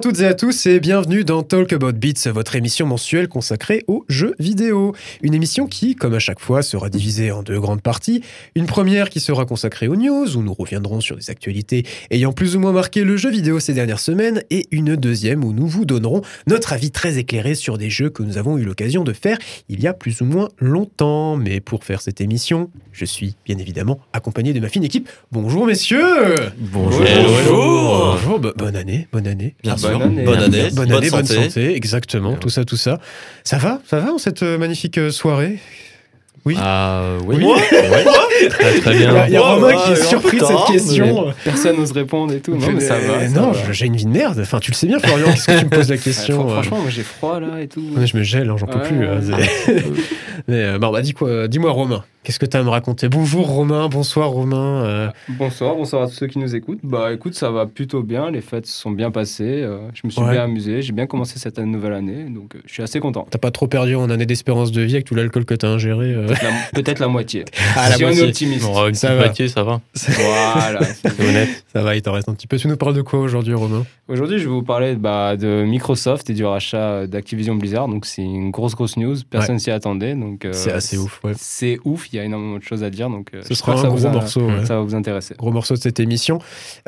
toutes et à tous et bienvenue dans Talk About Beats, votre émission mensuelle consacrée aux jeux vidéo. Une émission qui, comme à chaque fois, sera divisée en deux grandes parties. Une première qui sera consacrée aux news, où nous reviendrons sur des actualités ayant plus ou moins marqué le jeu vidéo ces dernières semaines, et une deuxième où nous vous donnerons notre avis très éclairé sur des jeux que nous avons eu l'occasion de faire il y a plus ou moins longtemps. Mais pour faire cette émission, je suis bien évidemment accompagné de ma fine équipe. Bonjour messieurs. Bonjour. Bonjour. Bonne année. Bien sûr. Bonne année, bonne santé, exactement, tout ça. Ça va en cette magnifique soirée? Oui. Oui. Très bien. Il y a Romain qui est surpris de cette question. Personne n'ose répondre et tout. Non, mais ça va. Non, j'ai une vie de merde. Enfin, tu le sais bien, Florian, qu'est-ce que tu me poses la question? Franchement, moi j'ai froid là et tout. Je me gèle, j'en peux plus. Mais dis-moi, Romain, qu'est-ce que tu as à me raconter? Bonjour Romain, bonsoir Romain. Bonsoir à tous ceux qui nous écoutent. Bah écoute, ça va plutôt bien. Les fêtes se sont bien passées. Je me suis bien amusé. J'ai bien commencé cette nouvelle année, donc je suis assez content. T'as pas trop perdu en année d'espérance de vie avec tout l'alcool que t'as ingéré? Peut-être la moitié. Si on est optimiste. Une petite moitié, ça va. Voilà, c'est honnête. Ça va, il t'en reste un petit peu. Tu nous parles de quoi aujourd'hui, Romain? Aujourd'hui, je vais vous parler de Microsoft et du rachat d'Activision Blizzard. Donc c'est une grosse news. Personne s'y attendait. Donc c'est assez ouf. Ouais. C'est ouf. Il y a énormément de choses à dire. Donc ce sera un gros morceau. Ça va vous intéresser. Gros morceau de cette émission.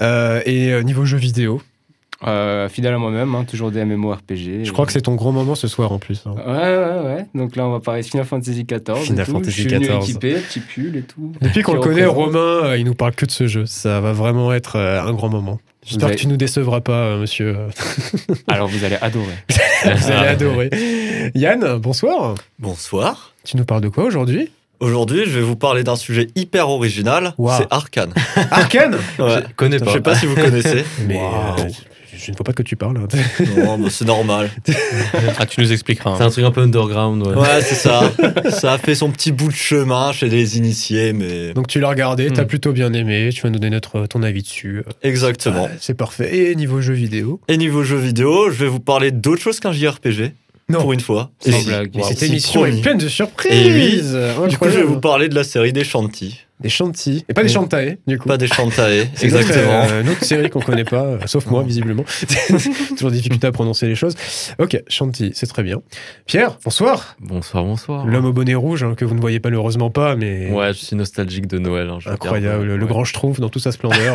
Et niveau jeux vidéo, fidèle à moi-même, toujours des MMORPG. Je crois que c'est ton gros moment ce soir en plus. Ouais. Donc là, on va parler de Final Fantasy XIV. Je suis venu équipé, petit pull et tout. Depuis qu'on le connaît, Romain, il nous parle que de ce jeu. Ça va vraiment être un grand moment. J'espère que tu nous décevras pas, monsieur. Alors, vous allez adorer. Vous allez adorer. Yann, bonsoir. Bonsoir. Tu nous parles de quoi aujourd'hui? Aujourd'hui, je vais vous parler d'un sujet hyper original. Wow. C'est Arcane. Arcane? Ouais. Je sais pas si vous connaissez. Mais je ne vois pas que tu parles. Non, mais c'est normal. Tu nous expliqueras. C'est un truc un peu underground. Ouais, c'est ça. Ça a fait son petit bout de chemin chez les initiés, mais... Donc tu l'as regardé, t'as plutôt bien aimé, tu vas nous donner ton avis dessus. Exactement. C'est parfait. Et niveau jeux vidéo? Je vais vous parler d'autre chose qu'un JRPG. Non. Pour une fois. Sans blague. Mais cette émission est pleine de surprises. Et oui. Du coup, je vais vous parler de la série des Shanty. Des Shanty. Et pas des Shantae, du coup. Pas des Shantae, exactement. Une autre série qu'on connaît pas, sauf moi, visiblement. Toujours difficulté à prononcer les choses. Ok, Shanty, c'est très bien. Pierre, bonsoir. Bonsoir. L'homme au bonnet rouge, que vous ne voyez pas malheureusement pas, mais... Ouais, je suis nostalgique de Noël. Incroyable, le grand schtroumpf dans toute sa splendeur.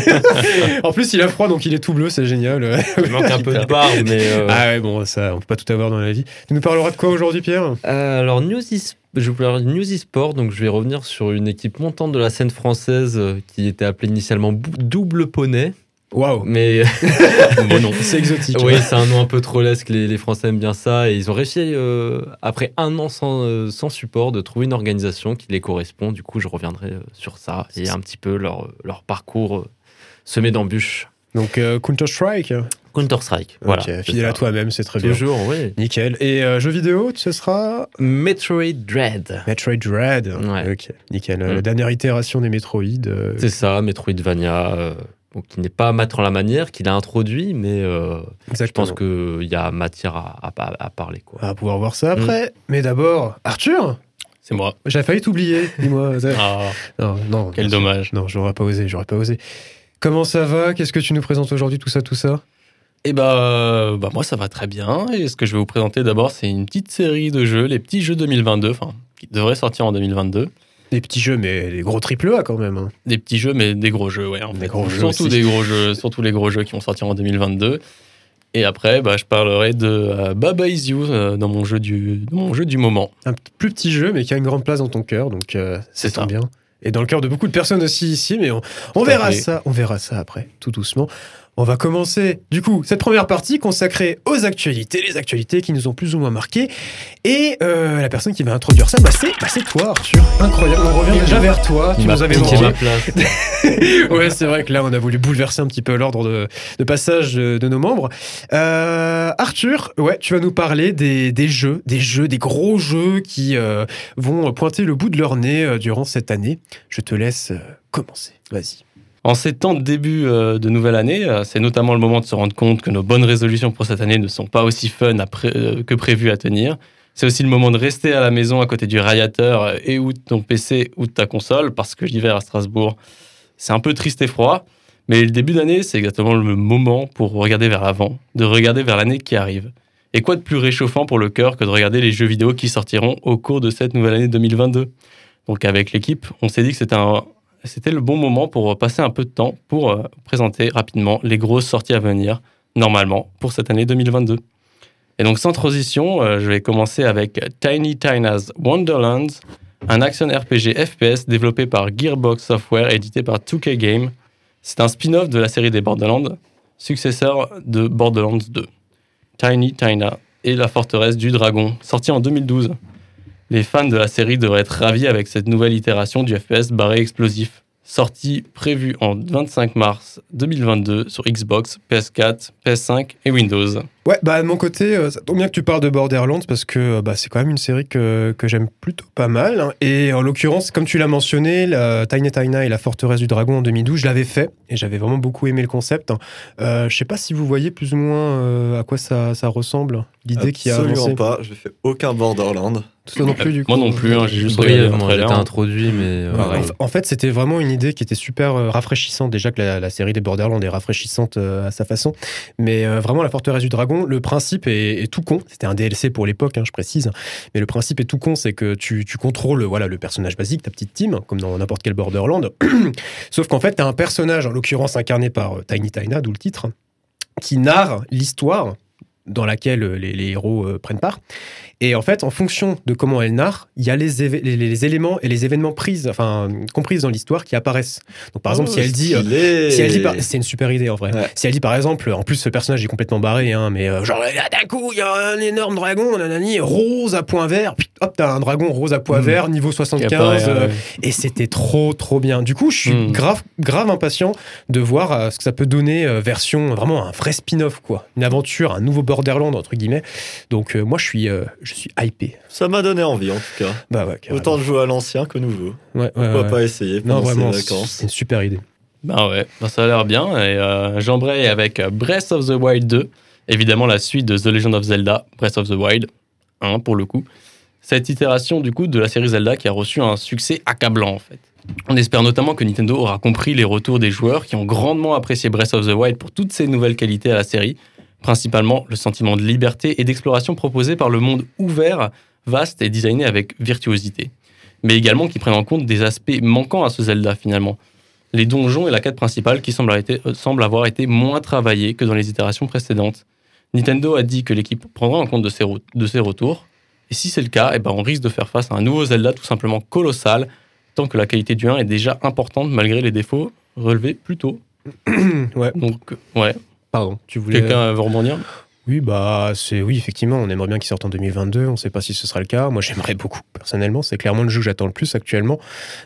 En plus, il a froid, donc il est tout bleu, c'est génial. Il manque un peu de barbe, mais... Ah ouais, bon, ça, on peut pas tout avoir dans la vie. Tu nous parleras de quoi aujourd'hui, Pierre? Alors, je vous parler de News eSport, donc je vais revenir sur une équipe montante de la scène française qui était appelée initialement Double Poney. Waouh! Mais bon, non, c'est exotique. Oui, c'est un nom un peu trollesque, les Français aiment bien ça, et ils ont réussi, après un an sans support, de trouver une organisation qui les correspond. Du coup, je reviendrai sur ça, et un petit peu leur parcours semé d'embûches. Donc Counter-Strike, voilà. Okay, fidèle à toi-même, c'est très bien. Toujours, oui. Nickel. Et jeux vidéo, ce sera Metroid Dread. Ouais. Ok, nickel. La dernière itération des Metroid. C'est ça, Metroidvania, qui n'est pas à mettre en la manière, qu'il a introduit, mais je pense qu'il y a matière à parler. Quoi. On va pouvoir voir ça après. Mais d'abord, Arthur? C'est moi. J'avais failli t'oublier, dis-moi. Non, quel dommage. Non, j'aurais pas osé. Comment ça va? Qu'est-ce que tu nous présentes aujourd'hui, tout ça? Et bah moi ça va très bien, et ce que je vais vous présenter d'abord, c'est une petite série de jeux, les petits jeux 2022, qui devraient sortir en 2022. Des petits jeux, mais des gros AAA quand même. Hein. Des petits jeux, mais des gros jeux, ouais. Surtout des gros jeux, surtout les gros jeux qui vont sortir en 2022. Et après, je parlerai de Baba Is You dans mon jeu du moment. Un plus petit jeu, mais qui a une grande place dans ton cœur, donc c'est ça. Bien. Et dans le cœur de beaucoup de personnes aussi ici, mais on verra ça. On verra ça après, tout doucement. On va commencer, du coup, cette première partie consacrée aux actualités, les actualités qui nous ont plus ou moins marqués. Et la personne qui va introduire ça, c'est toi, Arthur. Incroyable, on revient déjà vers toi. Tu nous avais manqué ma place. Ouais, c'est vrai que là, on a voulu bouleverser un petit peu l'ordre de passage de nos membres. Arthur, ouais, tu vas nous parler des gros jeux qui vont pointer le bout de leur nez durant cette année. Je te laisse commencer. Vas-y. En ces temps de début de nouvelle année, c'est notamment le moment de se rendre compte que nos bonnes résolutions pour cette année ne sont pas aussi fun que prévu à tenir. C'est aussi le moment de rester à la maison à côté du radiateur et ou de ton PC ou de ta console, parce que l'hiver à Strasbourg, c'est un peu triste et froid. Mais le début d'année, c'est exactement le moment pour regarder vers l'avant, de regarder vers l'année qui arrive. Et quoi de plus réchauffant pour le cœur que de regarder les jeux vidéo qui sortiront au cours de cette nouvelle année 2022. Donc avec l'équipe, on s'est dit que c'était le bon moment pour passer un peu de temps pour présenter rapidement les grosses sorties à venir, normalement, pour cette année 2022. Et donc sans transition, je vais commencer avec Tiny Tina's Wonderlands, un action RPG FPS développé par Gearbox Software, édité par 2K Games. C'est un spin-off de la série des Borderlands, successeur de Borderlands 2. Tiny Tina et la forteresse du dragon, sorti en 2012. Les fans de la série devraient être ravis avec cette nouvelle itération du FPS barré explosif. Sortie prévue en 25 mars 2022 sur Xbox, PS4, PS5 et Windows. Ouais, bah de mon côté, ça tombe bien que tu parles de Borderlands parce que c'est quand même une série que j'aime plutôt pas mal. Hein. Et en l'occurrence, comme tu l'as mentionné, la Tiny Tina et la forteresse du dragon en 2012, je l'avais fait et j'avais vraiment beaucoup aimé le concept. Je sais pas si vous voyez plus ou moins à quoi ça ressemble, l'idée qui a avancé. Absolument pas, je fais aucun Borderland. Toi non plus, du coup. Moi non plus, j'ai juste regardé le Brièvement, j'ai trailer. été introduit, mais En fait, c'était vraiment une idée qui était super rafraîchissante. Déjà que la série des Borderlands est rafraîchissante à sa façon. Mais vraiment, la forteresse du dragon, le principe est tout con. C'était un DLC pour l'époque, je précise. Mais le principe est tout con, c'est que tu contrôles le personnage basique, ta petite team, comme dans n'importe quel Borderland. Sauf qu'en fait, tu as un personnage, en l'occurrence incarné par Tiny Tina, d'où le titre, qui narre l'histoire dans laquelle les héros prennent part. Et en fait, en fonction de comment elle narre, il y a les éléments et les événements compris dans l'histoire qui apparaissent. Donc par exemple, si elle dit c'est une super idée en vrai. Ouais. Si elle dit par exemple, en plus ce personnage est complètement barré, mais genre là d'un coup il y a un énorme dragon, nanani, rose à point vert, puis hop t'as un dragon rose à point vert niveau 75, et c'était trop bien. Du coup, je suis grave impatient de voir ce que ça peut donner version vraiment un vrai spin-off quoi, une aventure, un nouveau Borderland entre guillemets. Donc moi je suis hypé. Ça m'a donné envie en tout cas. Bah ouais, autant de jouer à l'ancien que nouveau. Pourquoi pas essayer pendant ces vacances. C'est une super idée. Bah ouais, ça a l'air bien. Et j'embraye avec Breath of the Wild 2, évidemment la suite de The Legend of Zelda, Breath of the Wild 1 pour le coup. Cette itération du coup de la série Zelda qui a reçu un succès accablant en fait. On espère notamment que Nintendo aura compris les retours des joueurs qui ont grandement apprécié Breath of the Wild pour toutes ses nouvelles qualités à la série. Principalement le sentiment de liberté et d'exploration proposé par le monde ouvert, vaste et designé avec virtuosité. Mais également qui prennent en compte des aspects manquants à ce Zelda finalement. Les donjons et la quête principale qui semblent avoir été moins travaillés que dans les itérations précédentes. Nintendo a dit que l'équipe prendra en compte de ces retours. Et si c'est le cas, on risque de faire face à un nouveau Zelda tout simplement colossal, tant que la qualité du 1 est déjà importante malgré les défauts relevés plus tôt. Ouais. Donc, ouais. Pardon, tu voulais... Quelqu'un veut rebondir ? Oui, oui, effectivement, on aimerait bien qu'il sorte en 2022, on ne sait pas si ce sera le cas. Moi, j'aimerais beaucoup, personnellement, c'est clairement le jeu que j'attends le plus actuellement.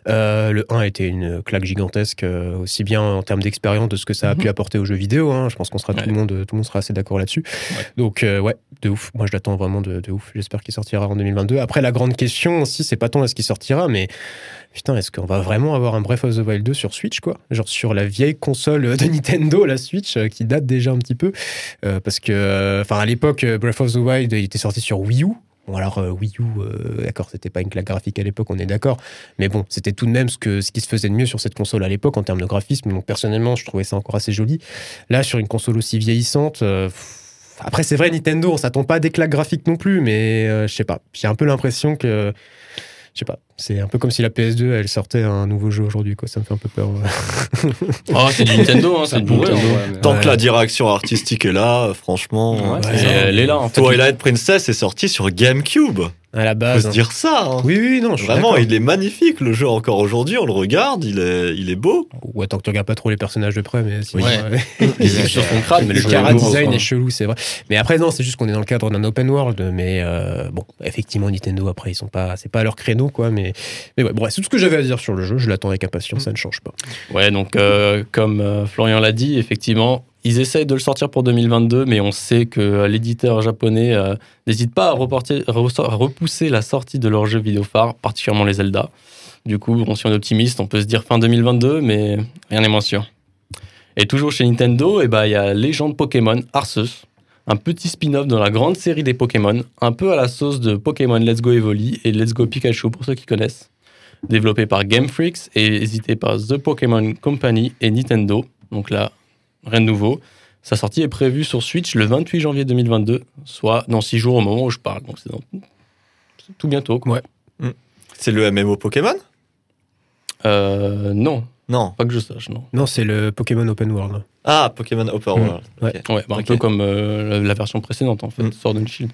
Le 1 a été une claque gigantesque, aussi bien en termes d'expérience de ce que ça a pu apporter aux jeux vidéo, je pense qu'on sera tout le monde sera assez d'accord là-dessus. Ouais. Donc, de ouf, moi je l'attends vraiment de ouf, j'espère qu'il sortira en 2022. Après, la grande question aussi, c'est pas tant est-ce qu'il sortira, mais putain, est-ce qu'on va vraiment avoir un Breath of the Wild 2 sur Switch, quoi ? Genre sur la vieille console de Nintendo, la Switch, qui date déjà un petit peu, parce que à l'époque, Breath of the Wild, il était sorti sur Wii U. Bon, alors, Wii U, d'accord, c'était pas une claque graphique à l'époque, on est d'accord. Mais bon, c'était tout de même ce qui se faisait de mieux sur cette console à l'époque en termes de graphisme. Donc, personnellement, je trouvais ça encore assez joli. Là, sur une console aussi vieillissante, après, c'est vrai, Nintendo, on s'attend pas à des claques graphiques non plus, mais je sais pas. J'ai un peu l'impression que. Je sais pas, c'est un peu comme si la PS2 elle sortait un nouveau jeu aujourd'hui, quoi. Ça me fait un peu peur. C'est du Nintendo, c'est du Nintendo. Tant que la direction artistique est là, franchement. Elle est là en fait. Twilight Princess est sorti sur GameCube. À la base. Faut se dire ça. Oui, non, je suis vraiment, d'accord. il est magnifique le jeu encore aujourd'hui. On le regarde, il est beau. Ouais, tant que tu regardes pas trop les personnages de près, mais sinon, les sur son crâne, mais le cara design est chelou, c'est vrai. Mais après, non, c'est juste qu'on est dans le cadre d'un open world. Mais bon, effectivement, Nintendo, après, c'est pas leur créneau, quoi. Mais ouais, bref, c'est tout ce que j'avais à dire sur le jeu. Je l'attends avec impatience, ça ne change pas. Ouais, donc, comme Florian l'a dit, effectivement, ils essayent de le sortir pour 2022, mais on sait que l'éditeur japonais n'hésite pas à repousser la sortie de leurs jeux vidéo phares, particulièrement les Zelda. Du coup, si on est optimiste, on peut se dire fin 2022, mais rien n'est moins sûr. Et toujours chez Nintendo, il y a Légende Pokémon Arceus, un petit spin-off dans la grande série des Pokémon, un peu à la sauce de Pokémon Let's Go Evoli et Let's Go Pikachu pour ceux qui connaissent. Développé par Game Freak et édité par The Pokémon Company et Nintendo. Donc là, rien de nouveau. Sa sortie est prévue sur Switch le 28 janvier 2022, soit dans 6 jours au moment où je parle. Donc c'est tout bientôt, quoi. Ouais. C'est le MMO Pokémon ? Non, Non. pas que je sache, non. Non, c'est le Pokémon Open World. Ah, Pokémon Open World. Ouais. Ok. Ouais, un Ok. peu comme la version précédente, en fait, Sword and Shield.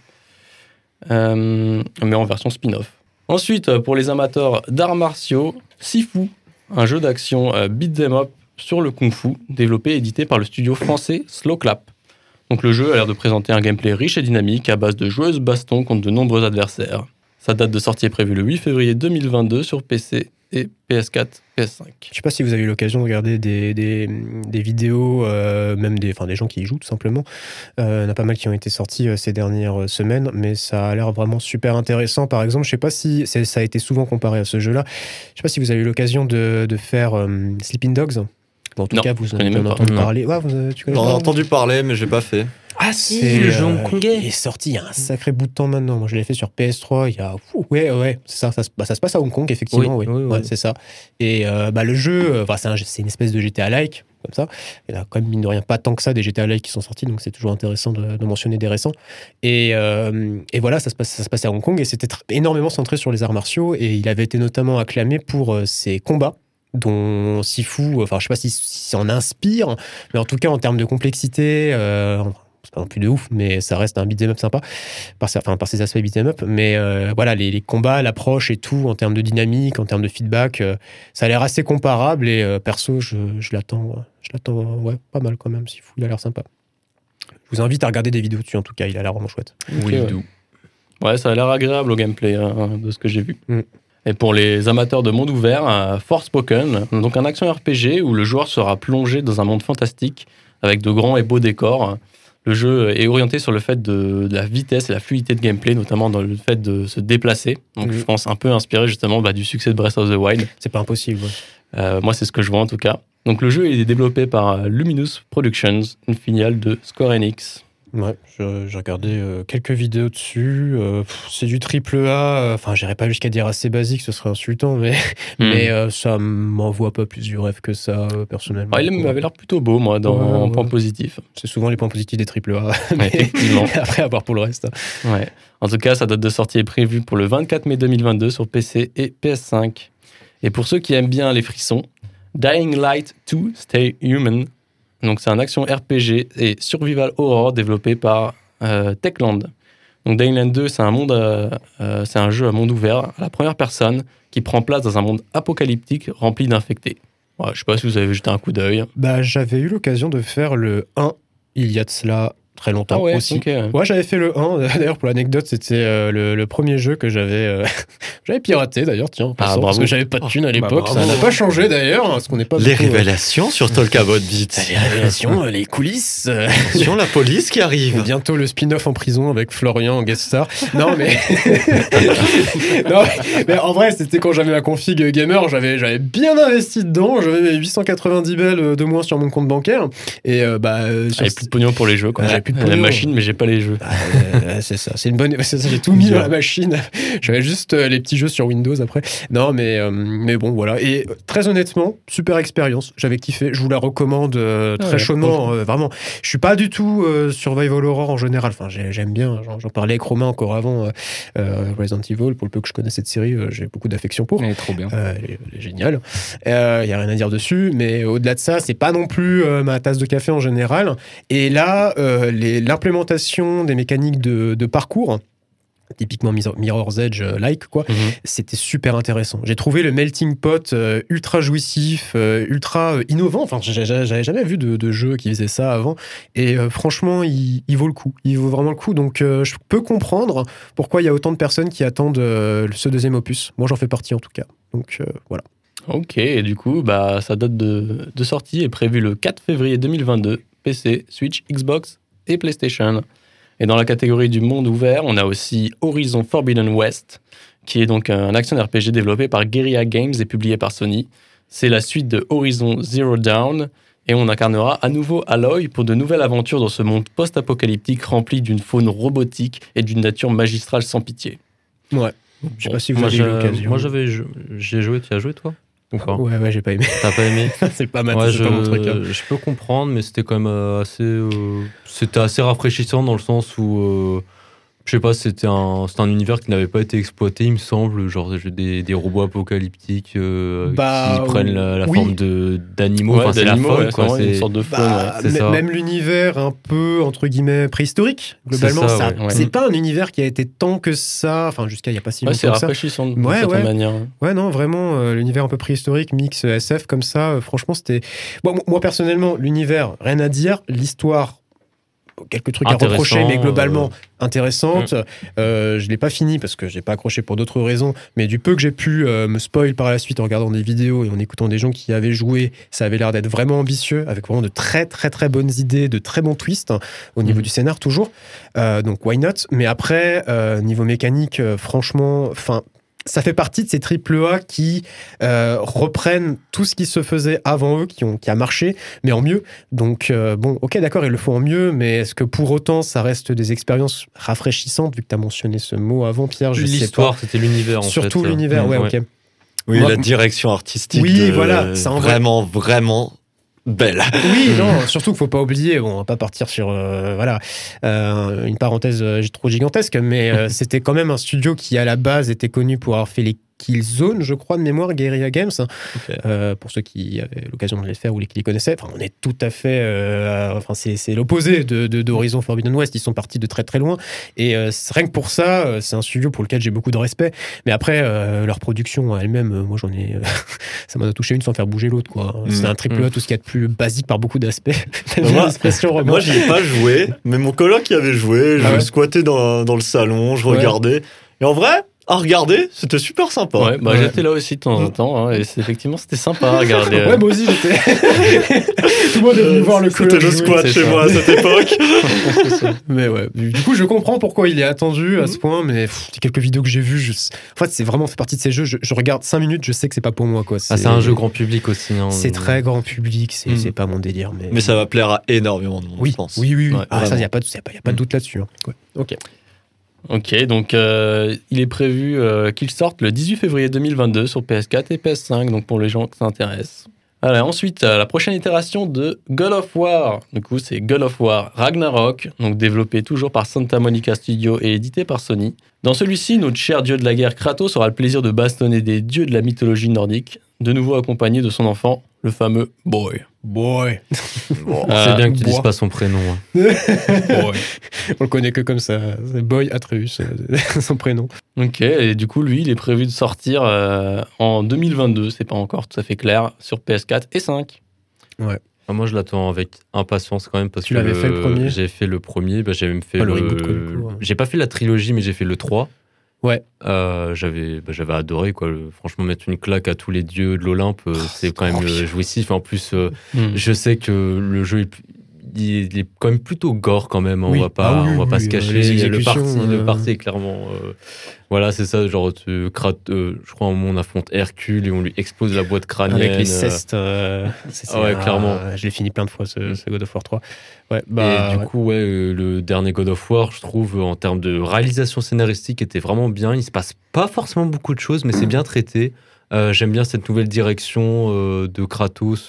Mais en version spin-off. Ensuite, pour les amateurs d'arts martiaux, Sifu, un jeu d'action beat 'em up sur le kung-fu, développé et édité par le studio français Slow Clap. Donc le jeu a l'air de présenter un gameplay riche et dynamique à base de joueuses baston contre de nombreux adversaires. Sa date de sortie est prévue le 8 février 2022 sur PC et PS4, PS5. Je sais pas si vous avez eu l'occasion de regarder des vidéos, même des gens qui y jouent tout simplement. Il y en a pas mal qui ont été sortis ces dernières semaines, mais ça a l'air vraiment super intéressant. Par exemple, je sais pas si ça a été souvent comparé à ce jeu-là. Je sais pas si vous avez eu l'occasion de faire Sleeping Dogs. En tout Non, cas, vous je en connais avez même pas. entendu Non. parler. Ouais, tu connais J'en ai pas entendu parler, mais j'ai pas fait. Ah, si, le jeu hongkongais. Il est sorti il y a un sacré bout de temps maintenant. Moi, je l'ai fait sur PS3 il y a... Ouais, c'est ça. Ça se passe à Hong Kong, effectivement. Oui, Oui. oui, Ouais, oui. c'est ça. Et le jeu, c'est une espèce de GTA-like, comme ça. Il y en a quand même, mine de rien, pas tant que ça des GTA-like qui sont sortis, donc c'est toujours intéressant de mentionner des récents. Et voilà, ça se passait à Hong Kong, et c'était énormément centré sur les arts martiaux, et il avait été notamment acclamé pour ses combats, dont Sifu, je sais pas si ça en inspire, mais en tout cas en termes de complexité, c'est pas non plus de ouf, mais ça reste un beat'em up sympa par ses aspects beat'em up. Mais voilà, les combats, l'approche et tout, en termes de dynamique, en termes de feedback, ça a l'air assez comparable, et perso, je l'attends pas mal quand même. Sifu, il a l'air sympa. Je vous invite à regarder des vidéos dessus, en tout cas, il a l'air vraiment chouette. Oui, ouais, ça a l'air agréable au gameplay, de ce que j'ai vu. Et pour les amateurs de monde ouvert, Forspoken, donc un action RPG où le joueur sera plongé dans un monde fantastique avec de grands et beaux décors. Le jeu est orienté sur le fait de la vitesse et la fluidité de gameplay, notamment dans le fait de se déplacer. Donc je pense un peu inspiré justement du succès de Breath of the Wild. C'est pas impossible. Ouais. Moi, c'est ce que je vois en tout cas. Donc le jeu est développé par Luminous Productions, une filiale de Square Enix. Ouais, j'ai regardé quelques vidéos dessus. C'est du triple A. J'irai pas jusqu'à dire assez basique, ce serait insultant, mais ça m'envoie pas plus du rêve que ça, personnellement. Il avait l'air plutôt beau, moi, en point positif. C'est souvent les points positifs des triple A. Ouais, effectivement. Après, à voir pour le reste. Ouais. En tout cas, sa date de sortie est prévue pour le 24 mai 2022 sur PC et PS5. Et pour ceux qui aiment bien les frissons, Dying Light 2 Stay Human. Donc c'est un action RPG et survival horror développé par Techland. Donc Dying Light 2, c'est un jeu à monde ouvert à la première personne qui prend place dans un monde apocalyptique rempli d'infectés. Ouais, je sais pas si vous avez jeté un coup d'œil. J'avais eu l'occasion de faire le 1 il y a de cela très longtemps aussi. Okay. Ouais, j'avais fait le 1. D'ailleurs, pour l'anecdote, c'était le premier jeu que j'avais piraté, d'ailleurs, tiens, parce que j'avais pas de thune à l'époque. Ça n'a pas changé d'ailleurs, parce qu'on n'est pas Les révélations sur Talk About Beat. Les révélations, les coulisses. Attention, la police qui arrive. Bientôt le spin-off en prison avec Florian en guest star. Non, mais en vrai, c'était quand j'avais ma config gamer, j'avais bien investi dedans. J'avais 890 balles de moins sur mon compte bancaire. Et j'avais plus de pognon pour les jeux, quoi. J'avais plus de la machine, mais j'ai pas les jeux. C'est ça. C'est ça, j'ai tout mis dans la machine. J'avais juste les petits jeux sur Windows après. Non, mais bon, voilà. Et très honnêtement, super expérience. J'avais kiffé. Je vous la recommande très chaudement. Vraiment. Je suis pas du tout survival horror en général. Enfin, j'aime bien. J'en parlais avec Romain encore avant Resident Evil. Pour le peu que je connais cette série, j'ai beaucoup d'affection pour. Elle est trop bien. Elle est géniale. Il y a rien à dire dessus. Mais au-delà de ça, c'est pas non plus ma tasse de café en général. Et là, l'implémentation des mécaniques de parcours, typiquement Mirror's Edge-like, quoi, c'était super intéressant. J'ai trouvé le melting pot ultra jouissif, ultra innovant. Enfin, j'avais jamais vu de jeu qui faisait ça avant. Et franchement, il vaut le coup. Il vaut vraiment le coup. Donc, je peux comprendre pourquoi il y a autant de personnes qui attendent ce deuxième opus. Moi, j'en fais partie en tout cas. Donc, voilà. Ok, et du coup, sa date de sortie est prévue le 4 février 2022. PC, Switch, Xbox et PlayStation. Et dans la catégorie du monde ouvert, on a aussi Horizon Forbidden West, qui est donc un action RPG développé par Guerrilla Games et publié par Sony. C'est la suite de Horizon Zero Dawn, et on incarnera à nouveau Aloy pour de nouvelles aventures dans ce monde post-apocalyptique rempli d'une faune robotique et d'une nature magistrale sans pitié. Ouais. Je sais pas si vous avez eu l'occasion. Moi, j'ai joué. Tu as joué, toi ? Ou pas Ouais, j'ai pas aimé. T'as pas aimé? C'est pas mal, Ouais, c'est pas mon truc. Hein. je peux comprendre, mais c'était quand même c'était assez rafraîchissant dans le sens où, je sais pas, c'était un univers qui n'avait pas été exploité, il me semble, genre des robots apocalyptiques qui prennent la forme d'animaux. Ouais, c'est la faune, ouais, quoi. c'est une sorte de faune. c'est ça. Même l'univers un peu, entre guillemets, préhistorique, globalement, C'est ça, ouais. c'est pas un univers qui a été tant que ça, enfin jusqu'à il y a pas si Ouais, longtemps c'est que ça. rafraîchissant de certaine manière. Ouais, non, vraiment, l'univers un peu préhistorique, mix SF comme ça, franchement, c'était... Bon, moi, personnellement, l'univers, rien à dire. L'histoire, quelques trucs à reprocher, mais globalement intéressante. Je l'ai pas fini parce que j'ai pas accroché pour d'autres raisons, mais du peu que j'ai pu me spoil par la suite en regardant des vidéos et en écoutant des gens qui avaient joué, ça avait l'air d'être vraiment ambitieux, avec vraiment de très très très bonnes idées, de très bons twists au niveau du scénar toujours. Donc why not? Mais après, niveau mécanique, franchement, ça fait partie de ces AAA qui reprennent tout ce qui se faisait avant eux, qui a marché, mais en mieux. Donc, bon, ok, d'accord, ils le font en mieux, mais est-ce que pour autant, ça reste des expériences rafraîchissantes, vu que tu as mentionné ce mot avant, Pierre? Je sais pas. L'histoire, c'était l'univers, en fait. Surtout l'univers, ouais, ok. Oui, Moi, la direction artistique. Oui, voilà, ça vraiment, vraiment belle. Oui, non, surtout qu'il faut pas oublier, bon, on va pas partir sur une parenthèse trop gigantesque, mais c'était quand même un studio qui à la base était connu pour avoir fait les Killzone, je crois, de mémoire, Guerrilla Games, pour ceux qui avaient l'occasion de les faire ou qui les connaissaient. Enfin, on est tout à fait... c'est l'opposé d'Horizon Forbidden West. Ils sont partis de très très loin. Et rien que pour ça, c'est un studio pour lequel j'ai beaucoup de respect. Mais après, leur production elle-même, moi j'en ai... ça m'en a touché une sans faire bouger l'autre, quoi. C'est un AAA, tout ce qu'il y a de plus basique par beaucoup d'aspects. Moi, j'y ai pas joué, mais mon coloc y avait joué. Je squattais dans le salon, je regardais. Et en vrai... à regarder, c'était super sympa. Ouais, j'étais là aussi de temps en temps, et effectivement, c'était sympa à regarder. Ouais, moi aussi, j'étais. Tout le monde est venu voir le coloc. C'était le squat chez moi à cette époque. Mais ouais, du coup, je comprends pourquoi il est attendu à ce point, mais les quelques vidéos que j'ai vues, en fait, c'est vraiment fait partie de ces jeux. Je regarde 5 minutes, je sais que c'est pas pour moi, quoi. C'est un jeu grand public aussi. Hein. C'est très grand public, c'est pas mon délire. Mais ça va plaire à énormément de monde, je pense. Oui. Ouais, ça, il n'y a pas de doute là-dessus. Hein. Ouais. Ok, donc il est prévu qu'il sorte le 18 février 2022 sur PS4 et PS5, donc pour les gens que ça intéresse. Alors, ensuite, la prochaine itération de God of War. Du coup, c'est God of War Ragnarok, donc développé toujours par Santa Monica Studio et édité par Sony. Dans celui-ci, notre cher dieu de la guerre Kratos aura le plaisir de bastonner des dieux de la mythologie nordique, de nouveau accompagné de son enfant, le fameux Boy. C'est bien que tu dises pas son prénom. Hein. Boy. On le connaît que comme ça. C'est Boy Atreus, son prénom. Ok, et du coup, lui, il est prévu de sortir en 2022, c'est pas encore tout à fait clair, sur PS4 et 5. Ouais. Moi, je l'attends avec impatience quand même parce tu l'avais fait le premier. J'ai fait le premier, j'ai même fait le reboot, quoi, du coup, ouais. J'ai pas fait la trilogie, mais j'ai fait le 3. Ouais. J'avais adoré, quoi. Franchement, mettre une claque à tous les dieux de l'Olympe, c'est quand même jouissif. En plus, je sais que le jeu il est quand même plutôt gore quand même. Oui. On va pas se cacher. Le parti est clairement. Voilà, c'est ça. Genre, je crois on affronte Hercule et on lui explose la boîte crânienne. Avec les cestes. Clairement. Je l'ai fini plein de fois, ce God of War 3. Ouais, et du coup, le dernier God of War, je trouve, en termes de réalisation scénaristique, était vraiment bien. Il se passe pas forcément beaucoup de choses, mais c'est bien traité. J'aime bien cette nouvelle direction de Kratos.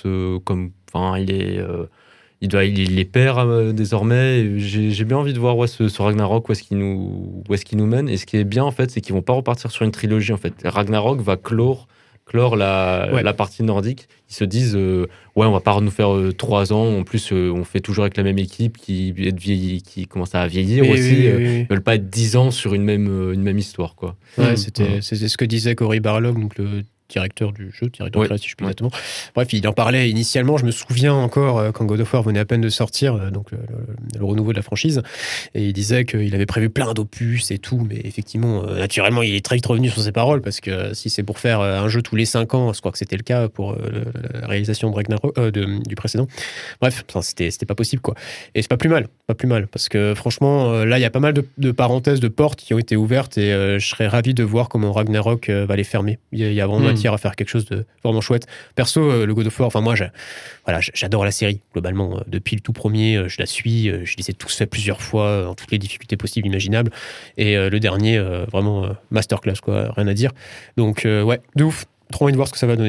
Il est père désormais. J'ai bien envie de voir ce Ragnarok où est-ce qu'il nous mène. Et ce qui est bien, en fait, c'est qu'ils vont pas repartir sur une trilogie. En fait, Ragnarok va clore la partie nordique. Ils se disent on va pas nous faire 3 ans. En plus, on fait toujours avec la même équipe qui commence à vieillir aussi. Ils veulent pas être 10 ans sur une même histoire, quoi. Ouais, c'était ce que disait Cory Barlog, donc le directeur du jeu, créatif, si je puis exactement. Bref, il en parlait initialement, je me souviens encore quand God of War venait à peine de sortir, donc le renouveau de la franchise, et il disait qu'il avait prévu plein d'opus et tout, mais effectivement, naturellement, il est très vite revenu sur ses paroles, parce que si c'est pour faire un jeu tous les 5 ans, je crois que c'était le cas pour la réalisation de Ragnarok, du précédent. Bref, c'était pas possible, quoi. Et c'est pas plus mal, parce que franchement, là, il y a pas mal de parenthèses, de portes qui ont été ouvertes, et je serais ravi de voir comment Ragnarok va les fermer. Il y a vraiment à faire quelque chose de vraiment chouette. Perso, le God of War, moi, j'adore la série, globalement. Depuis le tout premier, je la suis, je les ai tous fait plusieurs fois, en toutes les difficultés possibles, imaginables. Et le dernier, vraiment masterclass, quoi, rien à dire. Donc, de ouf. Trop envie de voir ce que ça va donner.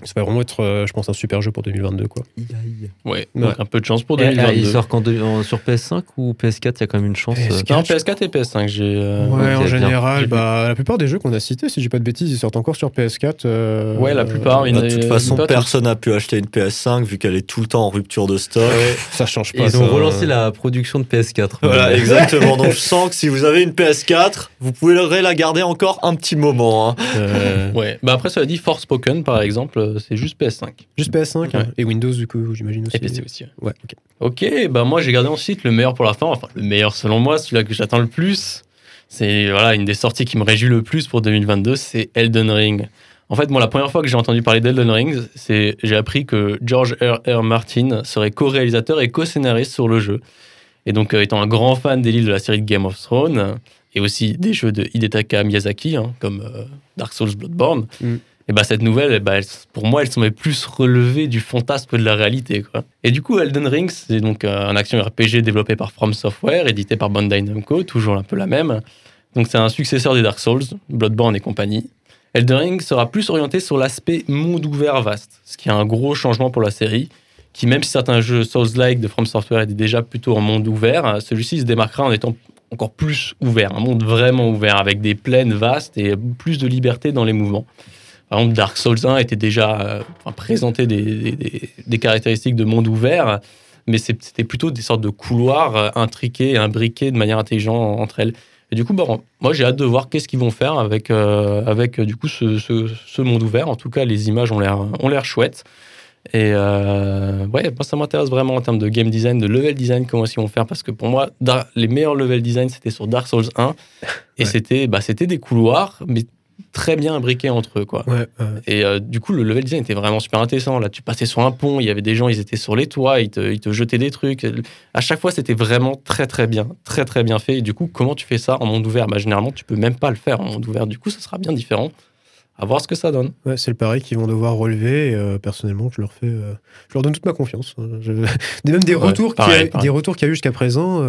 Ça va vraiment être, je pense, un super jeu pour 2022, quoi. Ouais, donc un peu de chance pour 2022. Il sort sur PS5 ou PS4, il y a quand même une chance. Non, PS4 et PS5, j'ai... Ouais, en général, la plupart des jeux qu'on a cités, si j'ai pas de bêtises, ils sortent encore sur PS4. Ouais, la plupart. De toute façon, personne n'a pu acheter une PS5 vu qu'elle est tout le temps en rupture de stock. Ça change pas. Ils ont relancé la production de PS4. Voilà, exactement. Donc je sens que si vous avez une PS4, vous pouvez la garder encore un petit moment. Hein. Ouais, après, ça a dit Forspoken, par exemple, c'est juste PS5. Juste PS5 hein. Et Windows, du coup, j'imagine aussi. Et PC aussi. Ouais, ok, moi j'ai gardé ensuite le meilleur pour la fin, enfin le meilleur selon moi, celui-là que j'attends le plus. C'est une des sorties qui me réjouit le plus pour 2022, c'est Elden Ring. En fait, moi, la première fois que j'ai entendu parler d'Elden Ring, j'ai appris que George R.R. Martin serait co-réalisateur et co-scénariste sur le jeu. Et donc, étant un grand fan des livres de la série de Game of Thrones, et aussi des jeux de Hidetaka Miyazaki, comme Dark Souls, Bloodborne, et cette nouvelle, pour moi, elle semblait plus relever du fantasme que de la réalité, quoi. Et du coup, Elden Ring, c'est donc un action RPG développé par From Software, édité par Bandai Namco, toujours un peu la même. Donc c'est un successeur des Dark Souls, Bloodborne et compagnie. Elden Ring sera plus orienté sur l'aspect monde ouvert vaste, ce qui est un gros changement pour la série, qui même si certains jeux Souls-like de From Software étaient déjà plutôt en monde ouvert, celui-ci se démarquera en étant encore plus ouvert, un monde vraiment ouvert, avec des plaines vastes et plus de liberté dans les mouvements. Par exemple, Dark Souls 1 était déjà présenté des caractéristiques de monde ouvert, mais c'était plutôt des sortes de couloirs intriqués et imbriqués de manière intelligente entre elles. Et du coup, moi, j'ai hâte de voir qu'est-ce qu'ils vont faire avec du coup, ce monde ouvert. En tout cas, les images ont l'air chouettes. Et moi, ça m'intéresse vraiment en termes de game design, de level design, comment est-ce qu'ils vont faire. Parce que pour moi, les meilleurs level design, c'était sur Dark Souls 1. Et c'était des couloirs, mais très bien imbriqués entre eux, quoi. Et du coup, le level design était vraiment super intéressant. Là, tu passais sur un pont, il y avait des gens, ils étaient sur les toits, ils te jetaient des trucs. À chaque fois, c'était vraiment très très bien fait. Et du coup, comment tu fais ça en monde ouvert ? Généralement, tu peux même pas le faire en monde ouvert. Du coup, ça sera bien différent. À voir ce que ça donne. Ouais, c'est le pari qu'ils vont devoir relever. Et, personnellement, je leur donne toute ma confiance. Même des retours qu'il y a eu jusqu'à présent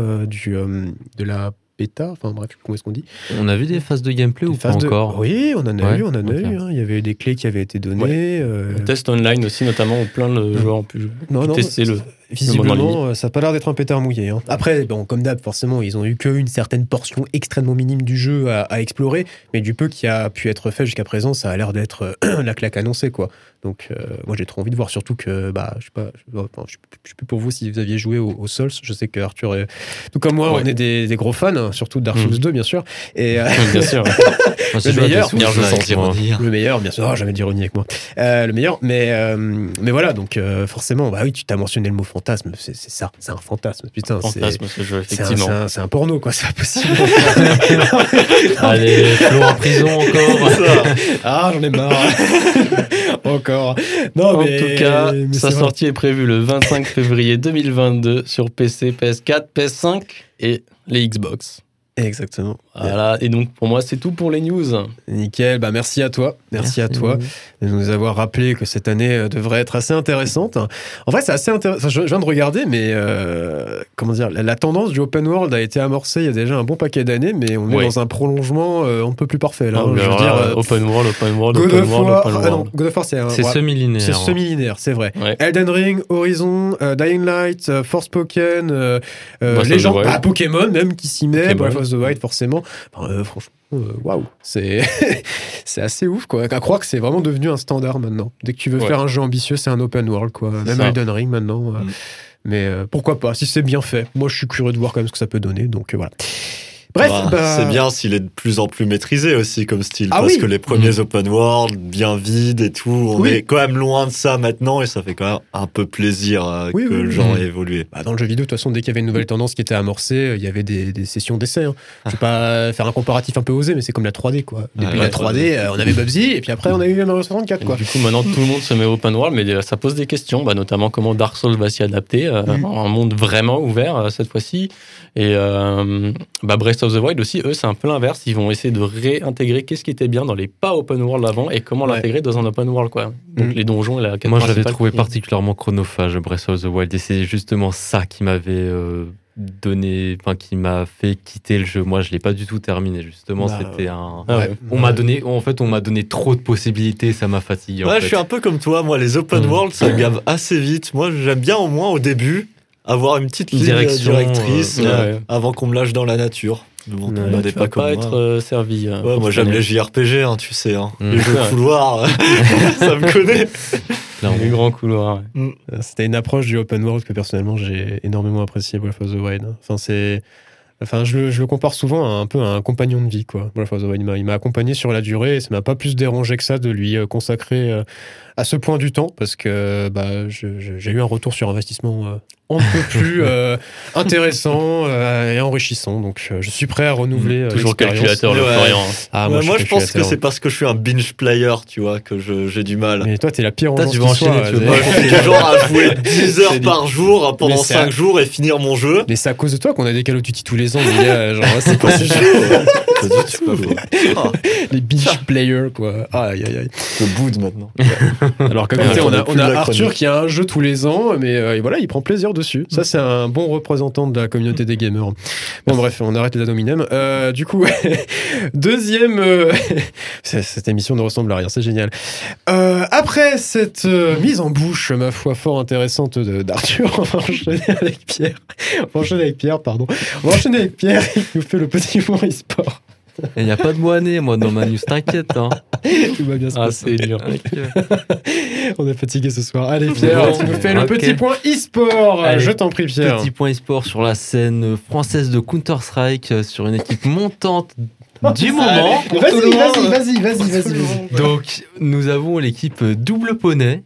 de la bêta, enfin bref, comment est-ce qu'on dit ? On a vu des phases de gameplay ou pas encore ? Oui, on en a eu. Hein. Il y avait des clés qui avaient été données. Test online aussi, notamment, où plein de joueurs ont pu tester le... Visiblement, ça n'a pas l'air d'être un pétard mouillé. Hein. Après, comme d'hab, forcément, ils ont eu qu'une certaine portion extrêmement minime du jeu à explorer, mais du peu qui a pu être fait jusqu'à présent, ça a l'air d'être la claque annoncée, quoi. Donc, moi, j'ai trop envie de voir, surtout que, je sais pas plus pour vous si vous aviez joué au Souls. Je sais que Arthur, tout comme moi, on est des gros fans, hein, surtout de Dark Souls 2, bien sûr. Et bien sûr. Le meilleur, bien sûr. Jamais d'ironie avec moi. Le meilleur, mais voilà, donc forcément, oui, tu t'as mentionné le mot fantasme, c'est ça, c'est un fantasme, putain. Fantasme, ce jeu, effectivement. C'est un porno, quoi, c'est pas possible. Allez, Flo en prison encore. J'en ai marre. Encore. Non, en tout cas, sa sortie est prévue le 25 février 2022 sur PC, PS4, PS5 et les Xbox. Exactement. Voilà, et donc pour moi, c'est tout pour les news. Nickel, merci à toi. Merci à toi de nous avoir rappelé que cette année devrait être assez intéressante. En vrai, c'est assez intéressant. Je viens de regarder, mais comment dire, la tendance du open world a été amorcée il y a déjà un bon paquet d'années, mais on est dans un prolongement on ne peut plus parfait. Là, je veux dire, open world. God of War, c'est semi-linéaire. C'est semi-linéaire, c'est vrai. Ouais. Elden Ring, Horizon, Dying Light, Forspoken, les gens, Pokémon même qui s'y met. Breath of the Wild, forcément. Franchement, waouh, c'est assez ouf, quoi. À croire que c'est vraiment devenu un standard maintenant. Dès que tu veux faire un jeu ambitieux, c'est un open world, quoi. Même Elden Ring maintenant. Mais pourquoi pas, si c'est bien fait. Moi, je suis curieux de voir quand même ce que ça peut donner. Donc voilà. Bref, c'est bien s'il est de plus en plus maîtrisé aussi comme style, parce que les premiers open world, bien vides et tout, on est quand même loin de ça maintenant, et ça fait quand même un peu plaisir que le genre ait évolué. Dans le jeu vidéo, de toute façon, dès qu'il y avait une nouvelle tendance qui était amorcée, il y avait des sessions d'essai. Hein. Je vais pas faire un comparatif un peu osé, mais c'est comme la 3D, quoi. Depuis la 3D, on avait Bubsy, et puis après, on a eu Mario 64, quoi. Du coup, maintenant, tout le monde se met open world, mais ça pose des questions, notamment comment Dark Souls va s'y adapter, un monde vraiment ouvert cette fois-ci. Et Breath of the Wild aussi, eux, c'est un peu l'inverse. Ils vont essayer de réintégrer qu'est-ce qui était bien dans les pas open world avant et comment l'intégrer dans un open world, quoi. Donc les donjons et la quête Moi, je l'avais trouvé particulièrement chronophage, Breath of the Wild, et c'est justement ça qui m'avait qui m'a fait quitter le jeu. Moi, je l'ai pas du tout terminé. Justement, c'était un. On m'a donné trop de possibilités. Ça m'a fatigué. Je suis un peu comme toi. Moi, les open world, ça me gave assez vite. Moi, j'aime bien au moins au début avoir une petite ligne directrice avant qu'on me lâche dans la nature. Bon, tu vas pas être servi. Moi, j'aime les JRPG, tu sais. Les jeux de couloir, ça me connaît. Les grands couloirs. C'était une approche du open world que personnellement j'ai énormément apprécié, Breath of the Wild. Je le compare souvent à un compagnon de vie, quoi. Breath of the Wild, il m'a accompagné sur la durée et ça m'a pas plus dérangé que ça de lui consacrer à ce point du temps, parce que j'ai eu un retour sur investissement un peu plus intéressant et enrichissant, donc je suis prêt à renouveler toujours calculateur, le Florian. Moi je pense que c'est parce que je suis un binge player, tu vois, que j'ai du mal. Mais toi t'es la pire tu vas enchaîner, genre à jouer 10 heures par jour pendant 5 jours et finir mon jeu. Mais c'est à cause de toi qu'on a des Call of Duty tous les ans, les gars, genre c'est pas si chaud. Les binge players, quoi. Aïe. Je boude maintenant. Alors comme on a Arthur qui a un jeu tous les ans, mais voilà, il prend plaisir dessus. Ça, c'est un bon représentant de la communauté des gamers. Bon, bref, on arrête les ad hominem. Du coup, deuxième... cette émission ne ressemble à rien, c'est génial. Après cette mise en bouche, ma foi, fort intéressante d'Arthur, on va enchaîner avec Pierre. On va enchaîner avec Pierre, qui nous fait le petit point e-sport. Il n'y a pas de mois année, moi, dans ma news, t'inquiète. Tout va bien se passer. C'est dur. On est fatigué ce soir. Allez, Pierre, tu nous fais le petit point e-sport. Allez, je t'en prie, Pierre. Petit point e-sport sur la scène française de Counter-Strike, sur une équipe montante du moment. Vas-y. Donc, nous avons l'équipe Double Poney.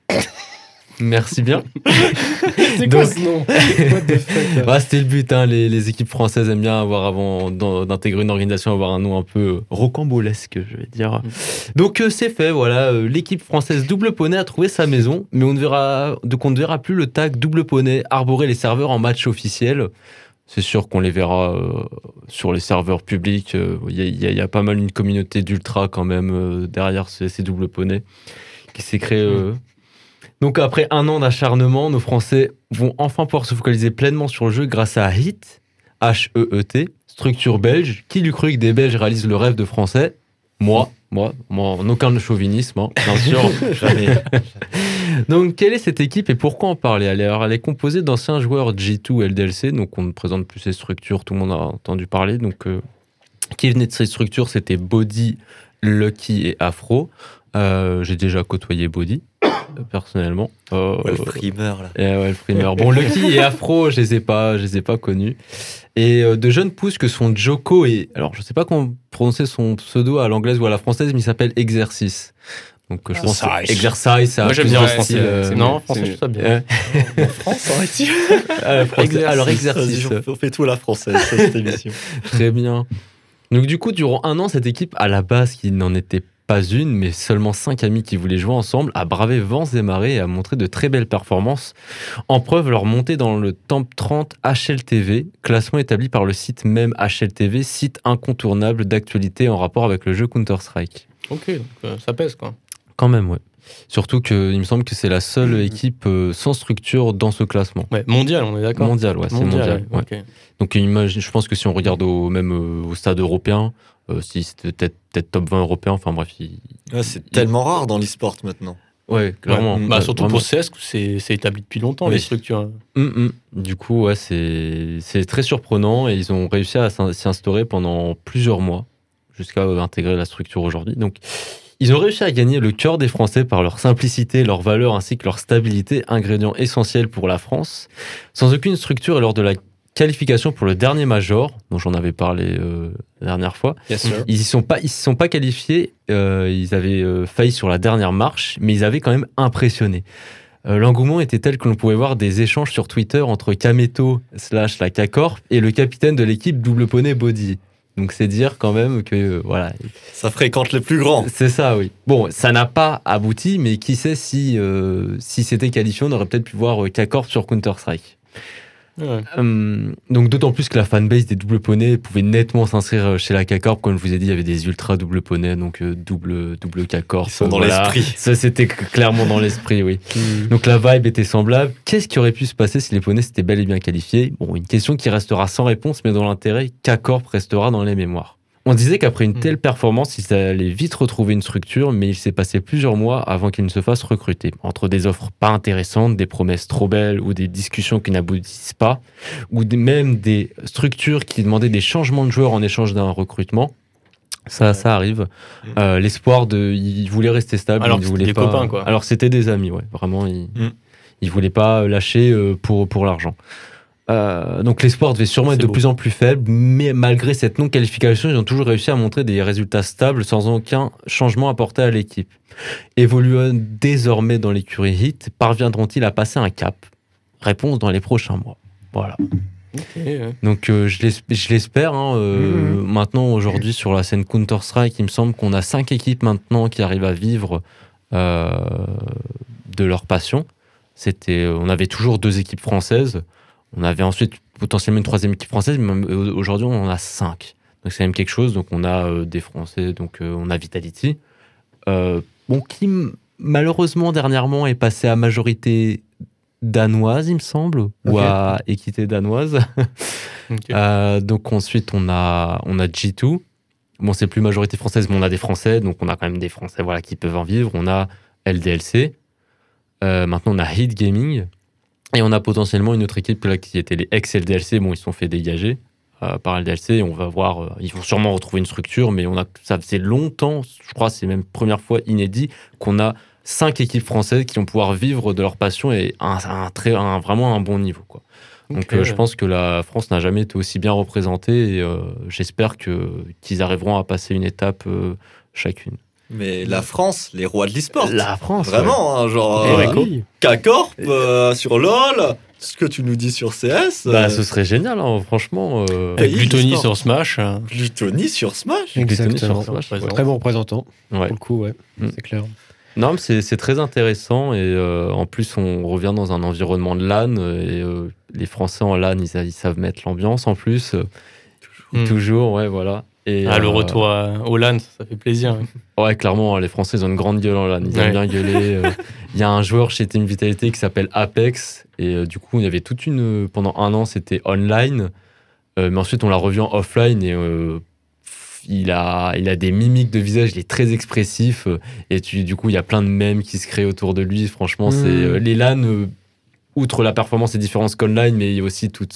Merci bien. C'est quoi ce nom? What the fuck? C'était le but. Les équipes françaises aiment bien avoir, avant d'intégrer une organisation, avoir un nom un peu rocambolesque, je vais dire. Donc c'est fait. Voilà, l'équipe française Double Poney a trouvé sa maison, mais on ne verra plus le tag Double Poney arborer les serveurs en match officiel. C'est sûr qu'on les verra sur les serveurs publics. Il y a pas mal une communauté d'ultra quand même derrière ces Double Poney qui s'est créée. Donc après un an d'acharnement, nos Français vont enfin pouvoir se focaliser pleinement sur le jeu grâce à HEET, H-E-E-T, structure belge. Qui l'eût cru que des Belges réalisent le rêve de Français? Moi, en aucun chauvinisme, bien sûr. Donc quelle est cette équipe et pourquoi en parler? Elle est composée d'anciens joueurs G2 LDLC, donc on ne présente plus ces structures, tout le monde a entendu parler. Donc qui venaient de ces structures, c'était Body, Lucky et Afro. J'ai déjà côtoyé Body. Personnellement. Le frimeur, là. Le frimeur. Bon, Lucky et Afro, je les ai pas connus. Et de jeunes pousses que sont Joko et... Alors, je sais pas comment prononcer son pseudo à l'anglaise ou à la française, mais il s'appelle Exercice. Donc, je pense que Exercice, ça moi, j'aime bien en français. Non, en français, je trouve ça bien. En France, alors, Exercice. On fait tout à la française, cette émission. Très bien. Donc, du coup, durant un an, cette équipe, à la base, qui n'en était pas une, mais seulement 5 amis qui voulaient jouer ensemble, a bravé vents et marées et a montré de très belles performances. En preuve, leur montée dans le top 30 HLTV, classement établi par le site même HLTV, site incontournable d'actualité en rapport avec le jeu Counter-Strike. Ok, donc ça pèse, quoi. Quand même, ouais. Surtout qu'il me semble que c'est la seule équipe sans structure dans ce classement. Ouais, mondial, on est d'accord. Mondial, ouais, c'est mondial. Ouais. Okay. Donc je pense que si on regarde au stade européen, si c'était peut-être top 20 européen, enfin bref. C'est tellement rare dans l'e-sport maintenant. Ouais, clairement. Surtout pour CS, c'est établi depuis longtemps, les structures. Du coup, ouais, c'est très surprenant et ils ont réussi à s'y instaurer pendant plusieurs mois jusqu'à intégrer la structure aujourd'hui. Donc, ils ont réussi à gagner le cœur des Français par leur simplicité, leur valeur ainsi que leur stabilité, ingrédients essentiels pour la France. Sans aucune structure et lors de la qualification pour le dernier Major, dont j'en avais parlé la dernière fois, ils ne se sont pas qualifiés, ils avaient failli sur la dernière marche, mais ils avaient quand même impressionné. L'engouement était tel que l'on pouvait voir des échanges sur Twitter entre Kameto / la K-Corp et le capitaine de l'équipe Double Poney Body. Donc c'est dire quand même que voilà. Ça fréquente les plus grands. C'est ça, oui. Bon, ça n'a pas abouti, mais qui sait si c'était qualifié, on aurait peut-être pu voir K-Corp sur Counter-Strike. Ouais. Donc d'autant plus que la fanbase des double poneys pouvait nettement s'inscrire chez la K-Corp. Comme je vous ai dit, il y avait des ultra double poneys, donc double K-Corp. Ils sont dans l'esprit. Ça, c'était clairement dans l'esprit, oui. Donc la vibe était semblable. Qu'est-ce qui aurait pu se passer si les poneys s'étaient bel et bien qualifiés ? Bon, une question qui restera sans réponse, mais dont l'intérêt K-Corp restera dans les mémoires. On disait qu'après une telle performance, ils allaient vite retrouver une structure, mais il s'est passé plusieurs mois avant qu'ils ne se fassent recruter. Entre des offres pas intéressantes, des promesses trop belles ou des discussions qui n'aboutissent pas, ou même des structures qui demandaient des changements de joueurs en échange d'un recrutement. Ça arrive. L'espoir ils voulaient rester stables. Alors ils que voulaient c'était des copains, quoi. Alors c'était des amis, ouais. Vraiment, ils voulaient pas lâcher pour l'argent. Donc l'espoir devait sûrement être de plus en plus faible, mais malgré cette non-qualification, ils ont toujours réussi à montrer des résultats stables sans aucun changement apporté à l'équipe. Évoluant désormais dans l'écurie Heat, parviendront-ils à passer un cap ? Réponse dans les prochains mois. Voilà. Ouais. Donc je l'espère. Maintenant, aujourd'hui, sur la scène Counter-Strike, il me semble qu'on a 5 équipes maintenant qui arrivent à vivre de leur passion. On avait toujours 2 équipes françaises. On avait ensuite potentiellement une 3e équipe française, mais aujourd'hui on en a 5. Donc c'est même quelque chose. Donc on a des Français, donc on a Vitality, qui malheureusement dernièrement est passé à majorité danoise, il me semble, ou à équité danoise. Donc ensuite on a G2. Bon, c'est plus majorité française, mais on a des Français, donc on a quand même des Français, qui peuvent en vivre. On a LDLC. Maintenant on a Heat Gaming. Et on a potentiellement une autre équipe là, qui était les ex-LDLC. Bon, ils se sont fait dégager par LDLC. On va voir, ils vont sûrement retrouver une structure, mais ça faisait longtemps, je crois, c'est même première fois inédit, qu'on a 5 équipes françaises qui vont pouvoir vivre de leur passion et vraiment un bon niveau, quoi. Donc je pense que la France n'a jamais été aussi bien représentée et j'espère qu'ils arriveront à passer une étape chacune. Mais la France, les rois de l'e-sport. La France, vraiment, K-Corp sur LoL, ce que tu nous dis sur CS. Ce serait génial, franchement. Avec Gluttony sur Smash. Gluttony sur Smash. Exactement. Sur Smash, Très bon représentant. Ouais. Pour le coup, c'est clair. Non, mais c'est très intéressant et en plus on revient dans un environnement de LAN et les Français en LAN ils savent mettre l'ambiance en plus. Toujours, ouais, voilà. Et, le retour au LAN, ça fait plaisir. Ouais, clairement, les Français ils ont une grande gueule en LAN, ils aiment bien gueuler. Il y a un joueur chez Team Vitality qui s'appelle Apex et du coup il y avait pendant 1 an c'était online, mais ensuite on l'a revu en offline et il a des mimiques de visage, il est très expressif et du coup il y a plein de mèmes qui se créent autour de lui. Franchement, c'est les LAN, outre la performance et différence qu'online, mais il y a aussi tout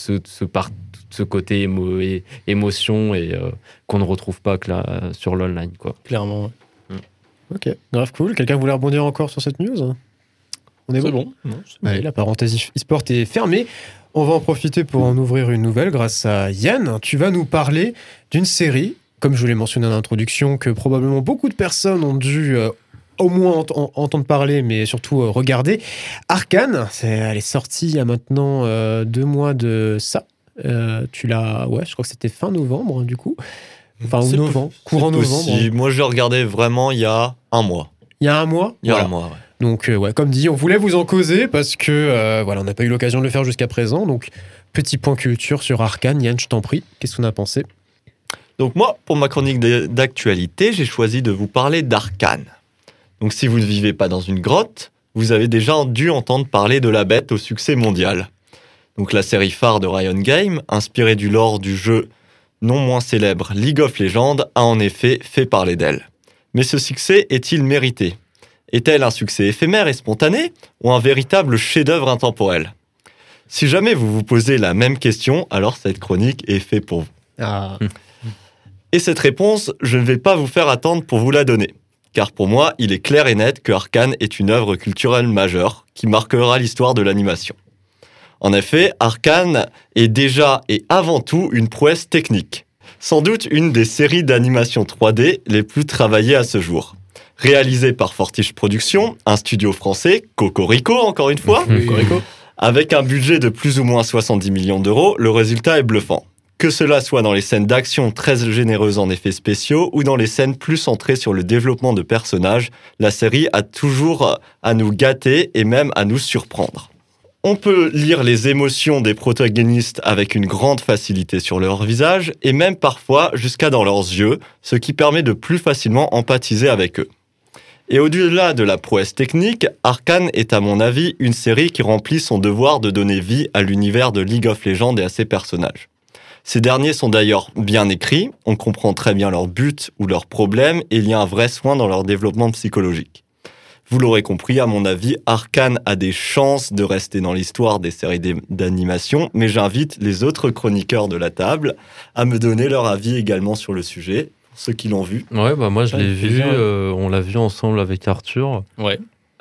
ce côté émotion et qu'on ne retrouve pas que là, sur l'online, quoi. Clairement. Ok, grave cool. Quelqu'un voulait rebondir encore sur cette news ? On est bon. Allez, la parenthèse e-sport est fermée. On va en profiter pour en ouvrir une nouvelle grâce à Yann. Tu vas nous parler d'une série, comme je l'ai mentionné en introduction, que probablement beaucoup de personnes ont dû au moins entendre parler, mais surtout regarder. Arcane, elle est sortie il y a maintenant 2 mois de ça. Je crois que c'était fin novembre, du coup. Enfin, courant novembre. Moi, je regardais vraiment il y a 1 mois. Il y a 1 mois ? Il y a 1 mois, ouais. Donc, comme dit, on voulait vous en causer parce que, on n'a pas eu l'occasion de le faire jusqu'à présent. Donc, petit point culture sur Arcane. Yann, je t'en prie, qu'est-ce qu'on a pensé ? Donc moi, pour ma chronique d'actualité, j'ai choisi de vous parler d'Arcane. Donc si vous ne vivez pas dans une grotte, vous avez déjà dû entendre parler de la bête au succès mondial. Donc la série phare de Riot Games, inspirée du lore du jeu non moins célèbre League of Legends, a en effet fait parler d'elle. Mais ce succès est-il mérité ? Est-elle un succès éphémère et spontané ou un véritable chef-d'œuvre intemporel ? Si jamais vous vous posez la même question, alors cette chronique est faite pour vous. Et cette réponse, je ne vais pas vous faire attendre pour vous la donner. Car pour moi, il est clair et net que Arcane est une œuvre culturelle majeure qui marquera l'histoire de l'animation. En effet, Arcane est déjà et avant tout une prouesse technique. Sans doute une des séries d'animation 3D les plus travaillées à ce jour. Réalisée par Fortiche Productions, un studio français, Cocorico encore une fois, avec un budget de plus ou moins 70 millions d'euros, le résultat est bluffant. Que cela soit dans les scènes d'action très généreuses en effets spéciaux ou dans les scènes plus centrées sur le développement de personnages, la série a toujours à nous gâter et même à nous surprendre. On peut lire les émotions des protagonistes avec une grande facilité sur leur visage et même parfois jusqu'à dans leurs yeux, ce qui permet de plus facilement empathiser avec eux. Et au-delà de la prouesse technique, Arcane est à mon avis une série qui remplit son devoir de donner vie à l'univers de League of Legends et à ses personnages. Ces derniers sont d'ailleurs bien écrits, on comprend très bien leurs buts ou leurs problèmes et il y a un vrai soin dans leur développement psychologique. Vous l'aurez compris, à mon avis, Arcane a des chances de rester dans l'histoire des séries d'animation, mais j'invite les autres chroniqueurs de la table à me donner leur avis également sur le sujet, pour ceux qui l'ont vu. Ouais, bah moi je l'ai Avec vu, plaisir. on l'a vu ensemble avec Arthur. Ouais.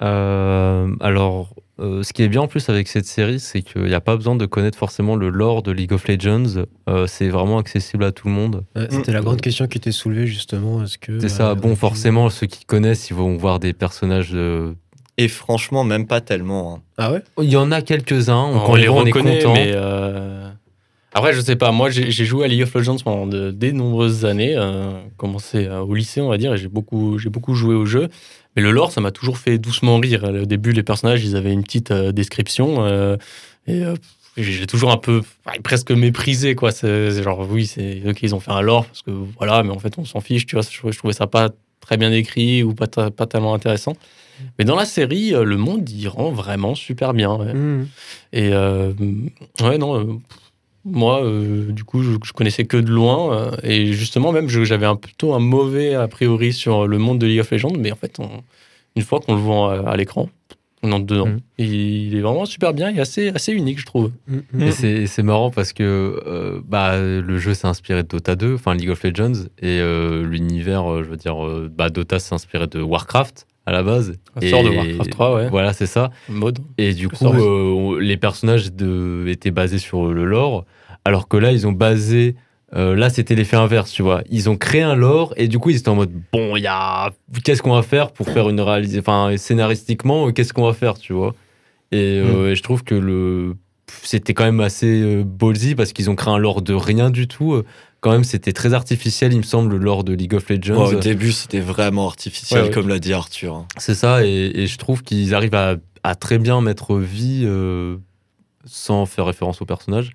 Alors, ce qui est bien en plus avec cette série, c'est qu'il n'y a pas besoin de connaître forcément le lore de League of Legends. C'est vraiment accessible à tout le monde. Ouais, c'était la grande question qui était soulevée justement. Est-ce que C'est ça. Bon, forcément, ceux qui connaissent, ils vont voir des personnages. Et franchement, même pas tellement. Hein. Ah ouais. Il y en a quelques-uns. On Quand les on est reconnaît, content. mais après, je sais pas. Moi, j'ai joué à League of Legends pendant des nombreuses années, commencé au lycée, on va dire, et j'ai beaucoup joué au jeu. Mais le lore, ça m'a toujours fait doucement rire. Au début, les personnages, ils avaient une petite description, et j'ai toujours un peu, presque méprisé, quoi. C'est genre, oui, c'est ok, ils ont fait un lore parce que voilà, mais en fait, on s'en fiche, tu vois. Je trouvais ça pas très bien écrit ou pas tellement intéressant. Mais dans la série, le monde y rend vraiment super bien. Ouais. Et ouais, non. Moi, du coup, je connaissais que de loin. Et justement, même, j'avais plutôt un mauvais a priori sur le monde de League of Legends. Mais en fait, une fois qu'on le voit à l'écran, on entre dedans. Il est vraiment super bien et assez unique, je trouve. Et c'est marrant parce que le jeu s'est inspiré de Dota 2, enfin League of Legends, et l'univers, je veux dire, Dota s'est inspiré de Warcraft à la base. Ça sort de Warcraft 3, ouais. Voilà, c'est ça. Mode. Et du coup, les personnages étaient basés sur le lore, alors que là, ils ont basé... là, c'était l'effet inverse, tu vois. Ils ont créé un lore, et du coup, ils étaient en mode, bon, qu'est-ce qu'on va faire pour faire une réalisation... Enfin, scénaristiquement, qu'est-ce qu'on va faire, tu vois. Et je trouve que c'était quand même assez ballsy, parce qu'ils ont créé un lore de rien du tout. Quand même, c'était très artificiel, il me semble, le lore de League of Legends. Au début, c'était vraiment artificiel, Ouais. comme l'a dit Arthur. C'est ça, et je trouve qu'ils arrivent à très bien mettre vie, sans faire référence au personnage,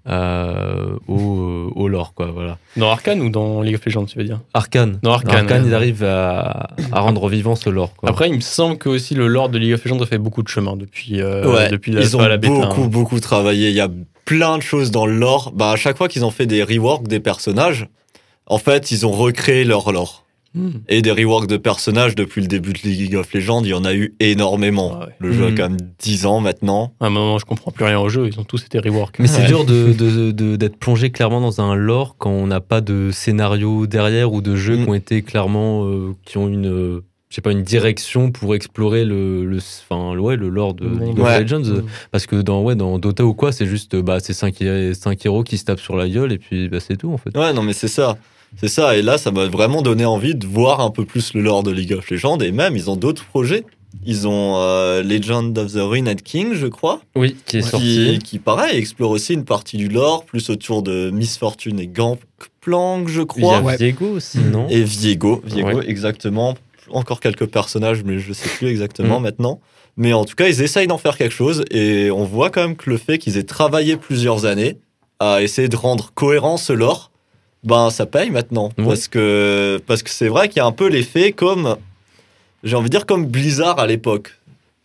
au lore, quoi, voilà. Dans Arcane ou dans League of Legends, tu veux dire? Arcane. Dans Arcane, ouais. Ils arrivent à rendre vivant ce lore, quoi. Après, il me semble que aussi le lore de League of Legends a fait beaucoup de chemin depuis Ils ont la bêta. beaucoup travaillé. Il y a plein de choses dans le lore. À chaque fois qu'ils ont fait des reworks des personnages, en fait, ils ont recréé leur lore. Et des reworks de personnages depuis le début de League of Legends, il y en a eu énormément. Ah ouais. Le jeu a quand même 10 ans maintenant. À un moment, je comprends plus rien au jeu, ils ont tous été rework. Mais c'est dur d'être plongé clairement dans un lore quand on n'a pas de scénario derrière ou de jeux qui ont été clairement, qui ont une direction pour explorer le lore de League of Legends. Parce que dans Dota ou quoi, c'est juste, c'est 5 héros qui se tapent sur la gueule et puis c'est tout, en fait. Ouais, non, mais c'est ça. C'est ça, et là, ça m'a vraiment donné envie de voir un peu plus le lore de League of Legends, et même, ils ont d'autres projets. Ils ont Legend of the Ruined King, je crois. Oui, qui est sorti. Qui, pareil, explore aussi une partie du lore, plus autour de Miss Fortune et Gangplank, je crois. Il y a Viego aussi, non? Et Viego, Ouais. exactement. Encore quelques personnages, mais je sais plus exactement maintenant. Mais en tout cas, ils essayent d'en faire quelque chose, et on voit quand même que le fait qu'ils aient travaillé plusieurs années à essayer de rendre cohérent ce lore, ça paye maintenant. Ouais. Parce que c'est vrai qu'il y a un peu l'effet comme, j'ai envie de dire, comme Blizzard à l'époque.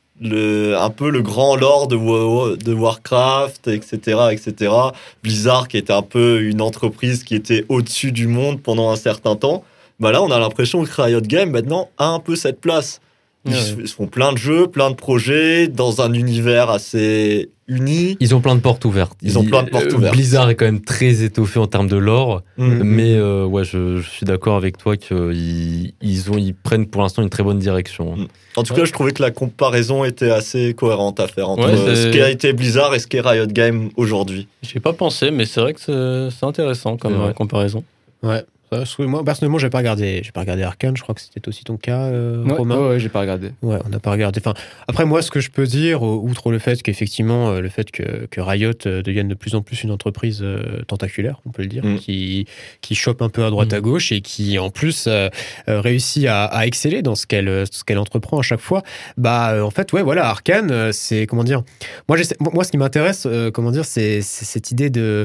Un peu le grand lore de Warcraft, etc. Blizzard qui était un peu une entreprise qui était au-dessus du monde pendant un certain temps. Là, on a l'impression que Riot Games, maintenant, a un peu cette place. Ils font plein de jeux, plein de projets, dans un univers assez uni. Ils ont plein de portes ouvertes. Blizzard est quand même très étoffé en termes de lore, mais je suis d'accord avec toi qu'ils prennent pour l'instant une très bonne direction. En tout cas, je trouvais que la comparaison était assez cohérente à faire entre Ouais, ce qui a été Blizzard et ce qu'est Riot Games aujourd'hui. J'y ai pas pensé, mais c'est vrai que c'est intéressant comme comparaison. Ouais. Moi, personnellement, j'ai pas regardé Arcane. Je crois que c'était aussi ton cas, Romain. Ouais, j'ai pas regardé. Ouais, on n'a pas regardé. Enfin, après, moi, ce que je peux dire, outre le fait qu'effectivement, le fait que Riot devienne de plus en plus une entreprise tentaculaire, on peut le dire, qui chope un peu à droite à gauche et qui, en plus, réussit à exceller dans ce qu'elle entreprend à chaque fois, en fait, ouais, voilà, Arcane, c'est, comment dire, moi, ce qui m'intéresse, c'est cette idée de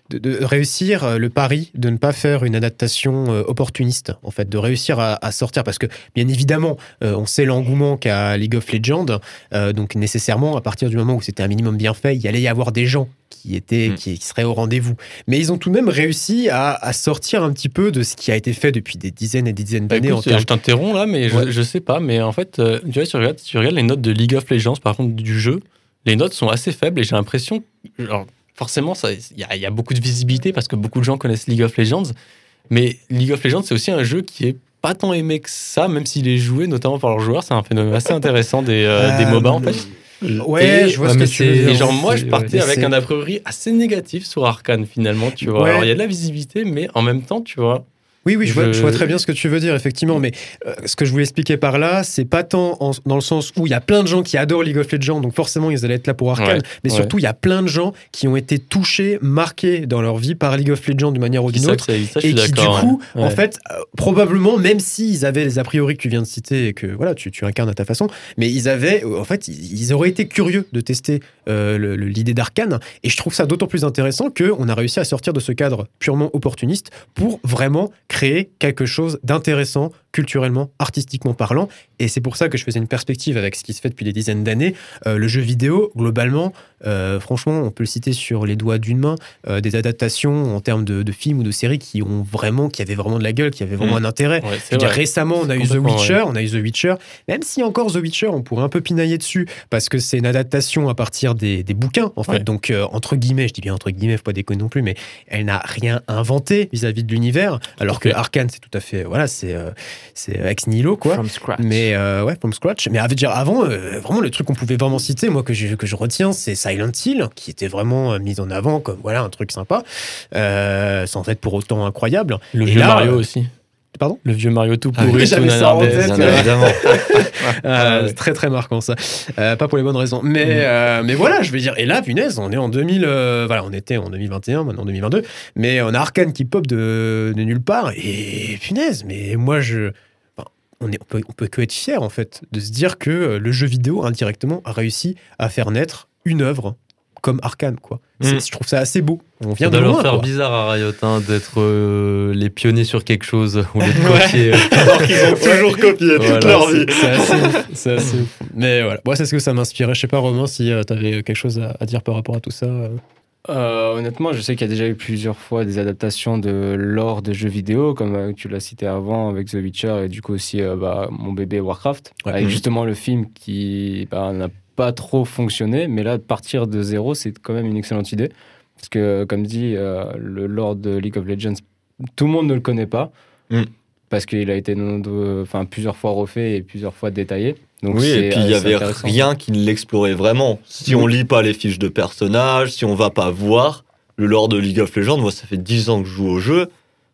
réussir le pari de ne pas faire une adaptation opportuniste, en fait, de réussir à sortir, parce que bien évidemment, on sait l'engouement qu'a League of Legends, donc nécessairement, à partir du moment où c'était un minimum bien fait, il y allait y avoir des gens qui seraient au rendez-vous. Mais ils ont tout de même réussi à sortir un petit peu de ce qui a été fait depuis des dizaines et des dizaines d'années. Je t'interromps là, mais ouais. je sais pas, mais en fait, tu vois, tu regardes les notes de League of Legends, par contre, du jeu, les notes sont assez faibles et j'ai l'impression... Alors, forcément, il y a beaucoup de visibilité parce que beaucoup de gens connaissent League of Legends. Mais League of Legends, c'est aussi un jeu qui est pas tant aimé que ça, même s'il est joué notamment par leurs joueurs. C'est un phénomène assez intéressant des MOBA, en fait. Ouais, je vois ce que tu veux dire. Et genre, moi, je partais avec un a priori assez négatif sur Arcane, finalement, tu vois. Ouais. Alors, il y a de la visibilité, mais en même temps, tu vois... Oui, je vois très bien ce que tu veux dire, effectivement, mais ce que je voulais expliquer par là, c'est pas tant dans le sens où il y a plein de gens qui adorent League of Legends, donc forcément ils allaient être là pour Arcane, mais surtout il y a plein de gens qui ont été touchés, marqués dans leur vie par League of Legends d'une manière ou d'une autre, et qui du coup, en fait, probablement, même s'ils avaient les a priori que tu viens de citer et que voilà, tu incarnes à ta façon, mais ils auraient été curieux de tester l'idée d'Arcane, et je trouve ça d'autant plus intéressant qu'on a réussi à sortir de ce cadre purement opportuniste pour vraiment créer quelque chose d'intéressant culturellement, artistiquement parlant, et c'est pour ça que je faisais une perspective avec ce qui se fait depuis des dizaines d'années. Le jeu vidéo, globalement, franchement, on peut le citer sur les doigts d'une main, des adaptations en termes de films ou de séries qui avaient vraiment de la gueule, qui avaient vraiment un intérêt. Ouais, je veux dire, récemment, on a eu The Witcher, même si encore The Witcher, on pourrait un peu pinailler dessus, parce que c'est une adaptation à partir des bouquins, en fait, donc entre guillemets, je dis bien entre guillemets, faut pas déconner non plus, mais elle n'a rien inventé vis-à-vis de l'univers, alors que Arcane, c'est tout à fait, voilà, c'est ex nihilo, quoi. From scratch. Mais from scratch. Mais avant, vraiment le truc qu'on pouvait vraiment citer, moi que je retiens, c'est Silent Hill, qui était vraiment mis en avant comme voilà un truc sympa, sans être pour autant incroyable. Le vieux Mario aussi. Pardon ? Le vieux Mario tout pourri, tout j'avais ça en tête, évidemment. C'est très très marquant ça. Pas pour les bonnes raisons. Mais voilà, je veux dire. Et là, punaise, on est en 2000. On était en 2021, maintenant en 2022. Mais on a Arcane qui pop de nulle part. Et punaise, mais moi on peut que être fier en fait de se dire que le jeu vidéo indirectement a réussi à faire naître une œuvre comme Arcane, quoi. Je trouve ça assez beau. On vient de loin, leur faire quoi. bizarre à Riot d'être les pionniers sur quelque chose au lieu de copier. Alors qu'ils ont toujours copié toute leur vie. C'est assez ouf. Mais voilà, moi c'est ce que ça m'inspirait. Je sais pas, Romain, si t'avais quelque chose à dire par rapport à tout ça. Honnêtement, je sais qu'il y a déjà eu plusieurs fois des adaptations de lore de jeux vidéo, comme tu l'as cité avant avec The Witcher et du coup aussi mon bébé Warcraft, avec justement le film qui n'a pas trop fonctionné, mais là, de partir de zéro, c'est quand même une excellente idée. Parce que, comme dit, le lore de League of Legends, tout le monde ne le connaît pas, parce qu'il a été plusieurs fois refait et plusieurs fois détaillé. Donc oui, et puis il n'y avait rien qui ne l'explorait vraiment. Si on lit pas les fiches de personnages, si on va pas voir le lore de League of Legends, moi ça fait 10 ans que je joue au jeu,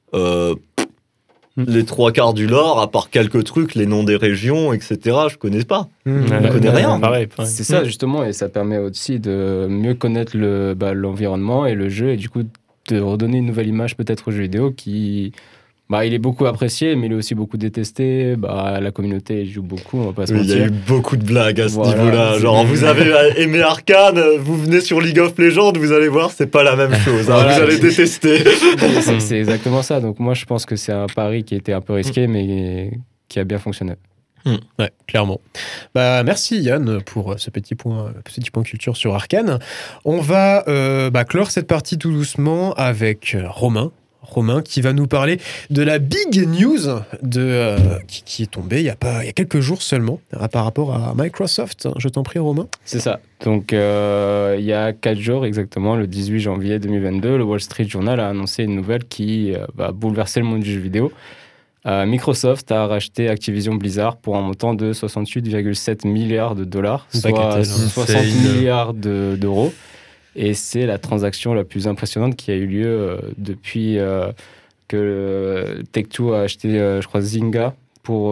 les trois quarts du lore, à part quelques trucs, les noms des régions, etc., je connais pas. Je connais rien. Pareil. C'est ça justement, et ça permet aussi de mieux connaître l'environnement et le jeu, et du coup de redonner une nouvelle image peut-être au jeu vidéo qui... il est beaucoup apprécié, mais il est aussi beaucoup détesté. La communauté joue beaucoup, on va pas se mentir. Il y a eu beaucoup de blagues à ce niveau-là. Genre, vous avez aimé Arcane, vous venez sur League of Legends, vous allez voir, c'est pas la même chose. Vous allez détester. C'est exactement ça. Donc moi, je pense que c'est un pari qui était un peu risqué, mais qui a bien fonctionné. Ouais, clairement. Merci Yann pour ce petit point culture sur Arcane. On va clore cette partie tout doucement avec Romain qui va nous parler de la big news qui est tombée il y a quelques jours seulement par rapport à Microsoft. Je t'en prie, Romain. C'est ça. Donc il y a 4 jours exactement, le 18 janvier 2022, le Wall Street Journal a annoncé une nouvelle qui va bouleverser le monde du jeu vidéo. Microsoft a racheté Activision Blizzard pour un montant de 68,7 milliards de dollars, soit 60 milliards d'euros. Et c'est la transaction la plus impressionnante qui a eu lieu depuis que Take-Two a acheté, je crois, Zynga pour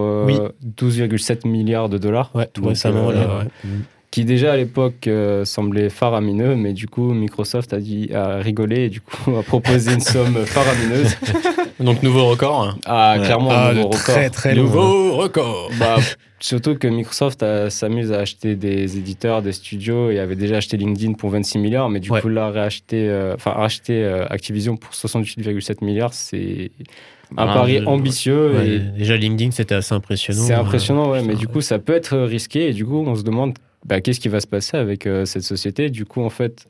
12,7 milliards de dollars. Ouais, tout récemment. Qui déjà à l'époque semblait faramineux, mais du coup Microsoft a rigolé et du coup a proposé une somme faramineuse. Donc nouveau record. Ah, clairement, nouveau record. Très, très Nouveau record. Bah, surtout que Microsoft s'amuse à acheter des éditeurs, des studios et avait déjà acheté LinkedIn pour 26 milliards, mais du coup là, racheter Activision pour 68,7 milliards, c'est un pari ambitieux. Ouais, et déjà, LinkedIn, c'était assez impressionnant. c'est impressionnant, ouais, mais du coup, ça peut être risqué et du coup, on se demande qu'est-ce qui va se passer avec cette société. Du coup, en fait,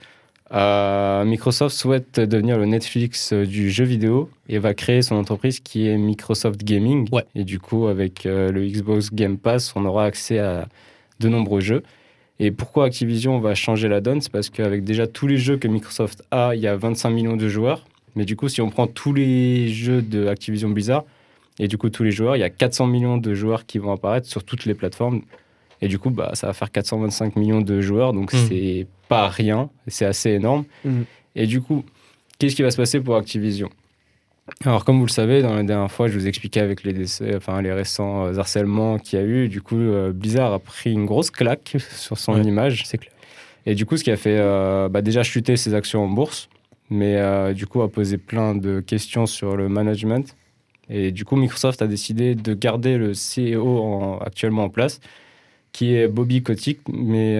Microsoft souhaite devenir le Netflix du jeu vidéo et va créer son entreprise qui est Microsoft Gaming. Ouais. Et du coup, avec le Xbox Game Pass, on aura accès à de nombreux jeux. Et pourquoi Activision va changer la donne? C'est parce qu'avec déjà tous les jeux que Microsoft a, il y a 25 millions de joueurs. Mais du coup, si on prend tous les jeux de Activision Blizzard, et du coup tous les joueurs, il y a 400 millions de joueurs qui vont apparaître sur toutes les plateformes. Et du coup, ça va faire 425 millions de joueurs, donc c'est pas rien, c'est assez énorme. Et du coup, qu'est-ce qui va se passer pour Activision? Alors, comme vous le savez, dans la dernière fois, je vous expliquais avec les récents harcèlements qu'il y a eu, du coup, Blizzard a pris une grosse claque sur son image. C'est clair. Et du coup, ce qui a fait déjà chuter ses actions en bourse, mais du coup, a posé plein de questions sur le management. Et du coup, Microsoft a décidé de garder le CEO actuellement en place, qui est Bobby Kotick, mais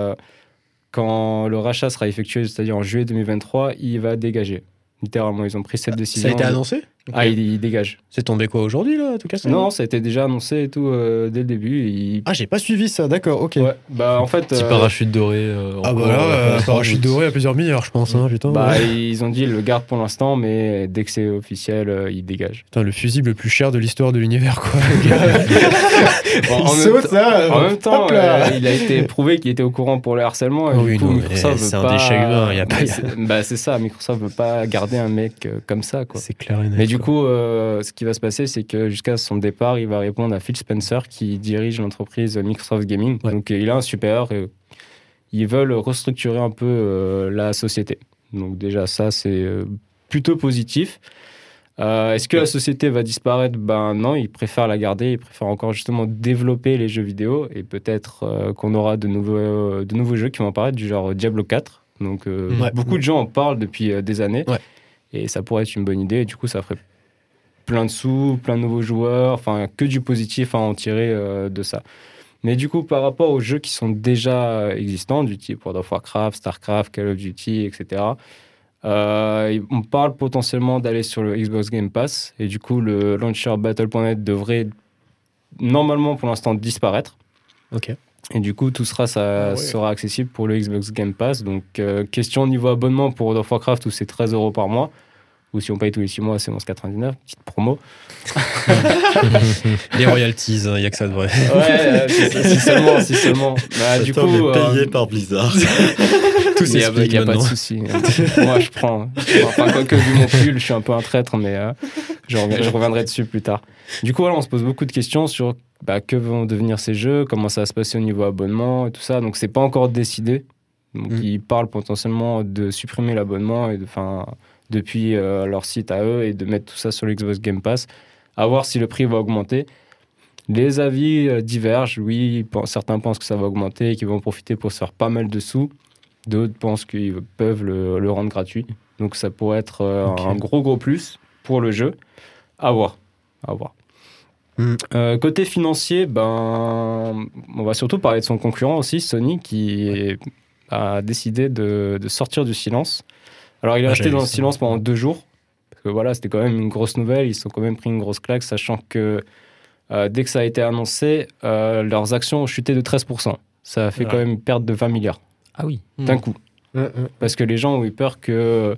quand le rachat sera effectué, c'est-à-dire en juillet 2023, il va dégager. Littéralement, ils ont pris cette décision. Ça a été annoncé? Ah, il dégage. C'est tombé quoi aujourd'hui, là, en tout cas? Non, ça a été déjà annoncé et tout dès le début. Ah, j'ai pas suivi ça, d'accord, ok. Ouais, en fait... Petit parachute doré. Parachute doré à plusieurs milliards, je pense, putain. Ils ont dit, il le garde pour l'instant, mais dès que c'est officiel, il dégage. Putain, le fusible le plus cher de l'histoire de l'univers, quoi. En même temps, il a été prouvé qu'il était au courant pour le harcèlement. Et du coup, Microsoft veut c'est un déchet humain, y a pas... c'est ça, Microsoft veut pas garder un mec comme ça, quoi. C'est clair et net. Mais du coup, ce qui va se passer, c'est que jusqu'à son départ, il va répondre à Phil Spencer, qui dirige l'entreprise Microsoft Gaming. Ouais. Donc, il a un supérieur. Ils veulent restructurer un peu la société. Donc, déjà, ça, c'est plutôt positif. Est-ce que la société va disparaître? Non, ils préfèrent la garder. Ils préfèrent encore justement développer les jeux vidéo. Et peut-être qu'on aura de nouveaux jeux qui vont apparaître, du genre Diablo 4. Donc, beaucoup de gens en parlent depuis des années. Ouais. Et ça pourrait être une bonne idée. Et du coup, ça ferait plein de sous, plein de nouveaux joueurs. Enfin, que du positif à en tirer de ça. Mais du coup, par rapport aux jeux qui sont déjà existants, du type World of Warcraft, Starcraft, Call of Duty, etc., on parle potentiellement d'aller sur le Xbox Game Pass. Et du coup, le launcher Battle.net devrait normalement pour l'instant disparaître. Ok. Et du coup, tout sera accessible pour le Xbox Game Pass. Donc, question niveau abonnement pour World of Warcraft où c'est 13 € par mois. Ou si on paye tous les 6 mois, c'est 11,99. Petite promo. Les royalties, il n'y a que ça de vrai. Ouais, si seulement. Du coup, payé par Blizzard. Tout s'explique, il n'y a pas de souci. Moi, je prends. Enfin, quoique, vu mon pull, je suis un peu un traître, mais je reviendrai dessus plus tard. Du coup, on se pose beaucoup de questions sur que vont devenir ces jeux, comment ça va se passer au niveau abonnement et tout ça. Donc, c'est pas encore décidé. Donc, ils parlent potentiellement de supprimer l'abonnement et depuis leur site à eux et de mettre tout ça sur l'Xbox Game Pass, à voir si le prix va augmenter. Les avis divergent. Oui, certains pensent que ça va augmenter et qu'ils vont profiter pour se faire pas mal de sous. D'autres pensent qu'ils peuvent le rendre gratuit. Donc ça pourrait être un gros plus pour le jeu. À voir. Côté financier, on va surtout parler de son concurrent aussi, Sony, qui a décidé de sortir du silence. Alors, il est resté dans le silence pendant 2 jours. Parce que c'était quand même une grosse nouvelle. Ils se sont quand même pris une grosse claque, sachant que dès que ça a été annoncé, leurs actions ont chuté de 13%. Ça a fait quand même une perte de 20 milliards. Ah oui. D'un coup. Parce que les gens ont eu peur que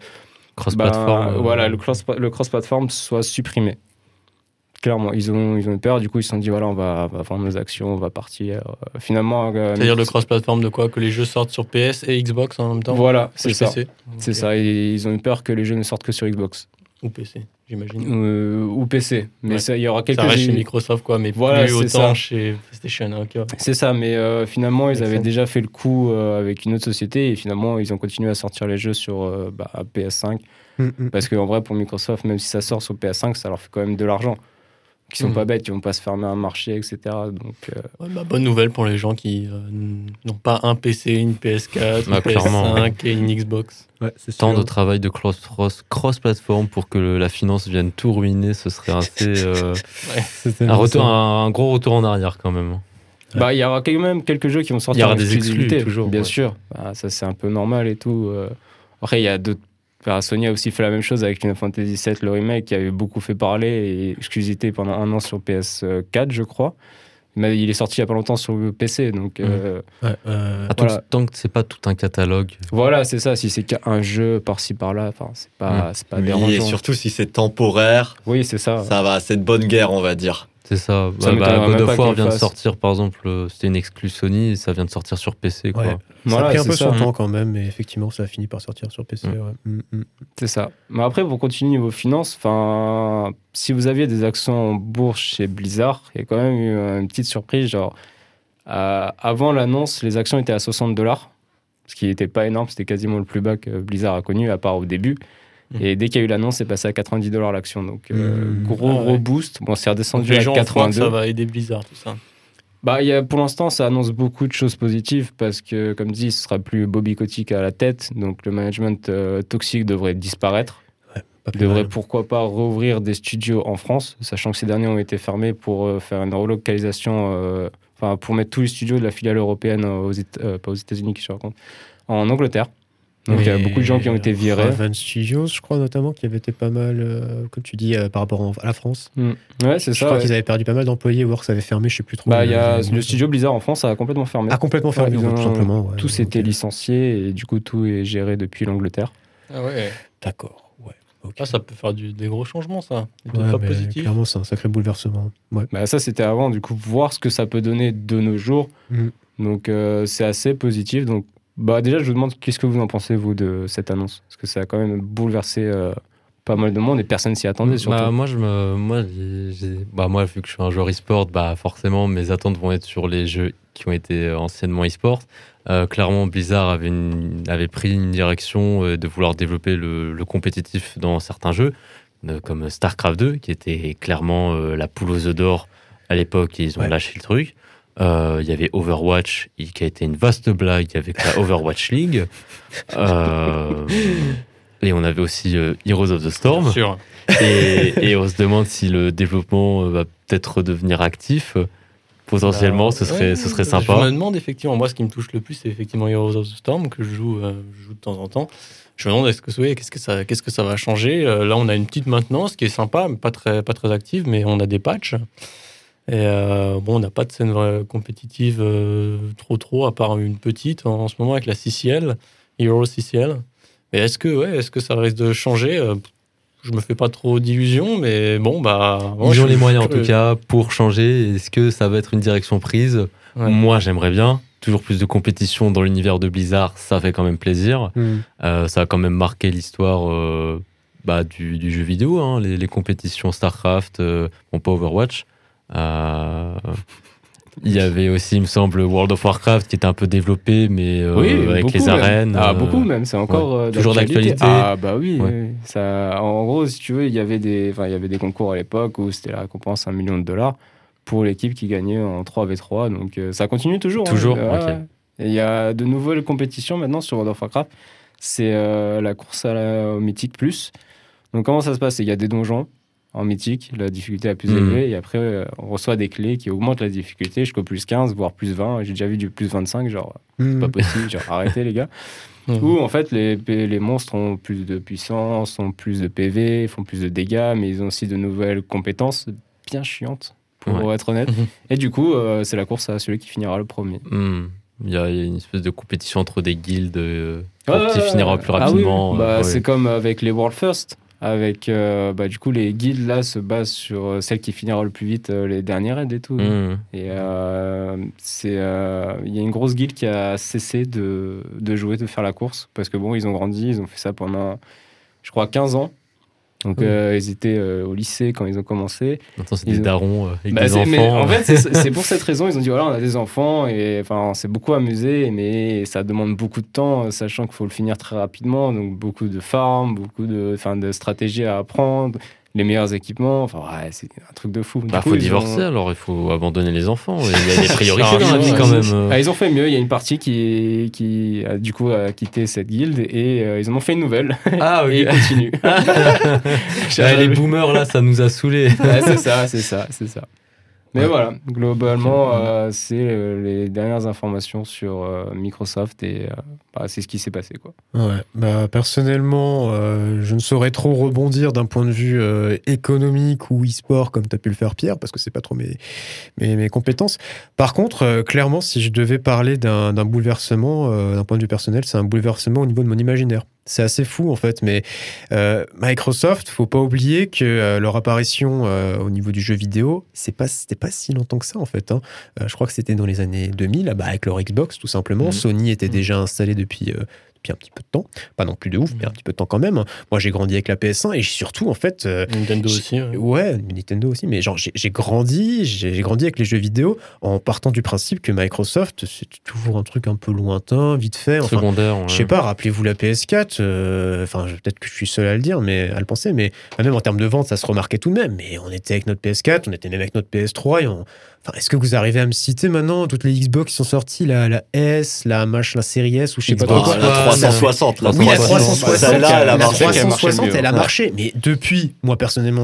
le cross-platform soit supprimé. Clairement, ils ont eu peur. Du coup, ils se sont dit, on va vendre nos actions, on va partir. Finalement... C'est-à-dire le cross-platform de quoi? Que les jeux sortent sur PS et Xbox en même temps? Voilà, c'est ça. C'est ça. Et ils ont eu peur que les jeux ne sortent que sur Xbox. Ou PC, j'imagine. Ou PC. Mais Ouais. il y aura quelques... Ça reste chez Microsoft, quoi, mais Voilà, plus c'est autant ça. chez PlayStation. Ok, ouais. C'est ça, mais finalement, ils avaient Excellent. déjà fait le coup avec une autre société et finalement, ils ont continué à sortir les jeux sur PS5. Parce qu'en vrai, pour Microsoft, même si ça sort sur PS5, ça leur fait quand même de l'argent. Ils sont pas bêtes, ils vont pas se fermer un marché, etc. Donc, Ouais, bah, bonne nouvelle pour les gens qui n'ont pas un PC, une PS4, une Bah, clairement, PS5 et une Xbox. Ouais, c'est Tant sûr. de travail de cross-platform pour que la finance vienne tout ruiner, ce serait assez C'était un gros retour en arrière quand même. il y aura quand même quelques jeux qui vont sortir Il y aura en des exclus, exclusivité, toujours, bien ouais. sûr. Bah, ça, c'est un peu normal et tout. Après, il y a d'autres. Sony a aussi fait la même chose avec Final Fantasy VII, le remake, qui avait beaucoup fait parler et exclusivité pendant 1 an sur PS4, je crois. Mais il est sorti il y a pas longtemps sur le PC, donc Ouais, voilà. Tant que c'est pas tout un catalogue. voilà, c'est ça. Si c'est qu'un jeu par-ci par-là, c'est pas Oui, dérangeant. et surtout si c'est temporaire, Oui, c'est ça. ça va, c'est de bonne guerre, on va dire. C'est ça. Ça m'étonnerait God même pas of War qu'il vient de fasse. sortir, par exemple, c'était une exclue Sony, et ça vient de sortir sur PC. Quoi. Ouais. Ça Voilà, a pris un c'est peu ça. son temps quand même, mais effectivement, ça a fini par sortir sur PC. Ouais. C'est ça. Mais après, pour continuer niveau finances, si vous aviez des actions en bourse chez Blizzard, il y a quand même eu une petite surprise. Genre, avant l'annonce, les actions étaient à $60, ce qui n'était pas énorme. C'était quasiment le plus bas que Blizzard a connu, à part au début. Et dès qu'il y a eu l'annonce, c'est passé à $90 l'action. Donc, gros boost. Bon, c'est redescendu Les à gens croient que 82. ça va aider Blizzard, tout ça. Pour l'instant, ça annonce beaucoup de choses positives parce que, comme dit, ce sera plus Bobby Kotick à la tête. Donc, le management toxique devrait disparaître. Pas plus Devrait mal. pourquoi pas rouvrir des studios en France, sachant que ces derniers ont été fermés pour faire une relocalisation, pour mettre tous les studios de la filiale européenne pas aux États-Unis, qui je raconte, en Angleterre. Donc il y a beaucoup de gens qui ont été virés. Raven Studios, je crois notamment, qui avait été pas mal, comme tu dis, par rapport à la France. Ouais, c'est Je ça. crois Ouais. qu'ils avaient perdu pas mal d'employés, ou alors que ça avait fermé, je sais plus trop. Il y a le studio Blizzard en France a complètement fermé. a complètement fermé, Ouais, ils tout ont- simplement. Ouais. Tout Donc, s'était licencié et du coup tout est géré depuis l'Angleterre. Ah ouais. D'accord, ouais. ok. Ah, ça peut faire des gros changements, ça. Des Ouais, pas mais positifs. clairement, c'est un sacré bouleversement. Ouais. Ça c'était avant, du coup voir ce que ça peut donner de nos jours. Mhm. Donc c'est assez positif. Donc déjà je vous demande qu'est-ce que vous en pensez vous de cette annonce, parce que ça a quand même bouleversé pas mal de monde et personne s'y attendait surtout. Moi, vu que je suis un joueur e-sport, forcément, mes attentes vont être sur les jeux qui ont été anciennement e-sport. Clairement, Blizzard avait pris une direction de vouloir développer le compétitif dans certains jeux, comme StarCraft 2, qui était clairement la poule aux œufs d'or à l'époque, et ils ont lâché le truc. Il y avait Overwatch, qui a été une vaste blague avec la Overwatch League. Et on avait aussi Heroes of the Storm. Bien sûr. Et on se demande si le développement va peut-être redevenir actif. Potentiellement, ce serait Je sympa. me demande effectivement, moi ce qui me touche le plus, c'est effectivement Heroes of the Storm que je joue de temps en temps. Je me demande qu'est-ce que ça va changer. Là, on a une petite maintenance qui est sympa, mais pas très active, mais on a des patchs. Et on n'a pas de scène compétitive trop, à part une petite en ce moment avec la CCL, Heroes CCL. Mais est-ce que ça risque de changer Je me fais pas trop d'illusions, mais bon, Ils ont les moyens en tout cas pour changer. Est-ce que ça va être une direction prise ? Ouais. Moi, j'aimerais bien. Toujours plus de compétition dans l'univers de Blizzard, ça fait quand même plaisir. Ça a quand même marqué l'histoire du jeu vidéo, hein, les compétitions StarCraft, pas Overwatch. Il y avait aussi, il me semble, World of Warcraft qui était un peu développé, mais avec beaucoup les même. arènes. Beaucoup même, c'est encore toujours d'actualité. Ah bah oui, Ouais. oui. Ça, en gros, si tu veux, il y avait des concours à l'époque où c'était la récompense $1 million pour l'équipe qui gagnait en 3v3. Donc ça continue toujours. Toujours, hein. ok. Et il y a de nouvelles compétitions maintenant sur World of Warcraft. C'est la course au Mythique Plus. Donc comment ça se passe ? Il y a des donjons en mythique, la difficulté la plus élevée, et après on reçoit des clés qui augmentent la difficulté jusqu'au plus 15, voire plus 20. J'ai déjà vu du plus 25, genre c'est pas possible, genre arrêtez les gars. Où en fait les monstres ont plus de puissance, ont plus de PV, font plus de dégâts, mais ils ont aussi de nouvelles compétences bien chiantes, pour être honnête. Et du coup, c'est la course à celui qui finira le premier. Il y a une espèce de compétition entre des guildes qui finira plus Ah oui, rapidement. c'est comme avec les World First. Avec du coup les guildes là se basent sur celle qui finira le plus vite les derniers raids et tout. Et il y a une grosse guilde qui a cessé de jouer, de faire la course parce que bon, ils ont grandi, ils ont fait ça pendant je crois 15 ans Donc ils étaient au lycée quand ils ont commencé. Maintenant, c'est des darons avec des Mais enfants. en fait, c'est pour cette raison, ils ont dit voilà, on a des enfants et enfin, on s'est beaucoup amusé, mais ça demande beaucoup de temps, sachant qu'il faut le finir très rapidement. Donc beaucoup de farm, beaucoup de stratégies à apprendre, les meilleurs équipements. Enfin, ouais, c'est un truc de fou. Du Bah, coup, faut ils divorcer ont- alors, il faut abandonner les enfants. Il y a des priorités Ah, dans la vie ouais, quand même. Ah, ils ont fait mieux. Il y a une partie qui a du coup a quitté cette guilde et ils en ont fait une nouvelle Ah, et ils continuent. Les boomers là, ça nous a saoulés. Ouais, c'est ça. Mais voilà, globalement, c'est les dernières informations sur Microsoft et c'est ce qui s'est passé, quoi. Ouais, bah personnellement, je ne saurais trop rebondir d'un point de vue économique ou e-sport comme tu as pu le faire, Pierre, parce que c'est pas trop mes compétences. Par contre, clairement, si je devais parler d'un bouleversement, d'un point de vue personnel, c'est un bouleversement au niveau de mon imaginaire. C'est assez fou en fait, mais Microsoft, faut pas oublier que leur apparition au niveau du jeu vidéo, c'était pas si longtemps que ça en fait. Hein. Je crois que c'était dans les années 2000, avec leur Xbox tout simplement. Sony était déjà installé depuis un petit peu de temps, pas non plus de ouf, mais un petit peu de temps quand même. Moi, j'ai grandi avec la PS1 et surtout en fait, Nintendo aussi. ouais, Nintendo aussi, mais genre j'ai grandi avec les jeux vidéo en partant du principe que Microsoft c'est toujours un truc un peu lointain, vite fait. Enfin, Secondaire. je sais pas, rappelez-vous la PS4, enfin peut-être que je suis seul à le dire, mais à le penser, mais même en termes de vente, ça se remarquait tout de même. Mais on était avec notre PS4, on était même avec notre PS3, enfin, est-ce que vous arrivez à me citer maintenant toutes les Xbox qui sont sorties, la S, la série S ou je sais pas trop Xbox quoi. La 360, Oui, la 360, celle-là, elle a la marché. 360, elle a Ouais. marché. Mais depuis, moi personnellement,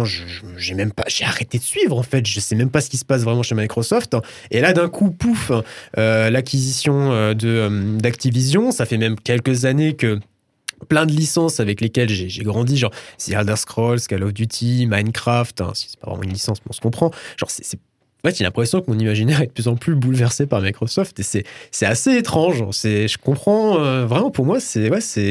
j'ai arrêté de suivre en fait. Je sais même pas ce qui se passe vraiment chez Microsoft. Et là, d'un coup, pouf, l'acquisition d'Activision, ça fait même quelques années que plein de licences avec lesquelles j'ai grandi, genre The Elder Scrolls, Call of Duty, Minecraft, hein, si c'est pas vraiment une licence, mais on se comprend. Genre, en fait, j'ai l'impression que mon imaginaire est de plus en plus bouleversé par Microsoft et c'est assez étrange. Je comprends vraiment, pour moi, c'est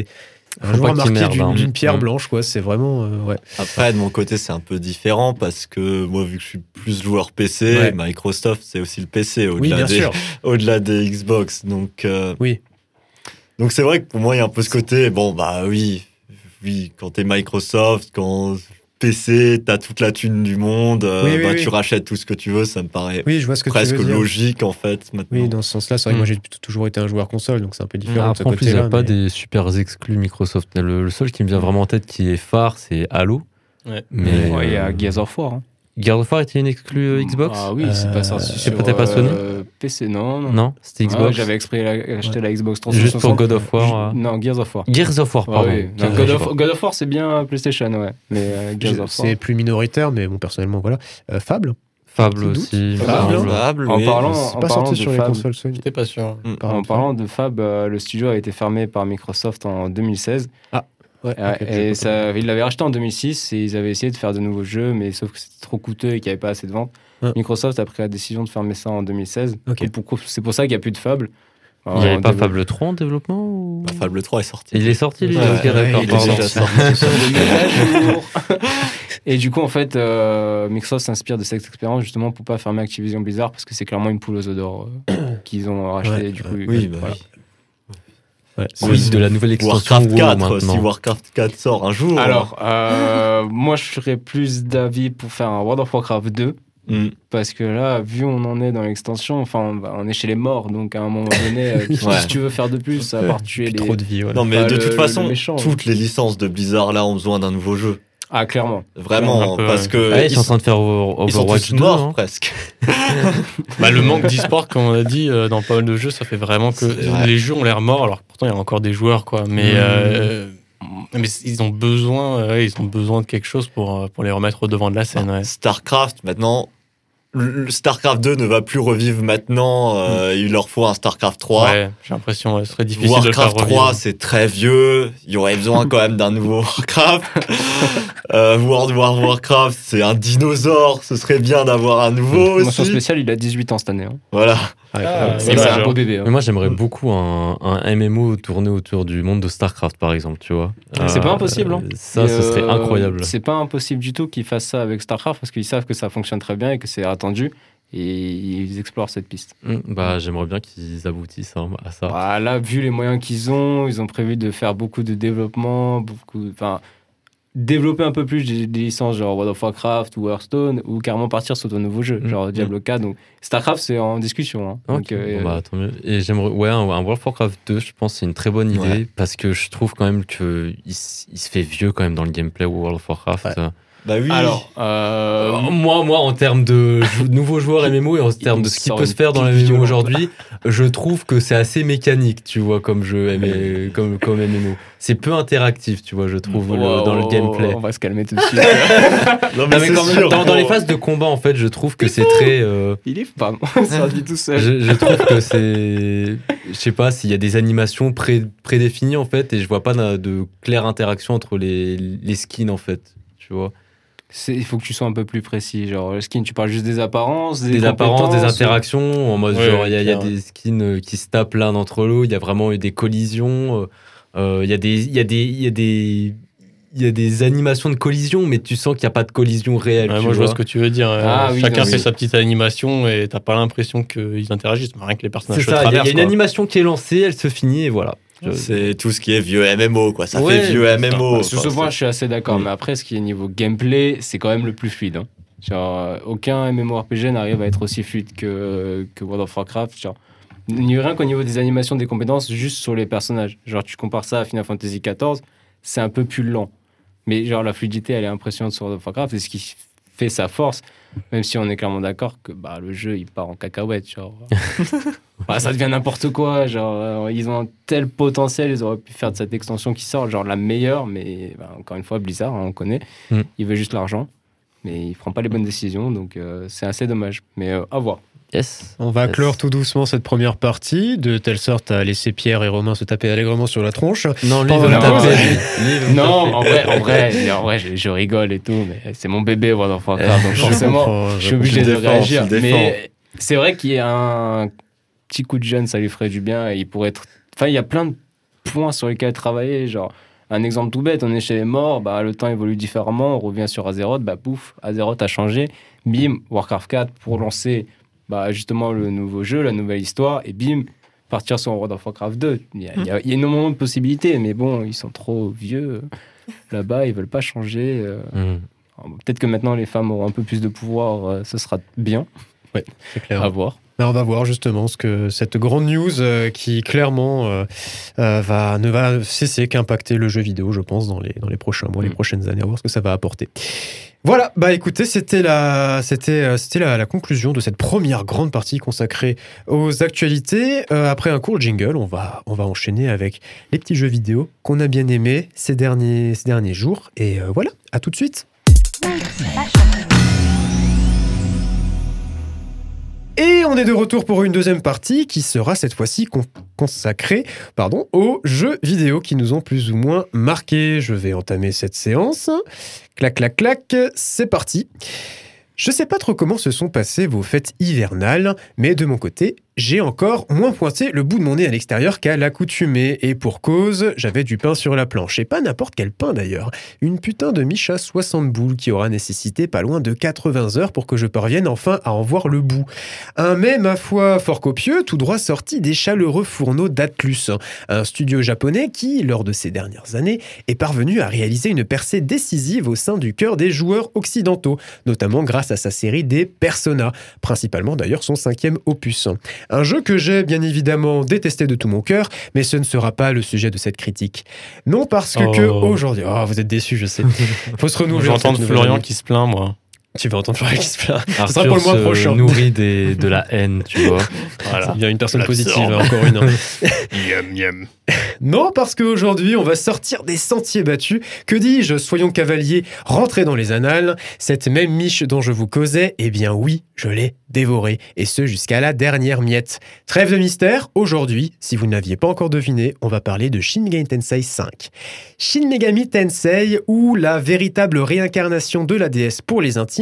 un Faut jour pas qu'il marqué merde, hein. d'une pierre blanche, quoi. C'est vraiment, ouais. Après, de mon côté, c'est un peu différent parce que moi, vu que je suis plus joueur PC, Ouais. Microsoft, c'est aussi le PC Oui, bien sûr. au-delà des Xbox. Donc, Oui. donc c'est vrai que pour moi, il y a un peu ce côté, bon, bah oui, quand t'es Microsoft, quand PC, t'as toute la thune du monde, Oui. tu rachètes tout ce que tu veux, ça me paraît Oui, je vois ce que tu presque veux dire. logique en fait maintenant. Oui, dans ce sens-là, c'est vrai que moi j'ai toujours été un joueur console, donc c'est un peu différent de ce Après, en plus, il n'y côté-là. a pas mais- des super exclus Microsoft. Le seul qui me vient vraiment en tête qui est phare, c'est Halo. Ouais. Mais Ouais, il y a Gears of War. Hein. Gears of War était une exclue Xbox. Ah oui, c'est pas sorti c'est sur peut-être pas Sony PC, non. Non, c'était Ah, Xbox. j'avais acheté la Xbox 360. Juste pour God of War. Non, Gears of War. Gears of War, Ah pardon. oui. Non, God of War, c'est bien PlayStation, ouais. Mais Gears of War. C'est plus minoritaire, mais bon, personnellement, voilà. Fable, Fable Petit aussi. doute. Fable. Probable, En oui. parlant, c'est en pas parlant sorti de sur les Fable, consoles Sony. J'étais pas sûr. en parlant de Fab, le studio a été fermé par Microsoft en 2016. Ouais, ok, Et j'ai pas ils l'avaient racheté en 2006 et ils avaient essayé de faire de nouveaux jeux, mais sauf que c'était trop coûteux et qu'il n'y avait pas assez de ventes. Ouais. Microsoft a pris la décision de fermer ça en 2016. Ok. C'est pour ça qu'il n'y a plus de Fable. Il n'y avait En pas développement. Fable 3 en développement ou... Bah, Fable 3 est sorti. Il est sorti, lui. Ouais, Ok, d'accord. il est pardon. déjà sorti. Et du coup, en fait, Microsoft s'inspire de cette expérience justement pour pas fermer Activision Blizzard parce que c'est clairement une poule aux œufs d'or qu'ils ont racheté. Ouais, Du coup, Oui, bah voilà. oui. Ouais, Oui, de la nouvelle extension Warcraft WoW 4, maintenant. si Warcraft 4 sort un jour. Alors, moi, je serais plus d'avis pour faire un World of Warcraft 2. Hmm. Parce que là, vu où on en est dans l'extension, enfin, on est chez les morts, donc à un moment donné, qu'est-ce Ouais. que tu veux faire de plus à part tuer les... trop de vie, voilà. Non, mais Bah, de le- toute façon, le méchant, toutes les licences de Blizzard là ont besoin d'un nouveau jeu. Ah, clairement. Vraiment, Un peu, parce ouais. que Ah, ils sont en train de faire ils sont Overwatch tous 2. morts hein. presque. Bah, le manque d'e-sport, comme on a dit, dans pas mal de jeux, ça fait vraiment que C'est vrai. les jeux ont l'air morts, alors que pourtant il y a encore des joueurs, quoi. Mais ils ont besoin de quelque chose pour les remettre au devant de la scène. Ouais. Starcraft, maintenant, le Starcraft 2 ne va plus revivre maintenant. Il leur faut un Starcraft 3. Ouais, j'ai l'impression ce serait difficile de le faire Warcraft revivre. 3, c'est très vieux. Il y aurait besoin quand même d'un nouveau Warcraft. World of Warcraft, c'est un dinosaure. Ce serait bien d'avoir un nouveau Mention aussi. spéciale, il a 18 ans cette année. Hein. Voilà. C'est voilà, un genre. beau bébé. hein. Mais moi, j'aimerais beaucoup un MMO tourné autour du monde de StarCraft, par exemple, tu vois. C'est pas impossible, hein. Ça, Et, ce serait incroyable. C'est pas impossible du tout qu'ils fassent ça avec StarCraft parce qu'ils savent que ça fonctionne très bien et que c'est attendu. Et ils explorent cette piste. Bah, j'aimerais bien qu'ils aboutissent à ça. Bah, là, vu les moyens qu'ils ont prévu de faire beaucoup de développement, enfin, développer un peu plus des licences genre World of Warcraft ou Hearthstone ou carrément partir sur de nouveaux jeux, genre Diablo 4. Donc Starcraft, c'est en discussion. Hein. Donc, tant mieux. Et j'aimerais, un World of Warcraft 2, je pense, c'est une très bonne idée parce que je trouve quand même qu'il se fait vieux quand même dans le gameplay World of Warcraft. Ouais. Bah oui. Alors, moi, en termes de nouveaux joueurs MMO et en termes de ce qui peut se faire dans la MMO aujourd'hui, je trouve que c'est assez mécanique, tu vois, comme jeu, comme MMO. C'est peu interactif, tu vois, je trouve, dans le gameplay. On va se calmer tout de suite. Non, mais c'est sûr, dans les phases de combat, en fait, je trouve que c'est très... Il est pardon, ça dit tout seul. Je trouve que c'est... Je sais pas s'il y a des animations prédéfinies, en fait, et je vois pas de claire interaction entre les skins, en fait, tu vois. Il faut que tu sois un peu plus précis. Genre, le skin, tu parles juste des apparences, des interactions. En mode, genre, il y a des skins qui se tapent l'un entre l'autre. Il y a vraiment eu des collisions. Il y a des animations de collision, mais tu sens qu'il n'y a pas de collision réelle. Moi, je vois ce que tu veux dire. Chacun fait sa petite animation et t'as pas l'impression qu'ils interagissent, mais rien que les personnages se traversent. Il y a une animation qui est lancée, elle se finit et voilà. C'est tout ce qui est vieux MMO, quoi. Ça fait vieux MMO. Sur ce point, je suis assez d'accord. Mais après, ce qui est niveau gameplay, c'est quand même le plus fluide. Hein. Genre, aucun MMORPG n'arrive à être aussi fluide que World of Warcraft. Genre, rien qu'au niveau des animations, des compétences, juste sur les personnages. Genre, tu compares ça à Final Fantasy XIV, c'est un peu plus lent. Mais genre, la fluidité, elle est impressionnante sur World of Warcraft. C'est ce qui fait sa force. Même si on est clairement d'accord que le jeu, il part en cacahuète. Genre. Ça devient n'importe quoi. Genre, ils ont un tel potentiel, ils auraient pu faire de cette extension qui sort, genre la meilleure. Mais encore une fois, Blizzard, on connaît. Il veut juste l'argent. Mais il ne prend pas les bonnes décisions. Donc, c'est assez dommage. Mais à voir. Yes. On va clore tout doucement cette première partie, de telle sorte à laisser Pierre et Romain se taper allègrement sur la tronche. Non, lui, il veut me taper. Non, en vrai, je rigole et tout, mais c'est mon bébé World of Warcraft, donc forcément, je suis obligé de réagir. Mais c'est vrai qu'il y a un petit coup de jeune, ça lui ferait du bien, et il pourrait être... Enfin, il y a plein de points sur lesquels travailler, genre... Un exemple tout bête, on est chez les morts, le temps évolue différemment, on revient sur Azeroth, pouf, Azeroth a changé, bim, Warcraft 4 pour lancer... justement le nouveau jeu, la nouvelle histoire, et bim, partir sur World of Warcraft 2. Il y a énormément de possibilités, mais bon, ils sont trop vieux là-bas, ils veulent pas changer. Alors, peut-être que maintenant les femmes auront un peu plus de pouvoir, ce sera bien. Ouais, c'est clair. À voir. On va voir justement ce que cette grande news qui clairement ne va cesser qu'impacter le jeu vidéo, je pense, dans les prochains mois, les prochaines années, à voir ce que ça va apporter. Voilà, écoutez, c'était la conclusion de cette première grande partie consacrée aux actualités. Après un court jingle, on va enchaîner avec les petits jeux vidéo qu'on a bien aimés ces derniers jours. Et voilà, à tout de suite. Et on est de retour pour une deuxième partie qui sera cette fois-ci consacrée aux jeux vidéo qui nous ont plus ou moins marqués. Je vais entamer cette séance. Clac, clac, clac, c'est parti. Je sais pas trop comment se sont passées vos fêtes hivernales, mais de mon côté, j'ai encore moins pointé le bout de mon nez à l'extérieur qu'à l'accoutumée. Et pour cause, j'avais du pain sur la planche. Et pas n'importe quel pain d'ailleurs. Une putain de miche à 60 boules qui aura nécessité pas loin de 80 heures pour que je parvienne enfin à en voir le bout. Un mets, ma foi, fort copieux, tout droit sorti des chaleureux fourneaux d'Atlus. Un studio japonais qui, lors de ces dernières années, est parvenu à réaliser une percée décisive au sein du cœur des joueurs occidentaux, notamment grâce à sa série des Persona, principalement d'ailleurs son 5e opus. Un jeu que j'ai bien évidemment détesté de tout mon cœur, mais ce ne sera pas le sujet de cette critique. Non parce que aujourd'hui... Oh, vous êtes déçus, je sais. Faut se renouveler. Je vais entendre Florian qui se plaint, moi. Tu vas entendre Florian qui se plaint. Arthur Ce sera pour le mois prochain. Nourrit de la haine, tu vois. Voilà. Il y a une personne positive, encore une. Miam, miam. Non, parce qu'aujourd'hui, on va sortir des sentiers battus. Que dis-je, soyons cavaliers, rentrez dans les annales. Cette même miche dont je vous causais, eh bien oui, je l'ai dévorée. Et ce, jusqu'à la dernière miette. Trêve de mystère, aujourd'hui, si vous ne l'aviez pas encore deviné, on va parler de Shin Megami Tensei 5. Shin Megami Tensei, ou la véritable réincarnation de la déesse pour les intimes,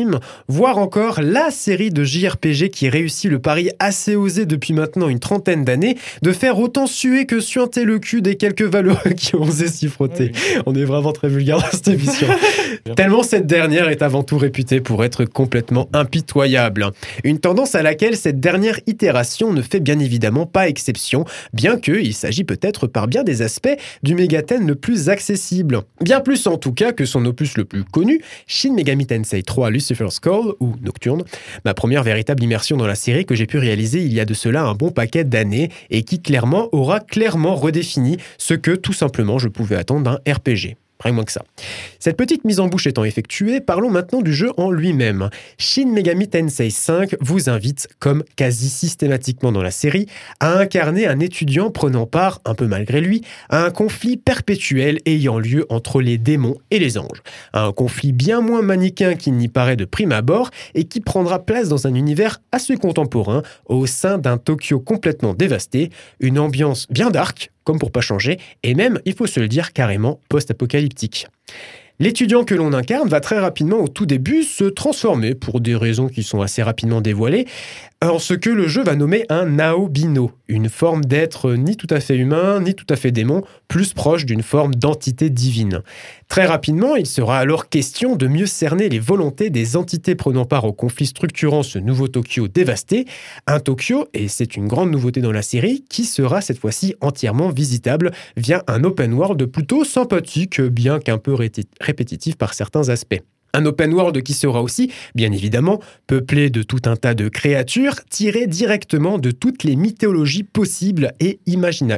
ultime, voire encore la série de JRPG qui réussit le pari assez osé depuis maintenant une trentaine d'années de faire autant suer que suinter le cul des quelques valeureux qui ont osé s'y frotter. Oui. On est vraiment très vulgaire dans cette émission. Tellement cette dernière est avant tout réputée pour être complètement impitoyable. Une tendance à laquelle cette dernière itération ne fait bien évidemment pas exception, bien qu'il s'agit peut-être par bien des aspects du Megaten le plus accessible. Bien plus en tout cas que son opus le plus connu, Shin Megami Tensei 3 Lucifer's Call, ou Nocturne, ma première véritable immersion dans la série que j'ai pu réaliser il y a de cela un bon paquet d'années et qui aura clairement redéfini ce que tout simplement je pouvais attendre d'un RPG. Rien moins que ça. Cette petite mise en bouche étant effectuée, parlons maintenant du jeu en lui-même. Shin Megami Tensei 5 vous invite, comme quasi systématiquement dans la série, à incarner un étudiant prenant part, un peu malgré lui, à un conflit perpétuel ayant lieu entre les démons et les anges. Un conflit bien moins manichéen qu'il n'y paraît de prime abord et qui prendra place dans un univers assez contemporain au sein d'un Tokyo complètement dévasté, une ambiance bien dark, comme pour pas changer, et même, il faut se le dire, carrément post-apocalyptique. L'étudiant que l'on incarne va très rapidement au tout début se transformer, pour des raisons qui sont assez rapidement dévoilées, en ce que le jeu va nommer un Naobino, une forme d'être ni tout à fait humain, ni tout à fait démon, plus proche d'une forme d'entité divine. Très rapidement, il sera alors question de mieux cerner les volontés des entités prenant part au conflit structurant ce nouveau Tokyo dévasté, un Tokyo, et c'est une grande nouveauté dans la série, qui sera cette fois-ci entièrement visitable via un open world plutôt sympathique, bien qu'un peu répétitif par certains aspects. Un open world qui sera aussi, bien évidemment, peuplé de tout un tas de créatures tirées directement de toutes les mythologies possibles et imaginables.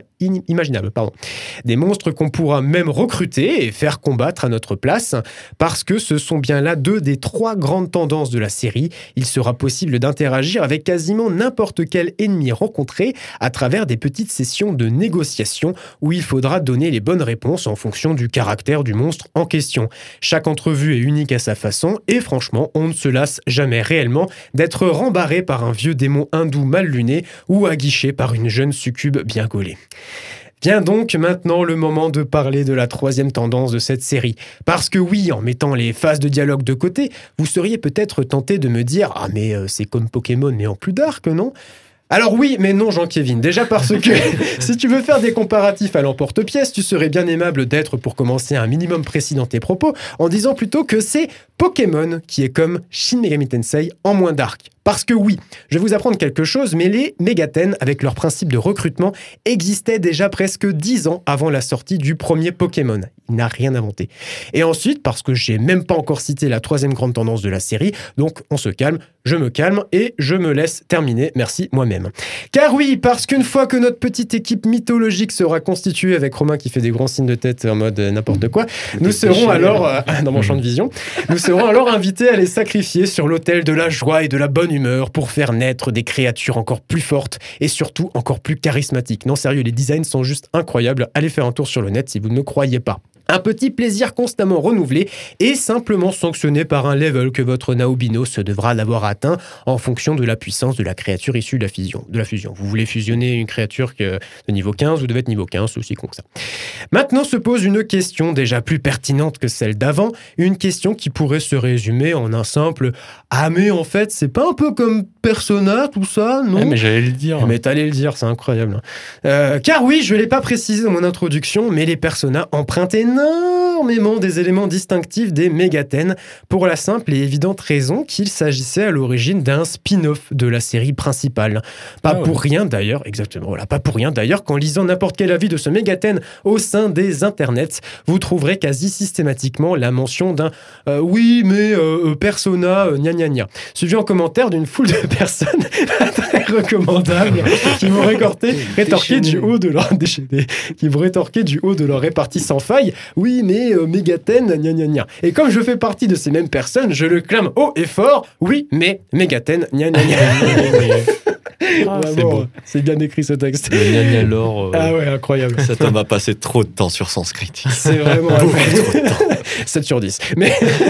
Des monstres qu'on pourra même recruter et faire combattre à notre place, parce que ce sont bien là 2 des 3 grandes tendances de la série. Il sera possible d'interagir avec quasiment n'importe quel ennemi rencontré à travers des petites sessions de négociation où il faudra donner les bonnes réponses en fonction du caractère du monstre en question. Chaque entrevue est unique à sa façon et franchement, on ne se lasse jamais réellement d'être rembarré par un vieux démon hindou mal luné ou aguiché par une jeune succube bien gaulée. Vient donc maintenant le moment de parler de la 3e tendance de cette série. Parce que oui, en mettant les phases de dialogue de côté, vous seriez peut-être tenté de me dire « Ah mais c'est comme Pokémon mais en plus dark, non ?» Alors oui, mais non Jean-Kévin, déjà parce que si tu veux faire des comparatifs à l'emporte-pièce, tu serais bien aimable d'être pour commencer un minimum précis dans tes propos en disant plutôt que c'est Pokémon qui est comme Shin Megami Tensei en moins dark. Parce que oui, je vais vous apprendre quelque chose, mais les Megaten, avec leur principe de recrutement, existaient déjà presque 10 ans avant la sortie du premier Pokémon. Il n'a rien inventé. Et ensuite, parce que j'ai même pas encore cité la 3e grande tendance de la série, donc on se calme, je me calme et je me laisse terminer, merci moi-même. Car oui, parce qu'une fois que notre petite équipe mythologique sera constituée, avec Romain qui fait des grands signes de tête en mode n'importe quoi, nous serons alors, dans mon champ de vision, nous serons alors invités à les sacrifier sur l'autel de la joie et de la bonne humeur pour faire naître des créatures encore plus fortes et surtout encore plus charismatiques. Non, sérieux, les designs sont juste incroyables. Allez faire un tour sur le net si vous ne me croyez pas. Un petit plaisir constamment renouvelé et simplement sanctionné par un level que votre Naobino se devra l'avoir atteint en fonction de la puissance de la créature issue de la fusion. Vous voulez fusionner une créature de niveau 15, vous devez être niveau 15, c'est aussi con que ça. Maintenant se pose une question déjà plus pertinente que celle d'avant, une question qui pourrait se résumer en un simple « Ah mais en fait, c'est pas un peu comme Persona, tout ça, non ?» Mais j'allais le dire. Mais t'allais le dire, c'est incroyable. Car oui, je l'ai pas précisé dans mon introduction, mais les Persona empruntent énormément des éléments distinctifs des Megaten pour la simple et évidente raison qu'il s'agissait à l'origine d'un spin-off de la série principale. Pas pour rien d'ailleurs, exactement, voilà, pas pour rien d'ailleurs qu'en lisant n'importe quel avis de ce Megaten au sein des internets, vous trouverez quasi systématiquement la mention d'un oui mais Persona gna gna gna, suivi en commentaire d'une foule de personnes très recommandables qui vont rétorquer du haut de leur répartie sans faille. Oui, mais Megaten, gna gna gna. Et comme je fais partie de ces mêmes personnes, je le clame haut et fort. Oui, mais Megaten, gna gna gna. C'est beau. C'est bien écrit ce texte. Le gna gna lore. Ah ouais, incroyable. Cet homme a passé trop de temps sur Sanskrit. C'est vraiment beaucoup trop de temps. 7 sur 10. Mais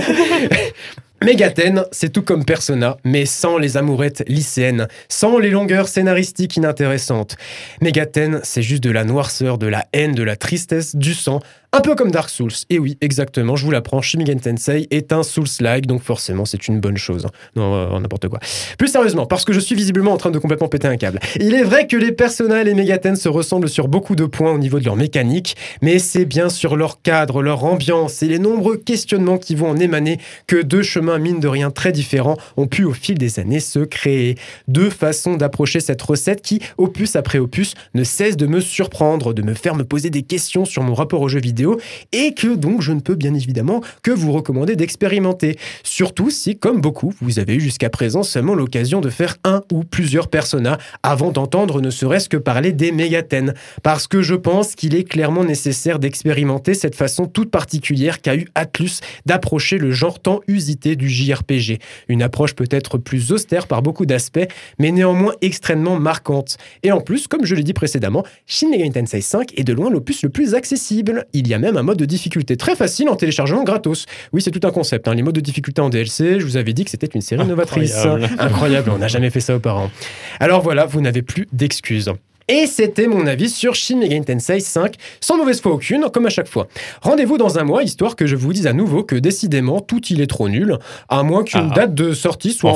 Megaten, c'est tout comme Persona, mais sans les amourettes lycéennes, sans les longueurs scénaristiques inintéressantes. Megaten, c'est juste de la noirceur, de la haine, de la tristesse, du sang, Un peu comme Dark Souls. Et oui, exactement, je vous l'apprends, Shin Megami Tensei est un Souls-like, donc forcément, c'est une bonne chose. Non, n'importe quoi. Plus sérieusement, parce que je suis visiblement en train de complètement péter un câble. Il est vrai que les Persona et les Megaten se ressemblent sur beaucoup de points au niveau de leur mécanique, mais c'est bien sur leur cadre, leur ambiance et les nombreux questionnements qui vont en émaner que deux chemins, mine de rien, très différents ont pu au fil des années se créer. Deux façons d'approcher cette recette qui, opus après opus, ne cesse de me surprendre, de me faire me poser des questions sur mon rapport aux jeux vidéo et que donc je ne peux bien évidemment que vous recommander d'expérimenter. Surtout si, comme beaucoup, vous avez eu jusqu'à présent seulement l'occasion de faire un ou plusieurs Persona avant d'entendre ne serait-ce que parler des Megaten. Parce que je pense qu'il est clairement nécessaire d'expérimenter cette façon toute particulière qu'a eu Atlus d'approcher le genre tant usité du JRPG. Une approche peut-être plus austère par beaucoup d'aspects, mais néanmoins extrêmement marquante. Et en plus, comme je l'ai dit précédemment, Shin Megami Tensei 5 est de loin l'opus le plus accessible. Il y a même un mode de difficulté très facile en téléchargement gratos. Oui, c'est tout un concept. Les modes de difficulté en DLC, je vous avais dit que c'était une série novatrice. Incroyable, on n'a jamais fait ça auparavant. Alors voilà, vous n'avez plus d'excuses. Et c'était mon avis sur Shin Megami Tensei 5, sans mauvaise foi aucune, comme à chaque fois. Rendez-vous dans un mois, histoire que je vous dise à nouveau que décidément, tout il est trop nul, à moins qu'une date de sortie soit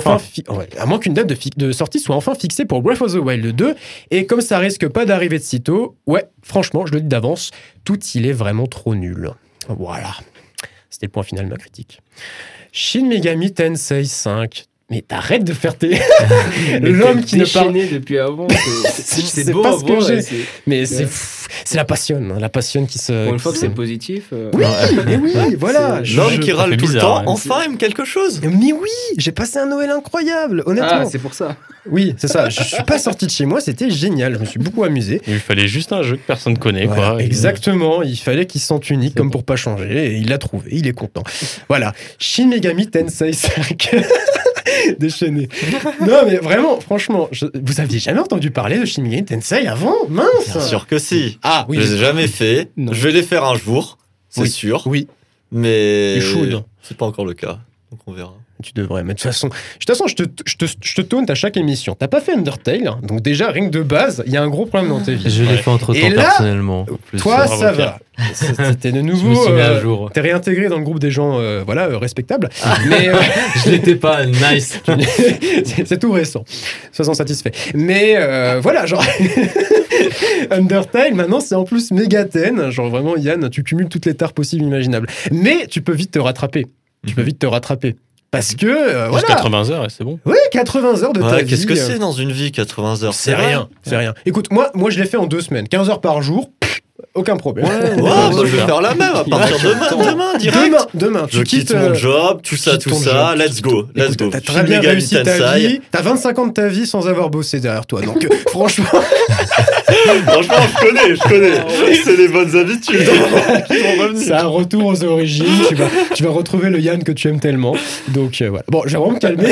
de sortie soit enfin fixée pour Breath of the Wild 2, et comme ça risque pas d'arriver de sitôt, ouais, franchement, je le dis d'avance, tout il est vraiment trop nul. Voilà. C'était le point final de ma critique. Shin Megami Tensei 5... Mais t'arrêtes de faire tes... L'homme qui ne parle... depuis avant. C'est beau pas à ce que j'ai. Mais c'est la passion qui se... Pour une fois que c'est positif. Oui, mais oui, voilà. L'homme qui râle tout le temps, hein. enfin aime quelque chose. Mais oui, j'ai passé un Noël incroyable, honnêtement. Ah, c'est pour ça. Oui, c'est ça. Je suis pas sorti de chez moi, c'était génial. Je me suis beaucoup amusé. Il fallait juste un jeu que personne connaît, Voilà, quoi. Exactement, il fallait qu'il se sente unique comme pour pas changer, et il l'a trouvé, il est content. Voilà, Shin Megami Tensei 5. Déchaîné. Non, mais vraiment, franchement, vous aviez jamais entendu parler de Shin Megami Tensei avant? Mince. Bien sûr que si. Ah oui. Je les ai jamais fait. Non. Je vais les faire un jour, c'est Oui. sûr. Oui, Mais Il est chaude. c'est pas encore le cas. Donc on verra. tu devrais. Mais de toute façon, je te taunt à chaque émission. T'as pas fait Undertale, donc déjà, rien que de base, il y a un gros problème dans ta vie. Je l'ai fait entre Et temps là, personnellement. En plus, Toi, bravo, ça Pierre. va. C'était de je nouveau. me suis mis à jour. T'es réintégré dans le groupe des gens respectables. Mais Je l'étais pas, nice. c'est tout récent. Sois-en satisfait. Mais voilà, genre. Undertale, maintenant, c'est en plus Megaten. Genre vraiment, Yann, tu cumules toutes les tares possibles, imaginables. Mais tu peux vite te rattraper. Parce que, Juste voilà. 80 heures et c'est bon. Oui, 80 heures de ta Ouais, vie. qu'est-ce que c'est dans une vie, 80 heures? C'est rien, c'est rien. Écoute, moi, je l'ai fait en 2 semaines. 15 heures par jour, aucun problème. Ouais, bah, je vais faire la même à partir de demain, direct. Demain, Je quitte mon job, tout ça, quitte ton job, let's go. Écoute, t'as très bien réussi ta vie. T'as 25 ans de ta vie sans avoir bossé derrière toi. Donc, franchement, Franchement, je connais. C'est les bonnes habitudes qui vont revenir. c'est un retour aux origines. Tu vas retrouver le Yann que tu aimes tellement. Donc, voilà. Bon, je vais vraiment me calmer.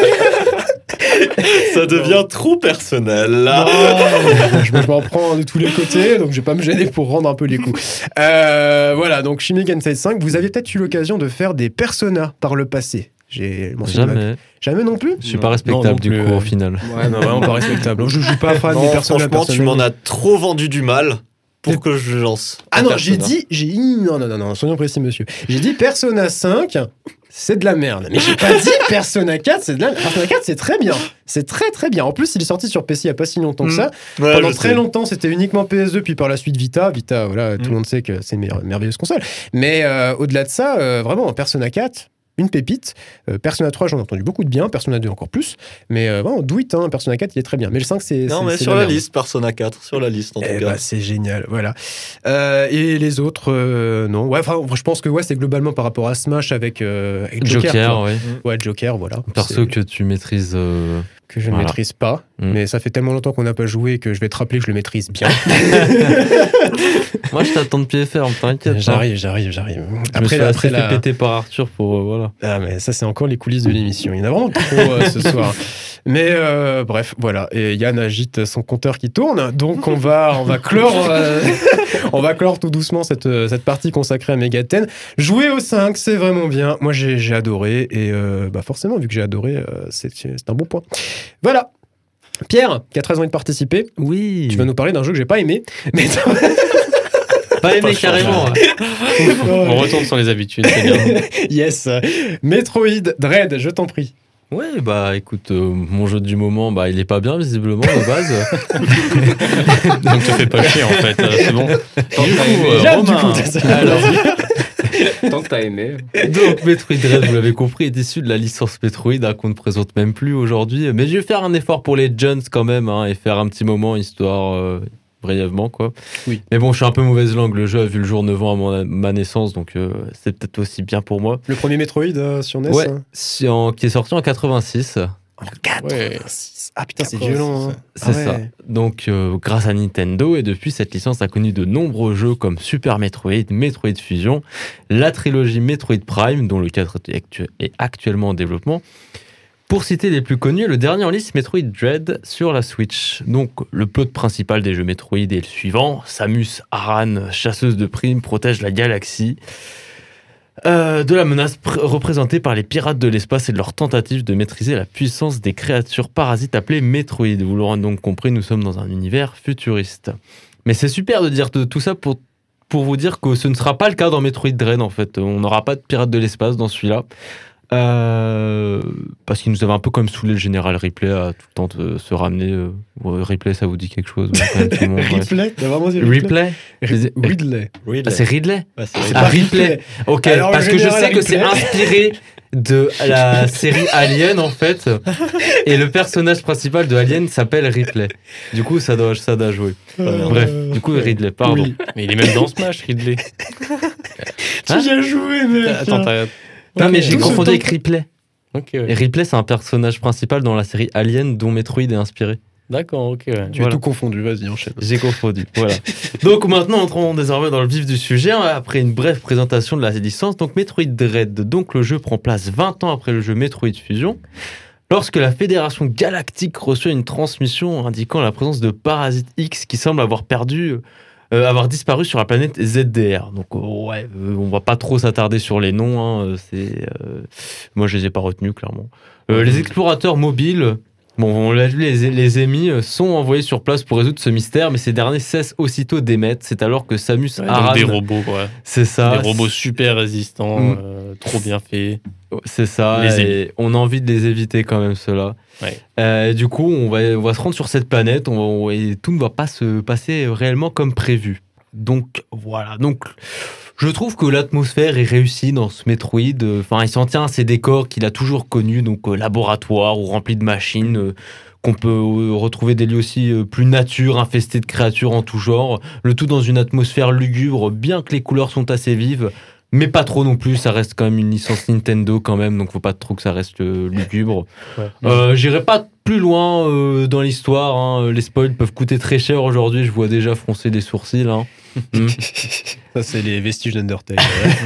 Ça devient trop personnel, là. Je m'en prends de tous les côtés, donc je vais pas me gêner pour rendre un peu les coups. Voilà, donc Shin Megami Tensei 5, vous avez peut-être eu l'occasion de faire des Persona par le passé. J'ai mentionné Jamais. Jamais non plus. Je suis pas Non, respectable non du plus, coup au final. Ouais, non, vraiment pas respectable. Je suis pas fan des Non, Persona. franchement, tu m'en as trop vendu du mal pour que je lance. Ah un non, Persona. non, soyons précis, monsieur. J'ai dit Persona 5, c'est de la merde. Mais j'ai pas dit Persona 4, c'est de la merde. Persona 4, c'est très bien. C'est très très bien. En plus, il est sorti sur PC il y a pas si longtemps que ça. Ouais, Pendant je très sais. longtemps, c'était uniquement PS2, puis par la suite Vita. Vita, voilà, tout le monde sait que c'est une merveilleuse console. Mais au-delà de ça, vraiment, Persona 4, une pépite. Persona 3, j'en ai entendu beaucoup de bien. Persona 2, encore plus. Mais vraiment, do it, hein. Persona 4, il est très bien. Mais le 5, c'est. Non, c'est- mais c'est sur de la merde. liste, Persona 4, sur la liste en tout Eh cas. bah, c'est génial, voilà. Et les autres, non. Ouais, enfin, je pense que ouais, c'est globalement par rapport à Smash avec Joker. Joker, quoi. ouais. Ouais, Joker, voilà. Perso C'est- que tu maîtrises. que je ne voilà. maîtrise pas, mais ça fait tellement longtemps qu'on n'a pas joué que je vais te rappeler que je le maîtrise bien. Moi, je t'attends de pied ferme, t'inquiète. J'arrive. Je me suis assez fait péter par Arthur pour voilà. Ah, mais ça, c'est encore les coulisses de l'émission. Il y en a vraiment trop ce soir. Mais bref, voilà. Et Yann agite son compteur qui tourne. Donc, on va clore, on va clore tout doucement cette partie consacrée à Megaten. Jouer au 5, c'est vraiment bien. Moi, j'ai adoré. Et forcément, vu que j'ai adoré, c'est un bon point. Voilà. Pierre, qui a très envie de participer, Oui. tu vas nous parler d'un jeu que j'ai pas aimé. Mais Pas aimé carrément. On retourne sur les habitudes, c'est bien. Yes. Metroid Dread, je t'en prie. Ouais, bah écoute, mon jeu du moment, bah il est pas bien visiblement de base. Donc te fais pas chier en fait, c'est bon. Jade, du Romain, coup. Alors, Tant que t'as aimé. donc Metroid Dread, vous l'avez compris, est issu de la licence Metroid qu'on ne présente même plus aujourd'hui. Mais je vais faire un effort pour les Jones quand même et faire un petit moment histoire brièvement quoi. Oui. Mais bon, je suis un peu mauvaise langue. Le jeu a vu le jour 9 ans à ma naissance, donc c'est peut-être aussi bien pour moi. Le premier Metroid sur NES. Ouais, hein. qui est sorti en 86. En 86. Ah putain, c'est violent. Hein. C'est ça. Donc, grâce à Nintendo, et depuis, cette licence a connu de nombreux jeux comme Super Metroid, Metroid Fusion, la trilogie Metroid Prime, dont le 4 est actuellement en développement. Pour citer les plus connus, le dernier en liste, Metroid Dread sur la Switch. Donc, le plot principal des jeux Metroid est le suivant. Samus Aran, chasseuse de primes, protège la galaxie de la menace représentée par les pirates de l'espace et de leur tentative de maîtriser la puissance des créatures parasites appelées Metroid. Vous l'aurez donc compris, nous sommes dans un univers futuriste. Mais c'est super de dire tout ça pour vous dire que ce ne sera pas le cas dans Metroid Dread en fait. On n'aura pas de pirates de l'espace dans celui-là. Parce qu'il nous avait un peu comme saoulé le général Ripley à tout le temps de se ramener. Ripley, ça vous dit quelque chose? Ripley, t'as vraiment dit Ripley? Ridley. Ah, c'est Ridley? Ouais, C'est Ah, pas Ripley. Ok, Alors, parce le que je général sais que c'est Ripley. inspiré de la série Alien en fait, et le personnage principal de Alien s'appelle Ripley. Du coup, ça doit jouer. Bref, du coup, Ridley, pardon. Oui. Mais il est même dans Smash, Ridley. Tu y as joué, mec. Attends, t'as... Non, mais j'ai Tout ce confondu temps- avec Ripley. Ok, Et ouais. Ripley, c'est un personnage principal dans la série Alien dont Metroid est inspiré. D'accord, ok, ouais. Tu Voilà. as tout confondu, vas-y, enchaîne. J'ai confondu, voilà. Donc maintenant, entrons désormais dans le vif du sujet, après une brève présentation de la licence. Donc Metroid Dread, donc le jeu prend place 20 ans après le jeu Metroid Fusion, lorsque la Fédération Galactique reçoit une transmission indiquant la présence de Parasite X qui semble avoir disparu sur la planète ZDR. Donc on va pas trop s'attarder sur les noms, moi je les ai pas retenus clairement. Les explorateurs mobiles, on l'a vu, les ennemis sont envoyés sur place pour résoudre ce mystère, mais ces derniers cessent aussitôt d'émettre. C'est alors que Samus Ouais, Aran, donc des robots, quoi. c'est ça, Des robots super résistants, Mm. trop bien faits. c'est ça, Les et on a envie de les éviter quand même ceux-là. Ouais. Et du coup, on va se rendre sur cette planète, et tout ne va pas se passer réellement comme prévu. Donc voilà. Donc je trouve que l'atmosphère est réussie dans ce Metroid. Enfin, il s'en tient à ses décors qu'il a toujours connus, donc laboratoire ou remplis de machines. Qu'on peut retrouver des lieux aussi plus nature, infestés de créatures en tout genre. Le tout dans une atmosphère lugubre, bien que les couleurs sont assez vives. Mais pas trop non plus, ça reste quand même une licence Nintendo quand même, donc faut pas trop que ça reste lugubre. Ouais. J'irai pas plus loin dans l'histoire, hein. Les spoils peuvent coûter très cher aujourd'hui, je vois déjà froncer des sourcils. Hein. Ça, c'est les vestiges d'Undertale.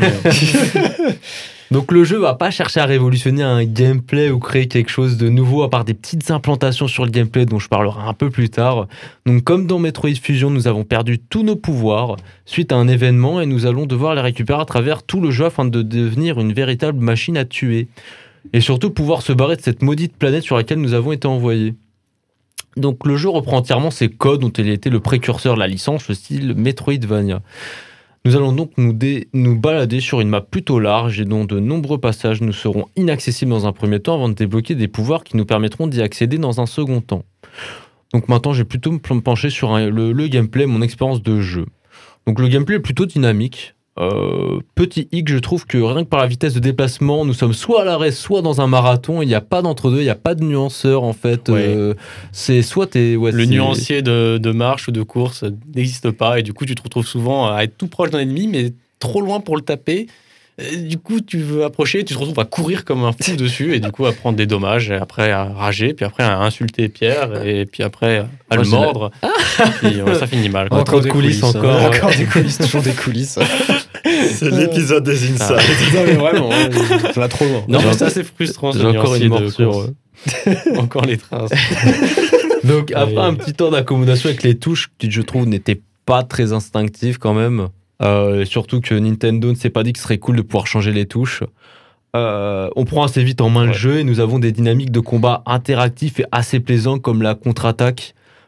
Donc le jeu va pas chercher à révolutionner un gameplay ou créer quelque chose de nouveau à part des petites implantations sur le gameplay dont je parlerai un peu plus tard. Donc comme dans Metroid Fusion, nous avons perdu tous nos pouvoirs suite à un événement et nous allons devoir les récupérer à travers tout le jeu afin de devenir une véritable machine à tuer. Et surtout pouvoir se barrer de cette maudite planète sur laquelle nous avons été envoyés. Donc le jeu reprend entièrement ses codes dont il était le précurseur de la licence, le style Metroidvania. Nous allons donc nous balader sur une map plutôt large et dont de nombreux passages nous seront inaccessibles dans un premier temps avant de débloquer des pouvoirs qui nous permettront d'y accéder dans un second temps. Donc maintenant, je vais plutôt me pencher sur le gameplay, mon expérience de jeu. Donc le gameplay est plutôt dynamique. Petit hic, je trouve que rien que par la vitesse de déplacement, nous sommes soit à l'arrêt, soit dans un marathon. Il n'y a pas d'entre-deux, il n'y a pas de nuanceur en fait. Ouais. C'est soit t'es... Ouais, Le c'est- nuancier de marche ou de course n'existe pas et du coup tu te retrouves souvent à être tout proche d'un ennemi mais trop loin pour le taper. Du coup tu veux approcher, tu te retrouves à courir comme un fou dessus et du coup à prendre des dommages et après à rager puis après à insulter Pierre et puis après à Moi, le j'ai mordre. Puis, ça finit mal. quoi. Encore de coulisses encore. hein. Encore des coulisses, toujours des coulisses. C'est l'épisode des Inside. Non, mais vraiment, hein, ça va trop loin. Non, J'ai mais encore- c'est assez frustrant. ce j'ai encore nuancier une de morsure. course. Encore les traces. Donc après Ouais. un petit temps d'accommodation avec les touches qui je trouve n'étaient pas très instinctives quand même, surtout que Nintendo ne s'est pas dit que ce serait cool de pouvoir changer les touches. On prend assez vite en main le Ouais. jeu et nous avons des dynamiques de combat interactifs et assez plaisants comme la contre-attaque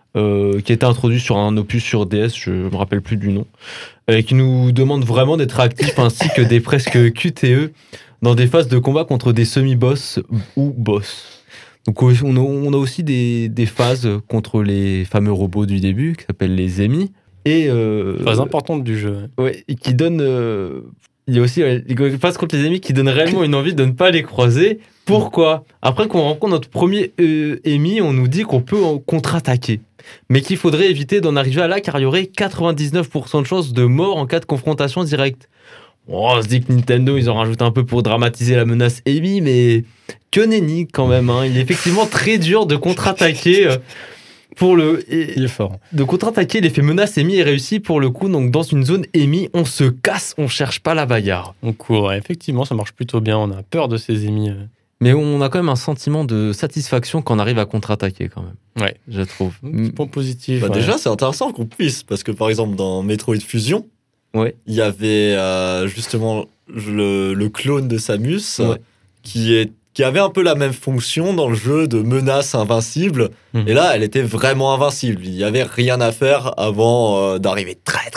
qui a été introduit sur un opus sur DS, je me rappelle plus du nom, et qui nous demande vraiment d'être réactifs ainsi que des presque QTE dans des phases de combat contre des semi-boss ou boss. Donc on a aussi des phases contre les fameux robots du début qui s'appellent les ennemis. Et Phase importante du jeu. Ouais, et qui donne. Il y a aussi des phases contre les ennemis qui donnent réellement une envie de ne pas les croiser. Pourquoi ? Après qu'on rencontre notre premier ennemi, on nous dit qu'on peut contre-attaquer. Mais qu'il faudrait éviter d'en arriver à là, car il y aurait 99% de chances de mort en cas de confrontation directe. On se dit que Nintendo, ils en rajoutent un peu pour dramatiser la menace ennemie, mais que nenni quand même. Hein. Il est effectivement très dur de contre-attaquer. Il est fort. De contre-attaquer l'effet menace ennemie est réussi pour le coup. Donc dans une zone ennemie, on se casse, on cherche pas la bagarre. On court, ouais, effectivement, ça marche plutôt bien. On a peur de ces ennemis. Mais on a quand même un sentiment de satisfaction quand on arrive à contre-attaquer quand même. Ouais, je trouve. Petit point positif. Ouais. Déjà, c'est intéressant qu'on puisse, parce que par exemple, dans Metroid Fusion, ouais. Il y avait justement le clone de Samus qui avait un peu la même fonction dans le jeu de menace invincible. Et là, elle était vraiment invincible. Il n'y avait rien à faire avant d'arriver très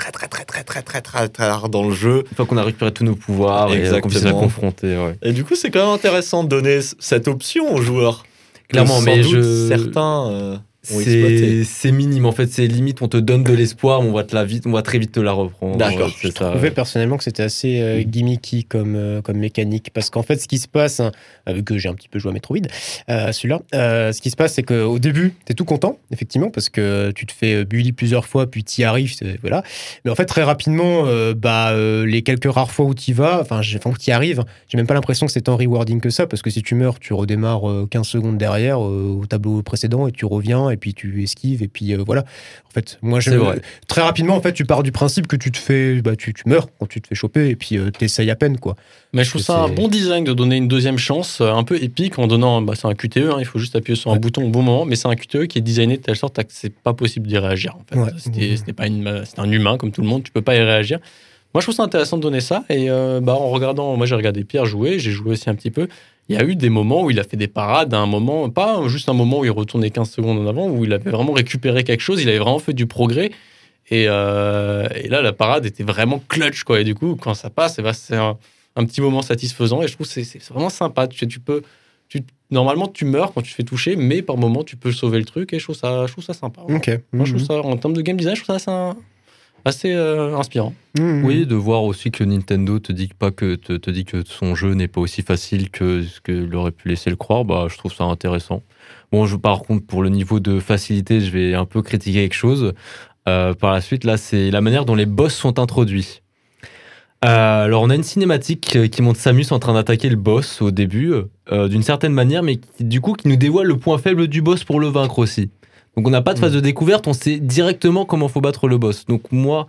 tard dans le jeu. Une fois qu'on a récupéré tous nos pouvoirs et qu'on puisse la confronter. Ouais. Et du coup, c'est quand même intéressant de donner cette option aux joueurs. Clairement, mais certains... C'est minime en fait, c'est limite on te donne de l'espoir, on va très vite te la reprendre. D'accord. Je trouvais personnellement que c'était assez gimmicky comme mécanique, parce qu'en fait ce qui se passe, vu que j'ai un petit peu joué à Metroid, celui-là, ce qui se passe c'est qu'au début t'es tout content effectivement parce que tu te fais bully plusieurs fois puis t'y arrives, voilà. Mais en fait très rapidement, les quelques rares fois où t'y vas, où t'y arrives, j'ai même pas l'impression que c'est tant rewarding que ça, parce que si tu meurs, tu redémarres 15 secondes derrière au tableau précédent et tu reviens. Et puis tu esquives et puis voilà. En fait, moi très rapidement en fait tu pars du principe que tu te fais tu meurs quand tu te fais choper et puis t'essayes à peine quoi. Mais je trouve ça un bon design de donner une deuxième chance, un peu épique en donnant c'est un QTE, il faut juste appuyer sur un bouton au bon moment, mais c'est un QTE qui est designé de telle sorte que c'est pas possible d'y réagir en fait. C'était un humain comme tout le monde, tu peux pas y réagir. Moi je trouve ça intéressant de donner ça et en regardant, moi j'ai regardé Pierre jouer, j'ai joué aussi un petit peu. Il y a eu des moments où il a fait des parades à un moment, pas juste un moment où il retournait 15 secondes en avant, où il avait vraiment récupéré quelque chose, il avait vraiment fait du progrès. Et là, la parade était vraiment clutch, quoi. Et du coup, quand ça passe, c'est un petit moment satisfaisant. Et je trouve que c'est vraiment sympa. Normalement, tu meurs quand tu te fais toucher, mais par moment, tu peux sauver le truc. Et je trouve ça sympa. Okay. Moi, je trouve ça, en termes de game design, je trouve ça assez inspirant. Oui, de voir aussi que Nintendo te dit que son jeu n'est pas aussi facile que ce qu'il aurait pu laisser le croire, je trouve ça intéressant. Bon, par contre, pour le niveau de facilité, je vais un peu critiquer quelque chose. Par la suite, là, c'est la manière dont les boss sont introduits. Alors, on a une cinématique qui montre Samus en train d'attaquer le boss au début, d'une certaine manière, mais qui nous dévoile le point faible du boss pour le vaincre aussi. Donc on n'a pas de phase de découverte, on sait directement comment faut battre le boss. Donc moi,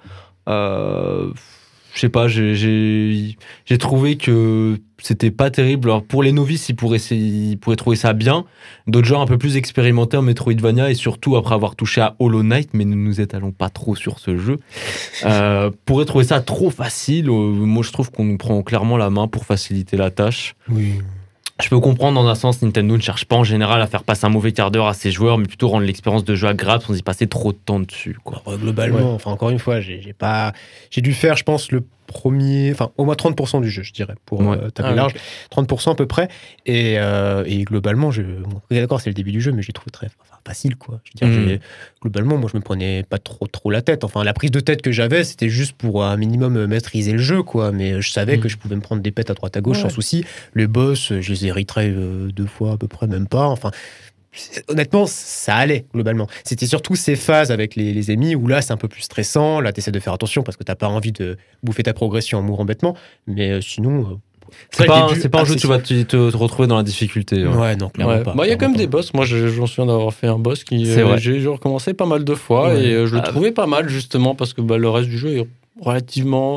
je sais pas, j'ai trouvé que c'était pas terrible. Alors pour les novices, ils pourraient trouver ça bien. D'autres gens un peu plus expérimentés en Metroidvania et surtout après avoir touché à Hollow Knight, mais ne nous étalons pas trop sur ce jeu, pourraient trouver ça trop facile. Moi je trouve qu'on nous prend clairement la main pour faciliter la tâche. Oui. Je peux comprendre dans un sens, Nintendo ne cherche pas en général à faire passer un mauvais quart d'heure à ses joueurs, mais plutôt rendre l'expérience de jeu agréable sans y passer trop de temps dessus, quoi. Globalement, encore une fois, j'ai dû faire, je pense, le premier, au moins 30% du jeu, je dirais, pour taper large, 30% à peu près, et globalement, d'accord, c'est le début du jeu, mais j'ai trouvé très facile, quoi. Je veux dire, globalement, moi, je me prenais pas trop la tête. Enfin, la prise de tête que j'avais, c'était juste pour un minimum maîtriser le jeu, quoi. Mais je savais que je pouvais me prendre des pètes à droite à gauche sans souci. Les boss, je les ai retry 2 fois à peu près, même pas. Enfin, honnêtement, ça allait, globalement. C'était surtout ces phases avec les ennemis où là, c'est un peu plus stressant. Là, t'essaies de faire attention parce que t'as pas envie de bouffer ta progression en mourant bêtement. Mais sinon... c'est pas un jeu où tu vas te retrouver dans la difficulté. Ouais, non, clairement pas. Il y a quand même des boss. Moi, j'en souviens d'avoir fait un boss qui j'ai recommencé pas mal de fois et je le trouvais pas mal justement parce que le reste du jeu est relativement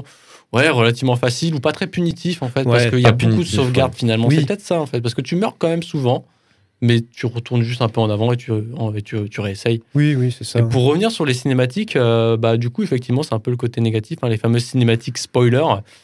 facile ou pas très punitif en fait parce qu'il y a beaucoup de sauvegardes finalement. Oui. C'est peut-être ça en fait parce que tu meurs quand même souvent. Mais tu retournes juste un peu en avant et tu réessayes. Oui, c'est ça. Et pour revenir sur les cinématiques, du coup, effectivement, c'est un peu le côté négatif, les fameuses cinématiques spoilers.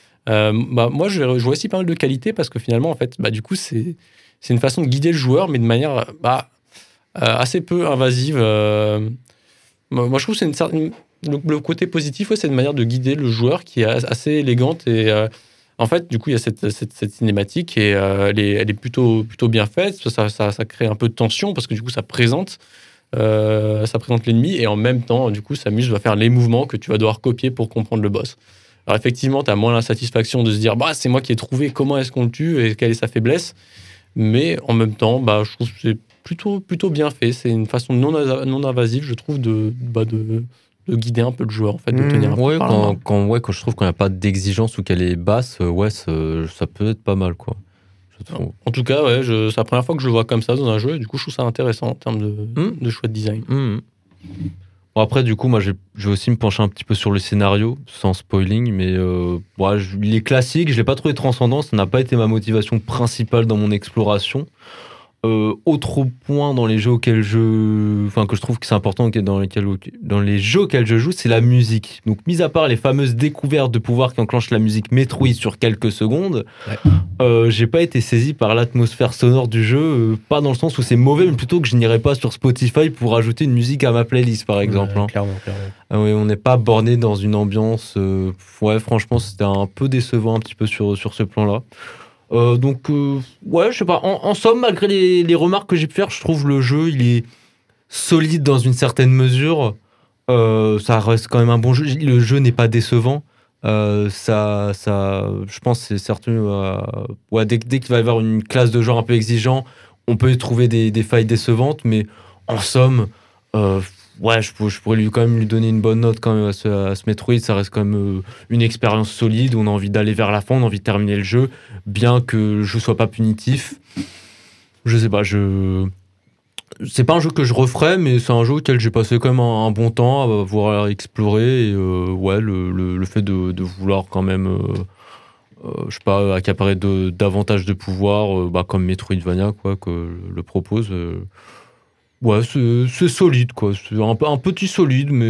Moi, je vois aussi pas mal de qualité parce que finalement, en fait, du coup, c'est une façon de guider le joueur, mais de manière assez peu invasive. Moi, je trouve que c'est une certaine... Le côté positif, ouais, c'est une manière de guider le joueur qui est assez élégante. Et en fait, du coup, il y a cette cinématique et elle est plutôt bien faite. Ça crée un peu de tension parce que du coup, ça présente l'ennemi et en même temps, du coup, Samus va faire les mouvements que tu vas devoir copier pour comprendre le boss. Alors effectivement, tu as moins la satisfaction de se dire c'est moi qui ai trouvé comment est-ce qu'on le tue et quelle est sa faiblesse. Mais en même temps, je trouve que c'est plutôt bien fait. C'est une façon non invasive, je trouve, de guider un peu le joueur, en fait, de tenir un peu par la main. Quand je trouve qu'il n'y a pas d'exigence ou qu'elle est basse, ça peut être pas mal, quoi. En tout cas, c'est la première fois que je le vois comme ça dans un jeu, et du coup, je trouve ça intéressant en termes de choix de design. Bon, après, du coup, moi, je vais aussi me pencher un petit peu sur le scénario, sans spoiling, mais il est classique, je l'ai pas trouvé transcendant, ça n'a pas été ma motivation principale dans mon exploration. Autre point dans les jeux que je trouve que c'est important dans les jeux auxquels je joue, c'est la musique. Donc, mis à part les fameuses découvertes de pouvoir qui enclenchent la musique Metroid sur quelques secondes, j'ai pas été saisi par l'atmosphère sonore du jeu, pas dans le sens où c'est mauvais, mais plutôt que je n'irai pas sur Spotify pour ajouter une musique à ma playlist, par exemple. Clairement. Oui, on n'est pas borné dans une ambiance. Franchement, c'était un peu décevant un petit peu sur ce plan-là. Je sais pas. En somme, malgré les remarques que j'ai pu faire, je trouve le jeu, il est solide dans une certaine mesure. Ça reste quand même un bon jeu. Le jeu n'est pas décevant. Je pense que c'est certain. Dès qu'il va y avoir une classe de genre un peu exigeant, on peut y trouver des failles décevantes, mais en somme, je pourrais quand même lui donner une bonne note quand même à ce Metroid. Ça reste quand même une expérience solide. On a envie d'aller vers la fin, on a envie de terminer le jeu, bien que le jeu soit pas punitif. Je sais pas, c'est pas un jeu que je referais, mais c'est un jeu auquel j'ai passé quand même un bon temps à pouvoir explorer. Et le fait de vouloir quand même, je sais pas, accaparer davantage de pouvoir, comme Metroidvania, quoi, que le propose. C'est solide, quoi. C'est un petit solide, mais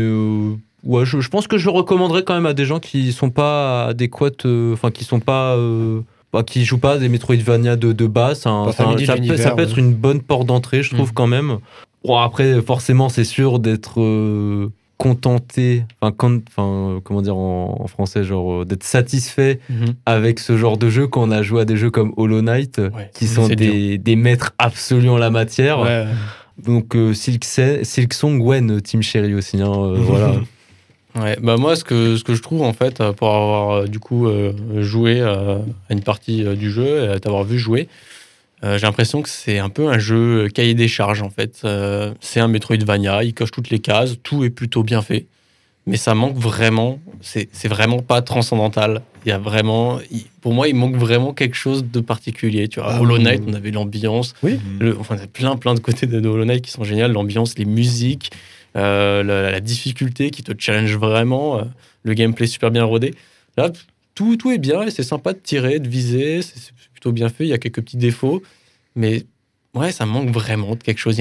je pense que je le recommanderais quand même à des gens qui sont pas adéquates, qui sont pas, qui jouent pas à des Metroidvania de base. Ça peut être une bonne porte d'entrée, je trouve, quand même. Bon, après, forcément, c'est sûr d'être contenté, comment dire en français, genre d'être satisfait avec ce genre de jeu quand on a joué à des jeux comme Hollow Knight, qui sont des maîtres absolus en la matière. Ouais. Donc Silksong, Team Cherry aussi, voilà. Ouais, moi ce que je trouve en fait, pour avoir du coup joué à une partie du jeu et t'avoir vu jouer, j'ai l'impression que c'est un peu un jeu cahier des charges en fait. C'est un Metroidvania, il coche toutes les cases, tout est plutôt bien fait, mais ça manque vraiment, c'est vraiment pas transcendantal. Il y a vraiment, pour moi, il manque vraiment quelque chose de particulier. Tu vois, Hollow Knight, on avait l'ambiance. Oui. Il y a plein de côtés de Hollow Knight qui sont géniaux. L'ambiance, les musiques, la difficulté qui te challenge vraiment, le gameplay super bien rodé. Là, tout est bien et c'est sympa de tirer, de viser. C'est plutôt bien fait. Il y a quelques petits défauts, mais ça manque vraiment de quelque chose.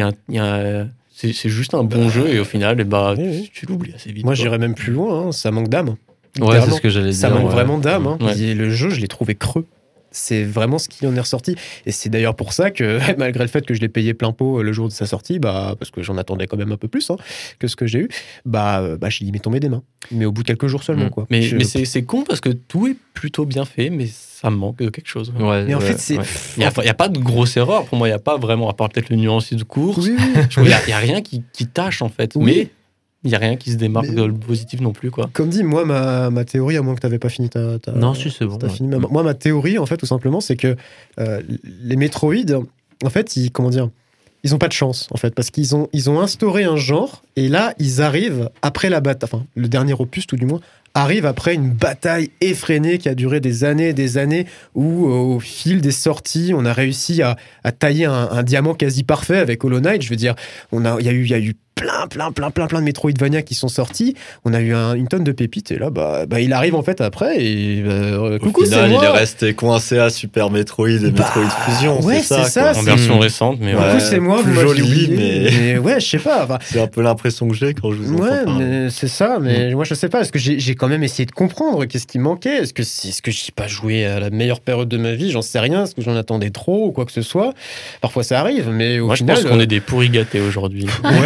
C'est juste un bon jeu et au final, tu l'oublies assez vite. Moi, j'irais même plus loin. Ça manque d'âme. Ouais, c'est ce que j'allais dire. Ça manque vraiment d'âme. Et le jeu, je l'ai trouvé creux. C'est vraiment ce qui en est ressorti. Et c'est d'ailleurs pour ça que, malgré le fait que je l'ai payé plein pot le jour de sa sortie, parce que j'en attendais quand même un peu plus que ce que j'ai eu, il m'est tombé des mains. Mais au bout de quelques jours seulement, quoi. Mais c'est con parce que tout est plutôt bien fait, mais ça manque de quelque chose. Mais en fait, il n'y a pas de grosse erreur. Pour moi, il n'y a pas vraiment, à part peut-être le nuancier de course. Oui. Il n'y a rien qui tâche, en fait. Oui. Mais il n'y a rien qui se démarque de le positif non plus, quoi. Comme dit, moi, ma théorie, à moins que tu n'avais pas fini ta... Non, si, c'est bon. Fini. Moi, ma théorie, en fait, tout simplement, c'est que les Metroid, en fait, ils n'ont pas de chance, en fait, parce qu'ils ont instauré un genre, et là, ils arrivent après la bataille, le dernier opus, tout du moins, arrive après une bataille effrénée qui a duré des années, où au fil des sorties, on a réussi à tailler un diamant quasi parfait avec Hollow Knight. Je veux dire, il y a eu plein de Metroidvania qui sont sortis. On a eu une tonne de pépites et là, il arrive en fait après et coucou, c'est moi. Il est resté coincé à Super Metroid et Metroid Fusion. Ouais, c'est ça. En version récente, mais coucou, c'est moi. Plus joli, mais ouais, je sais pas. C'est un peu l'impression que j'ai quand je vous entends parler. Mais c'est ça. Mais moi, je sais pas. Est-ce que j'ai quand même essayé de comprendre qu'est-ce qui manquait. Est-ce que j'ai pas joué à la meilleure période de ma vie? J'en sais rien. Est-ce que j'en attendais trop ou quoi que ce soit? Parfois, ça arrive, mais au final, je pense qu'on est des pourris gâtés aujourd'hui. Ouais,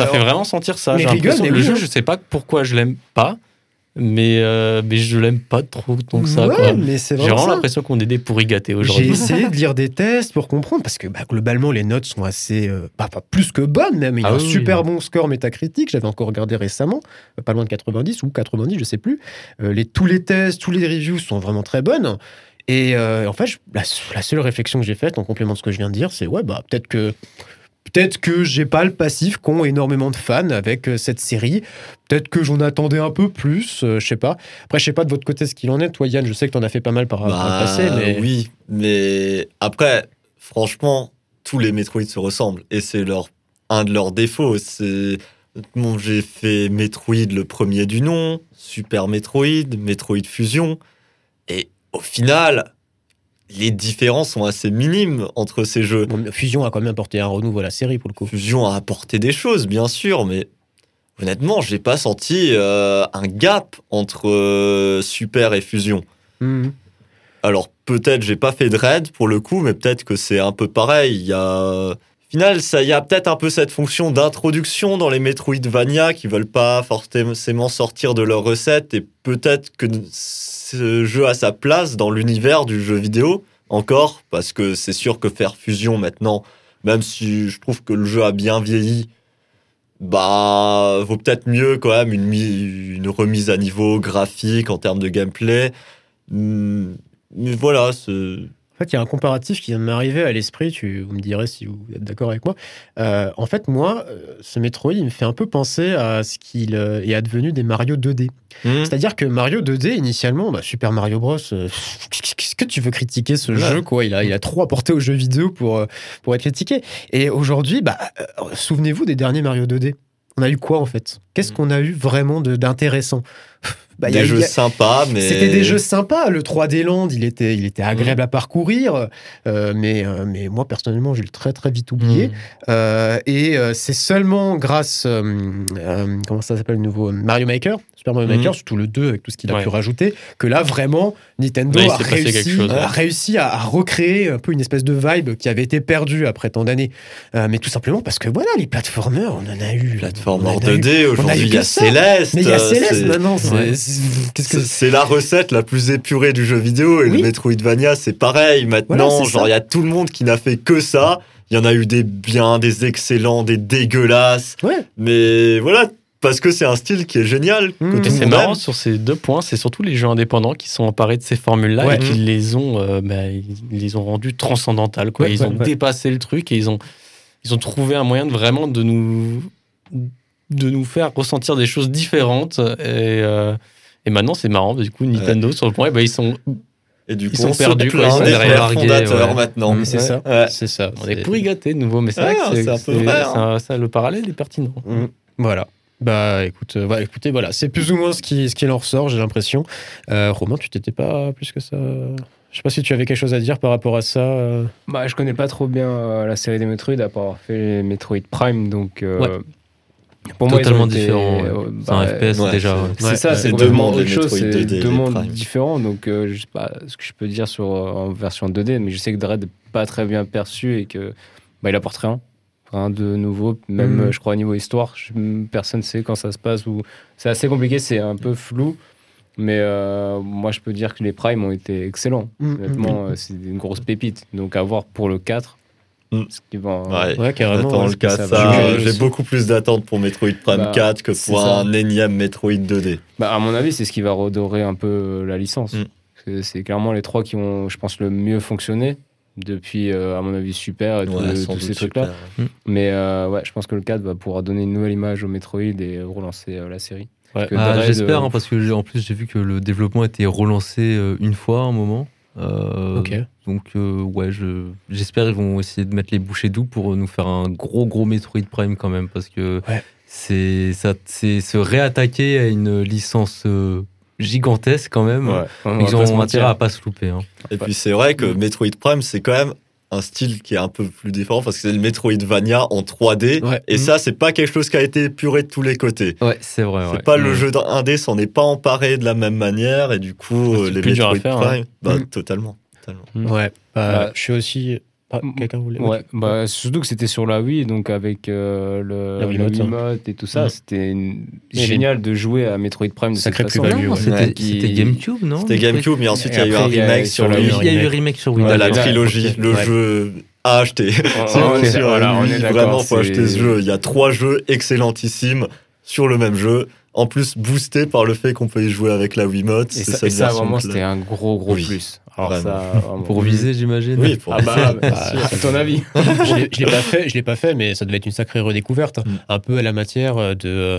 fait vraiment sentir ça. mais J'ai rigole, l'impression mais que le oui, jeu, hein. je sais pas pourquoi je l'aime pas, mais je l'aime pas trop tant que ça. Ouais, Quoi. mais c'est J'ai vraiment vraiment ça. l'impression qu'on est des pourris gâtés J'ai aujourd'hui. essayé de lire des tests pour comprendre, parce que globalement, les notes sont assez, pas plus que bonnes même. Il y a Ah un oui, super oui. bon score métacritique, j'avais encore regardé récemment, pas loin de 90 ou 90, je sais plus. Tous les tests, tous les reviews sont vraiment très bonnes. Et en fait, la seule réflexion que j'ai faite, en complément de ce que je viens de dire, c'est peut-être que j'ai pas le passif qu'ont énormément de fans avec cette série. Peut-être que j'en attendais un peu plus, je sais pas. Après, je sais pas de votre côté ce qu'il en est. Toi, Yann, je sais que t'en as fait pas mal par le passé, mais... Oui, mais après, franchement, tous les Metroid se ressemblent. Et c'est un de leurs défauts. J'ai fait Metroid le premier du nom, Super Metroid, Metroid Fusion. Et au final, les différences sont assez minimes entre ces jeux. Bon, Fusion a quand même apporté un renouveau à la série, pour le coup. Fusion a apporté des choses, bien sûr, mais honnêtement, j'ai pas senti un gap entre Super et Fusion. Mhm. Alors peut-être j'ai pas fait de raid pour le coup, mais peut-être que c'est un peu pareil. Il y a peut-être un peu cette fonction d'introduction dans les Metroidvania qui veulent pas forcément sortir de leur recette, et peut-être que ce jeu a sa place dans l'univers du jeu vidéo encore, parce que c'est sûr que faire Fusion maintenant, même si je trouve que le jeu a bien vieilli, vaut peut-être mieux quand même une remise à niveau graphique en termes de gameplay. Mais voilà, En fait, il y a un comparatif qui vient de m'arriver à l'esprit, vous me direz si vous êtes d'accord avec moi. En fait, moi, ce Metroid, il me fait un peu penser à ce qu'il est advenu des Mario 2D. C'est-à-dire que Mario 2D, initialement, Super Mario Bros, qu'est-ce que tu veux critiquer ce jeu, quoi? Il a trop apporté aux jeux vidéo pour être critiqué. Et aujourd'hui, souvenez-vous des derniers Mario 2D. On a eu quoi, en fait? Qu'est-ce qu'on a eu vraiment d'intéressant? Des jeux sympas, mais... C'était des jeux sympas. Le 3D Land, il était agréable à parcourir. Mais moi, personnellement, j'ai très, très vite oublié. Et c'est seulement grâce... comment ça s'appelle le nouveau Mario Maker, Super Mario Maker, surtout le 2, avec tout ce qu'il a pu rajouter, que là, vraiment, Nintendo Là, il a s'est passé quelque chose, réussi à recréer un peu une espèce de vibe qui avait été perdue après tant d'années. Mais tout simplement parce que, voilà, les platformers, on en a eu. Platformer 2D, aujourd'hui, il y a Céleste. Mais il y a Céleste maintenant. C'est la recette la plus épurée du jeu vidéo, et le Metroidvania, c'est pareil. Maintenant, il y a tout le monde qui n'a fait que ça. Il y en a eu des biens, des excellents, des dégueulasses. Ouais. Mais voilà, parce que c'est un style qui est génial. Et c'est marrant sur ces deux points, c'est surtout les jeux indépendants qui sont emparés de ces formules-là et qui les ont rendues transcendantales. Quoi. Ils ont dépassé le truc et ils ont trouvé un moyen de nous faire ressentir des choses différentes. Et maintenant, c'est marrant. Du coup, Nintendo, sur le point, ils sont... Et du coup, ils sont perdus, plein ils sont des derrière fondateurs maintenant. C'est ça. Ouais. C'est ça. On est pourri gâtés de nouveau, mais c'est vrai que c'est un peu vrai. ça, le parallèle est pertinent. Voilà. Écoutez, voilà, c'est plus ou moins ce qui en ressort, j'ai l'impression. Romain, tu t'étais pas plus que ça. Je sais pas si tu avais quelque chose à dire par rapport à ça. Je connais pas trop bien la série des Metroid, à part avoir fait Metroid Prime, donc. Pour moi, totalement différent. C'est un FPS déjà. C'est ça, c'est complètement autre chose. C'est deux mondes différents. Donc, je sais pas ce que je peux dire en version 2D, mais je sais que Dread n'est pas très bien perçu et que il apporte rien de nouveau. Même, je crois, au niveau histoire, personne ne sait quand ça se passe. C'est assez compliqué, c'est un peu flou. Mais moi, je peux dire que les Primes ont été excellents. Honnêtement, c'est une grosse pépite. Donc, à voir pour le 4. Ce qui va, carrément. Le cas, j'ai beaucoup plus d'attentes pour Metroid Prime 4 que pour un énième Metroid 2D. À mon avis, c'est ce qui va redorer un peu la licence. C'est clairement les trois qui ont, je pense, le mieux fonctionné depuis, à mon avis, Super et tous ces trucs-là. Mais je pense que le 4 va pouvoir donner une nouvelle image au Metroid et relancer la série. J'espère, parce que en plus, j'ai vu que le développement a été relancé une fois à un moment. Donc j'espère qu'ils vont essayer de mettre les bouchées doubles pour nous faire un gros Metroid Prime quand même, parce que c'est se réattaquer à une licence gigantesque quand même. Ils ont intérêt à pas se louper. Et puis c'est vrai que Metroid Prime, c'est quand même un style qui est un peu plus différent, parce que c'est le Metroidvania en 3D, et ça, c'est pas quelque chose qui a été épuré de tous les côtés. C'est vrai. C'est pas le jeu 1D, s'en est pas emparé de la même manière, et du coup, les Metroid Prime, totalement. Je suis aussi Ah, quelqu'un voulait. Ouais, bah, surtout que c'était sur la Wii, donc avec la Wiimote et tout ça, c'était génial de jouer à Metroid Prime de Sacré cette façon. plus-value, Non, ouais. c'était GameCube, non? C'était GameCube, mais ensuite il y a eu un après, il y a remake sur sur le la Wii. Il y a eu remake sur Wii. Ouais, La d'accord. trilogie, le Ouais. jeu à acheter. On est- voilà, on est d'accord, Vraiment, faut c'est- acheter ce jeu. Il y a 3 jeux excellentissimes sur le même jeu. En plus, boosté par le fait qu'on peut y jouer avec la Wiimote. Et C'est ça, cette version vraiment, que là. c'était un gros Oui, plus. Alors vraiment. ça, vraiment. Pour viser, j'imagine. Oui, pour Ah bah, à ton avis. Je l'ai pas fait, mais ça devait être une sacrée redécouverte. Mm. Un peu à la manière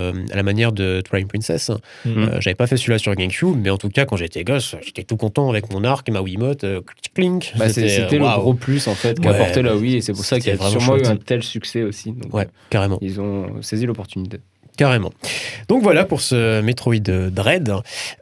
de Twilight Princess. Mm. J'avais pas fait celui-là sur GameCube, mais en tout cas, quand j'étais gosse, j'étais tout content avec mon arc et ma Wiimote. Clink. Bah, c'était le waouh. gros plus en fait qu'apportait la Wii, et c'est pour ça qu'il y a C'était vraiment sûrement eu chouette. un tel succès aussi. Donc, Ouais, carrément. ils ont saisi l'opportunité. Carrément. Donc voilà pour ce Metroid Dread.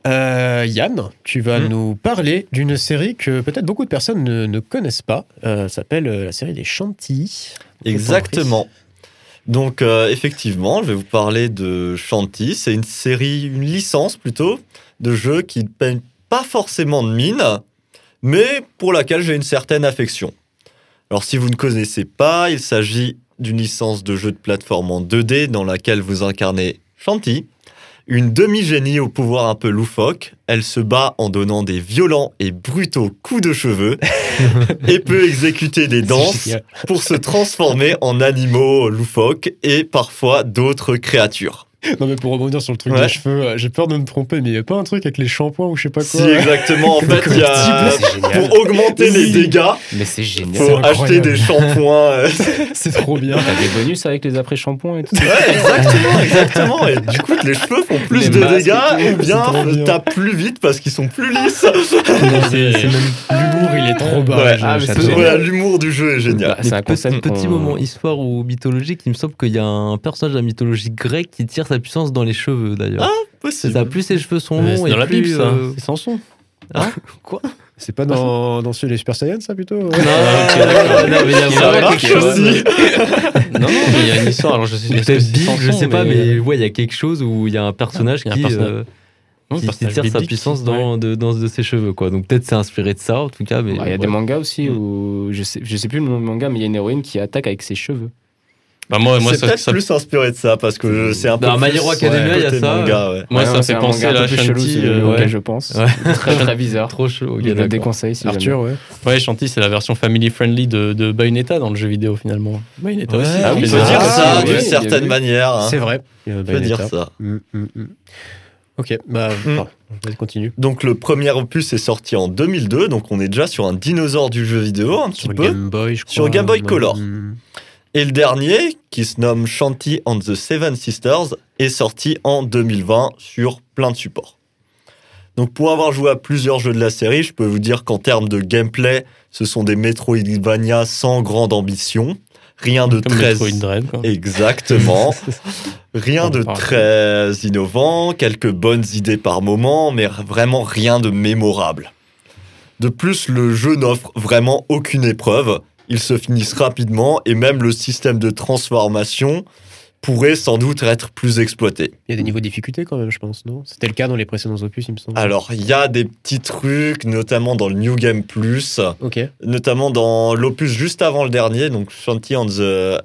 Yann, tu vas nous parler d'une série que peut-être beaucoup de personnes ne connaissent pas. Ça s'appelle la série des Chantilly. Exactement. Donc, effectivement, je vais vous parler de Shanty. C'est une série, une licence plutôt, de jeux qui ne peignent pas forcément de mine, mais pour laquelle j'ai une certaine affection. Alors, si vous ne connaissez pas, il s'agit d'une licence de jeu de plateforme en 2D dans laquelle vous incarnez Shanty, une demi-génie au pouvoir un peu loufoque. Elle se bat en donnant des violents et brutaux coups de cheveux et peut exécuter des danses génial. pour se transformer en animaux loufoques et parfois d'autres créatures. Non, mais pour rebondir sur le truc Ouais. des cheveux, j'ai peur de me tromper, mais il n'y a pas un truc avec les shampoings ou je sais pas quoi. Si, exactement. En fait, il y a, C'est génial. pour augmenter les dégâts, Mais c'est génial. faut C'est acheter incroyable. des shampoings. C'est trop bien. T'as des bonus avec les après-shampoings et tout. Ouais, exactement. Et du coup, les cheveux font plus Les de masques dégâts et ou bien C'est trop bien. tapent plus vite parce qu'ils sont plus lisses. C'est même l'humour, il est trop bas. Ouais. Ah, mais j'adore. c'est Voilà, l'humour du jeu est génial. Bah, c'est un Mais concept petit qu'on- moment histoire ou mythologique, il me semble qu'il y a un personnage de la mythologie grecque qui tire sa puissance dans les cheveux d'ailleurs. C'est Possible. ça, plus ses cheveux sont Mais longs c'est et dans la plus, Bible, ça. C'est Samson. Quoi? C'est pas dans celui des Super Saiyans, ça plutôt Non, mais il y a Ça vraiment marche quelque chose. aussi. Non, mais il y a une histoire. Alors, je sais est-ce que Peut-être c'est Bible, je Samson, sais pas, mais ouais, il y a quelque chose où il y a un personnage Il y a un qui personnage. qui personnage tire sa biblique, puissance ouais. de ses cheveux, quoi. Donc peut-être c'est inspiré de ça, en tout cas. Mais Bah, il y a ouais. des mangas aussi où je sais plus le nom du manga, mais il y a une héroïne qui attaque avec ses cheveux. Bah, moi, C'est ça, peut-être ça, plus inspiré de ça parce que c'est un peu. Dans My plus, Hero Academia, il y a côté ça. manga, ouais. moi, Ouais, ça non, me c'est fait un penser manga à un peu plus chelou, Shanty. celui auquel ouais. je pense. Ouais. Très bizarre. Trop chaud. ok, Je le d'accord. déconseille si Arthur, ouais. Ouais, Shanty, c'est la version family friendly de Bayonetta dans le jeu vidéo finalement. Bayonetta Ouais. aussi. Ah On oui, peut c'est dire vrai. ça Ah, d'une oui, certaine oui. manière. hein. C'est vrai. On peut dire ça. Ok, bah, Mm. vas-y, continue. Donc le premier opus est sorti en 2002, donc on est déjà sur un dinosaure du jeu vidéo un petit Sur peu. Game Boy, je crois. Sur Game Boy Color. Mm. Et le dernier, qui se nomme Shanty and the Seven Sisters, est sorti en 2020 sur plein de supports. Donc pour avoir joué à plusieurs jeux de la série, je peux vous dire qu'en termes de gameplay, ce sont des Metroidvania sans grande ambition. Rien de Comme très... Metroid Dread, quoi. Exactement. Rien de Pareil. très innovant, quelques bonnes idées par moment, mais vraiment rien de mémorable. De plus, le jeu n'offre vraiment aucune épreuve. Il se finisse rapidement et même le système de transformation pourrait sans doute être plus exploité. Il y a des niveaux de difficulté quand même, je pense, non? C'était le cas dans les précédents opus, il me semble. Alors, il y a des petits trucs, notamment dans le New Game Plus, Ok. notamment dans l'opus juste avant le dernier, donc Shanty and the...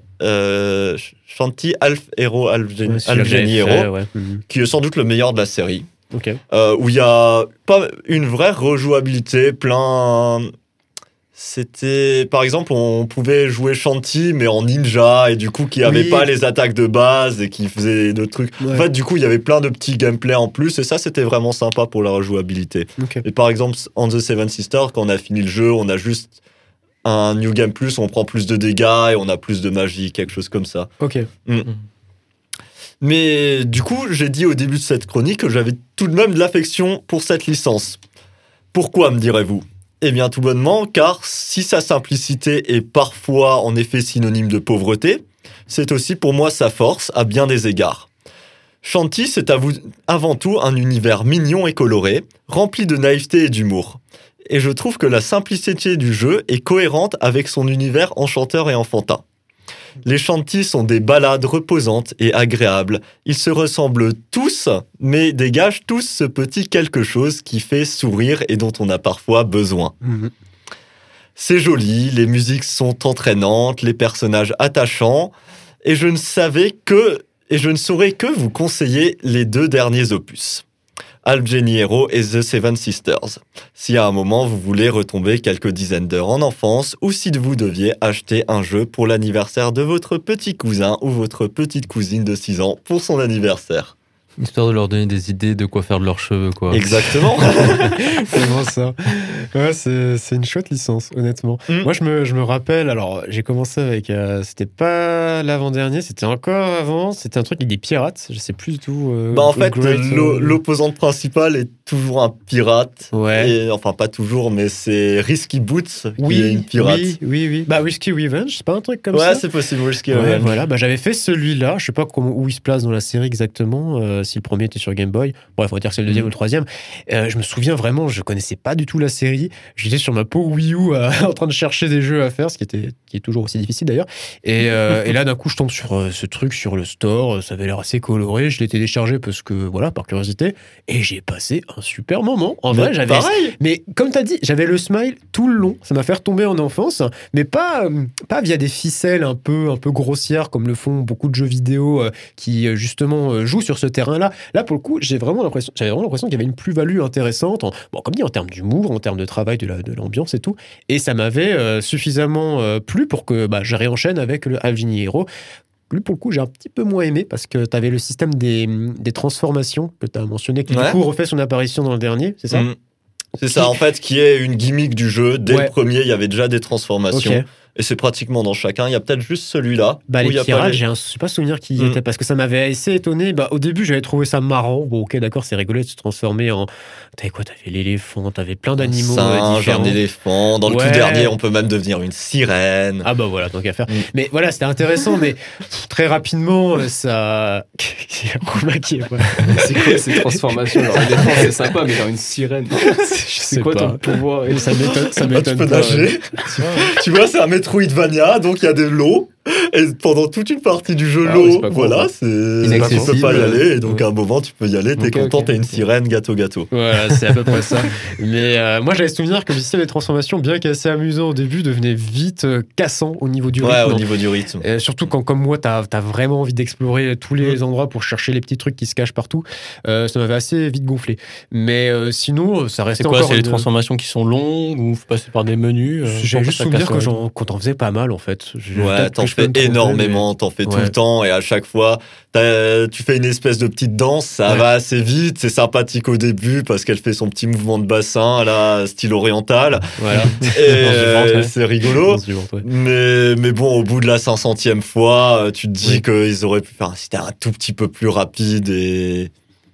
Shanty Half Hero, Half Ouais, celui-là Half que j'avais Genie fait, Hero, ouais. Mhm. qui est sans doute le meilleur de la série. Ok. Où il y a pas une vraie rejouabilité, plein. C'était, par exemple, on pouvait jouer Shanty, mais en ninja, et du coup, qui avait Oui. pas les attaques de base et qui faisait d'autres trucs. Ouais. En fait, du coup, il y avait plein de petits gameplays en plus, et ça, c'était vraiment sympa pour la rejouabilité. Ok. Et par exemple, On the Seven Sisters, quand on a fini le jeu, on a juste un New Game Plus, on prend plus de dégâts et on a plus de magie, quelque chose comme ça. Ok. Mais du coup, j'ai dit au début de cette chronique que j'avais tout de même de l'affection pour cette licence. Pourquoi, me direz-vous? Eh bien, tout bonnement, car si sa simplicité est parfois en effet synonyme de pauvreté, c'est aussi pour moi sa force à bien des égards. Shanty, c'est avant tout un univers mignon et coloré, rempli de naïveté et d'humour. Et je trouve que la simplicité du jeu est cohérente avec son univers enchanteur et enfantin. Les Shanty sont des balades reposantes et agréables. Ils se ressemblent tous, mais dégagent tous ce petit quelque chose qui fait sourire et dont on a parfois besoin. Mhm. C'est joli, les musiques sont entraînantes, les personnages attachants, et je ne saurais que vous conseiller les 2 derniers opus. Half Genie Hero et The Seven Sisters. Si à un moment vous voulez retomber quelques dizaines d'heures en enfance, ou si vous deviez acheter un jeu pour l'anniversaire de votre petit cousin ou votre petite cousine de 6 ans pour son anniversaire. Histoire de leur donner des idées de quoi faire de leurs cheveux, quoi. Exactement. C'est vraiment ça. Ouais, c'est une chouette licence, honnêtement. Moi, je me rappelle, alors, j'ai commencé avec... c'était pas l'avant-dernier, c'était encore avant. C'était un truc avec des pirates. Je sais plus du tout... En fait, l'opposante principale est toujours un pirate. Ouais. Et, enfin, pas toujours, mais c'est Risky Boots qui est une pirate. Oui. Bah, Risky Revenge, c'est pas un truc comme ça? Ouais, c'est possible, Risky Ouais, Revenge. voilà. Bah, j'avais fait celui-là. Je sais pas où il se place dans la série exactement. Si le premier était sur Game Boy. Bref, on va dire que c'est le deuxième ou le troisième. Je me souviens vraiment, je connaissais pas du tout la série. J'étais sur ma peau Wii U en train de chercher des jeux à faire, qui est toujours aussi difficile d'ailleurs. Et là, d'un coup, je tombe sur ce truc sur le store. Ça avait l'air assez coloré. Je l'ai téléchargé parce que, voilà, par curiosité. Et j'ai passé un super moment. En vrai, j'avais... Pareil. Mais comme tu as dit, j'avais le smile tout le long. Ça m'a fait retomber en enfance. Mais pas via des ficelles un peu grossières comme le font beaucoup de jeux vidéo qui, justement, jouent sur ce terrain-là. Là, pour le coup, j'avais vraiment l'impression qu'il y avait une plus-value intéressante, comme dit, en termes d'humour, en termes de travail, de l'ambiance et tout. Et ça m'avait suffisamment plu pour que je réenchaîne avec le Half Genie Hero. Lui, pour le coup, j'ai un petit peu moins aimé parce que tu avais le système des transformations que tu as mentionné, qui du coup refait son apparition dans le dernier, c'est ça? C'est ça, en fait, qui est une gimmick du jeu. Dès le premier, il y avait déjà des transformations. Okay. Et c'est pratiquement dans chacun. Il y a peut-être juste celui-là. Les pirates, je ne sais pas souvenir qui était, parce que ça m'avait assez étonné. Au début, j'avais trouvé ça marrant. Bon, ok, d'accord, c'est rigolo de se transformer en... T'avais quoi? T'avais l'éléphant, t'avais plein d'animaux différents. Un éléphant. Dans le tout dernier, on peut même devenir une sirène. Ah bah voilà, tant qu'à faire. Mais voilà, c'était intéressant, mais très rapidement, ça... C'est quoi ces transformations? Alors, l'éléphant, c'est sympa, mais genre une sirène. C'est quoi ton pouvoir? Ça m'étonne tu peux nager. Tu vois, c'est un Metroidvania, donc il y a de l'eau. Et pendant toute une partie du jeu, l'eau, voilà, tu peux pas y aller. Et donc, à un moment, tu peux y aller, t'es content, t'es une sirène, gâteau. Voilà, c'est à peu près ça. Mais moi, j'avais souvenir que le système des transformations, bien qu'assez amusant au début, devenait vite cassant au niveau du rythme. Ouais, au niveau du rythme. Surtout quand, comme moi, t'as vraiment envie d'explorer tous les endroits pour chercher les petits trucs qui se cachent partout. Ça m'avait assez vite gonflé. Mais sinon, ça restait encore... C'est quoi, c'est les transformations qui sont longues ou faut passer par des menus? J'ai juste souvenir qu'on t'en faisait pas mal, en fait. Ouais, t'en fais énormément, t'en fais tout le temps, et à chaque fois, tu fais une espèce de petite danse, ça va assez vite, c'est sympathique au début parce qu'elle fait son petit mouvement de bassin, là, style oriental. Voilà. Et c'est rigolo. Mais bon, au bout de la 500e fois, tu te dis qu'ils auraient pu faire un système un tout petit peu plus rapide et...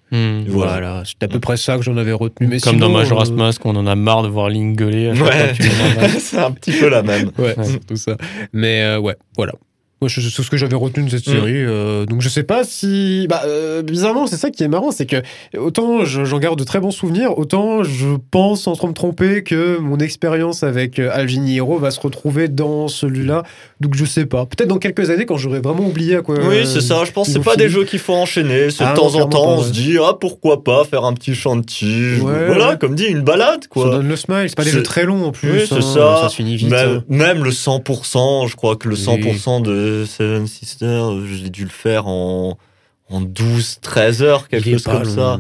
Voilà, c'est à peu près ça que j'en avais retenu. Mais comme sinon, dans Majora's Mask, on en a marre de voir Link gueuler. C'est un petit peu la même. C'est tout ça. Mais voilà. Moi, c'est ce que j'avais retenu de cette série. Donc, je sais pas si... bizarrement, c'est ça qui est marrant, c'est que autant j'en garde de très bons souvenirs, autant je pense, sans trop me tromper, que mon expérience avec Half Genie Hero va se retrouver dans celui-là. Donc, je sais pas. Peut-être dans quelques années, quand j'aurai vraiment oublié à quoi... Oui, c'est ça. Je pense que c'est pas des jeux qu'il faut enchaîner. C'est de temps en temps, on se dit, pourquoi pas faire un petit chant de tige. Voilà, comme dit, une balade, quoi. Ça donne le smile. C'est pas des jeux très longs, en plus. Oui, c'est ça. Ça se finit vite. Même le 100%, je crois que le 100% de Seven Sisters, j'ai dû le faire en 12-13 heures, quelque chose comme ça.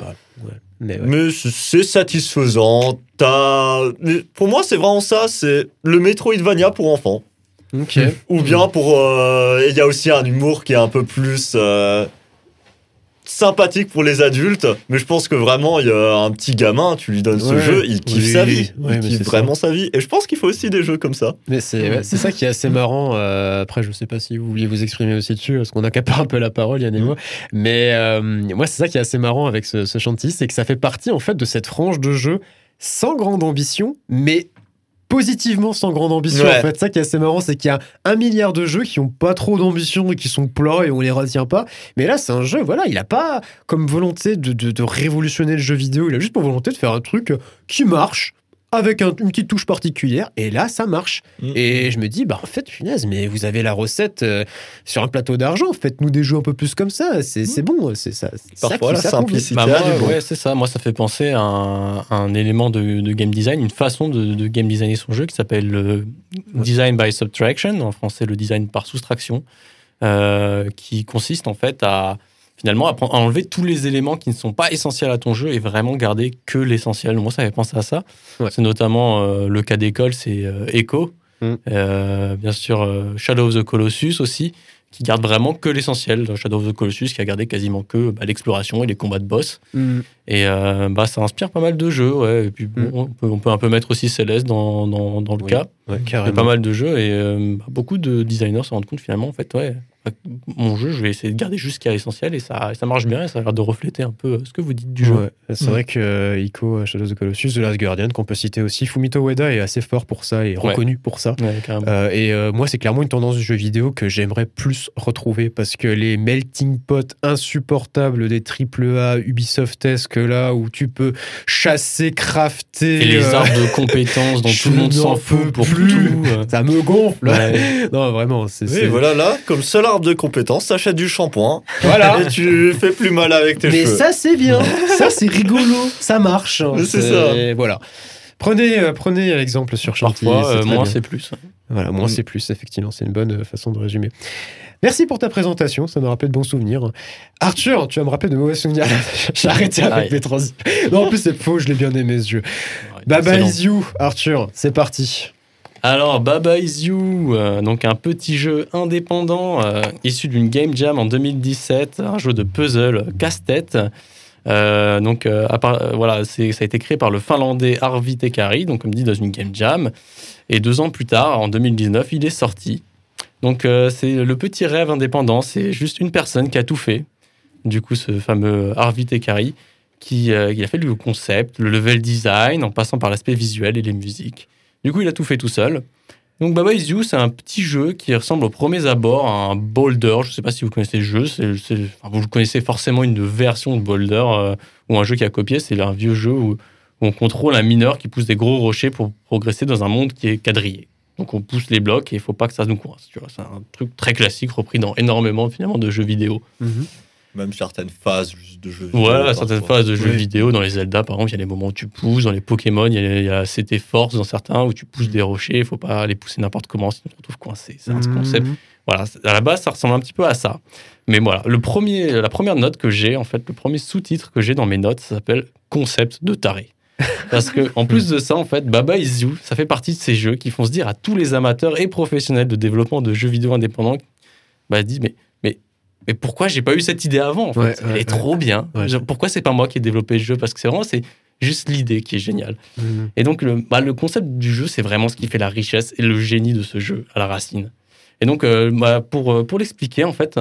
Mais c'est satisfaisant. Pour moi, c'est vraiment ça, c'est le Metroidvania pour enfants. Okay. Ou bien pour... Il y a aussi un humour qui est un peu plus... sympathique pour les adultes, mais je pense que vraiment il y a un petit gamin, tu lui donnes ce jeu, il kiffe sa vie, il kiffe vraiment sa vie, et je pense qu'il faut aussi des jeux comme ça. Mais c'est ça qui est assez marrant. Après, je sais pas si vous vouliez vous exprimer aussi dessus, parce qu'on accapare un peu la parole, Yann et moi, mais moi c'est ça qui est assez marrant avec ce chantier, c'est que ça fait partie en fait de cette frange de jeux sans grande ambition, mais positivement sans grande ambition. En fait, ça qui est assez marrant, c'est qu'il y a 1 milliard de jeux qui ont pas trop d'ambition et qui sont plats et on les retient pas. Mais là, c'est un jeu, voilà, il a pas comme volonté de révolutionner le jeu vidéo, il a juste pour volonté de faire un truc qui marche avec une petite touche particulière, et là, ça marche. Mm. Et je me dis, en fait, punaise, mais vous avez la recette sur un plateau d'argent, faites-nous des jeux un peu plus comme ça, c'est bon, c'est ça. Parfois, la simplicité Bah, a du bon. ouais, c'est ça. Moi, ça fait penser à un élément de game design, une façon de game designer son jeu qui s'appelle le design by subtraction, en français le design par soustraction, qui consiste en fait à finalement à enlever tous les éléments qui ne sont pas essentiels à ton jeu et vraiment garder que l'essentiel. Moi, ça fait penser à ça. Ouais. C'est notamment le cas d'école, c'est Echo, bien sûr Shadow of the Colossus aussi, qui garde vraiment que l'essentiel. Shadow of the Colossus qui a gardé quasiment que l'exploration et les combats de boss. Et ça inspire pas mal de jeux. Ouais. Et puis bon, on peut un peu mettre aussi Céleste dans le cas. Ouais, Il y a carrément. pas mal de jeux et beaucoup de designers se rendent compte finalement, en fait, mon jeu, je vais essayer de garder juste ce qui est essentiel et ça marche bien et ça a l'air de refléter un peu ce que vous dites du jeu. Ouais, c'est vrai que Ico, Shadow of the Colossus, The Last Guardian, qu'on peut citer aussi, Fumito Ueda est assez fort pour ça et reconnu pour ça. Ouais, carrément. Moi, c'est clairement une tendance du jeu vidéo que j'aimerais plus retrouver parce que les melting pots insupportables des AAA Ubisoftesques là où tu peux chasser, crafter. Et les arbres de compétences dont tout le monde s'en fout pour plus. tout. Ça me gonfle. Ouais. Non, vraiment. Oui, voilà, là, comme seul arbre de compétences, t'achètes du shampoing Voilà. et tu fais plus mal avec tes Mais cheveux. ça, c'est bien. Ça, c'est rigolo. Ça marche. C'est ça. Voilà. Prenez l'exemple sur Chantilly. Parfois, c'est très moins bien. c'est plus. Voilà, moins c'est plus, effectivement. C'est une bonne façon de résumer. Merci pour ta présentation, ça me rappelle de bons souvenirs. Arthur, tu vas me rappeler de mauvais souvenirs. J'ai arrêté avec Aïe. mes transitions. Non, en plus, c'est faux, je l'ai bien aimé ce jeu. Baba Excellent. is you, Arthur, c'est parti. Alors, Baba Is You, donc un petit jeu indépendant issu d'une Game Jam en 2017, un jeu de puzzle casse-tête. Voilà, ça a été créé par le Finlandais Arvi Tekari, donc comme dit dans une Game Jam. Et 2 ans plus tard, en 2019, il est sorti. Donc c'est le petit rêve indépendant, c'est juste une personne qui a tout fait. Du coup, ce fameux Arvi Tekari, il a fait le concept, le level design, en passant par l'aspect visuel et les musiques. Du coup, il a tout fait tout seul. Donc, Baba Is You, c'est un petit jeu qui ressemble au premier abord à un Boulder. Je ne sais pas si vous connaissez le jeu. Vous connaissez forcément une version de Boulder ou un jeu qui a copié. C'est un vieux jeu où on contrôle un mineur qui pousse des gros rochers pour progresser dans un monde qui est quadrillé. Donc, on pousse les blocs et il ne faut pas que ça nous coince. Tu vois, c'est un truc très classique repris dans énormément finalement de jeux vidéo. Même certaines phases juste de jeux vidéo. Ouais, certaines parfois. phases de jeux Oui. vidéo, dans les Zelda par exemple, il y a des moments où tu pousses, dans les Pokémon, il y a CT Force dans certains où tu pousses des rochers, il faut pas les pousser n'importe comment, sinon tu te retrouves coincé. C'est un concept. Voilà, à la base, ça ressemble un petit peu à ça. Mais voilà, la première note que j'ai, en fait, le premier sous-titre que j'ai dans mes notes, ça s'appelle Concept de taré. Parce que en plus de ça, en fait, Baba Is You, ça fait partie de ces jeux qui font se dire à tous les amateurs et professionnels de développement de jeux vidéo indépendants, disent mais pourquoi j'ai pas eu cette idée avant en fait. Ouais, Elle est trop bien. Ouais. Genre, pourquoi c'est pas moi qui ai développé ce jeu? Parce que c'est juste l'idée qui est géniale. Et donc le concept du jeu, c'est vraiment ce qui fait la richesse et le génie de ce jeu à la racine. Et donc pour l'expliquer en fait,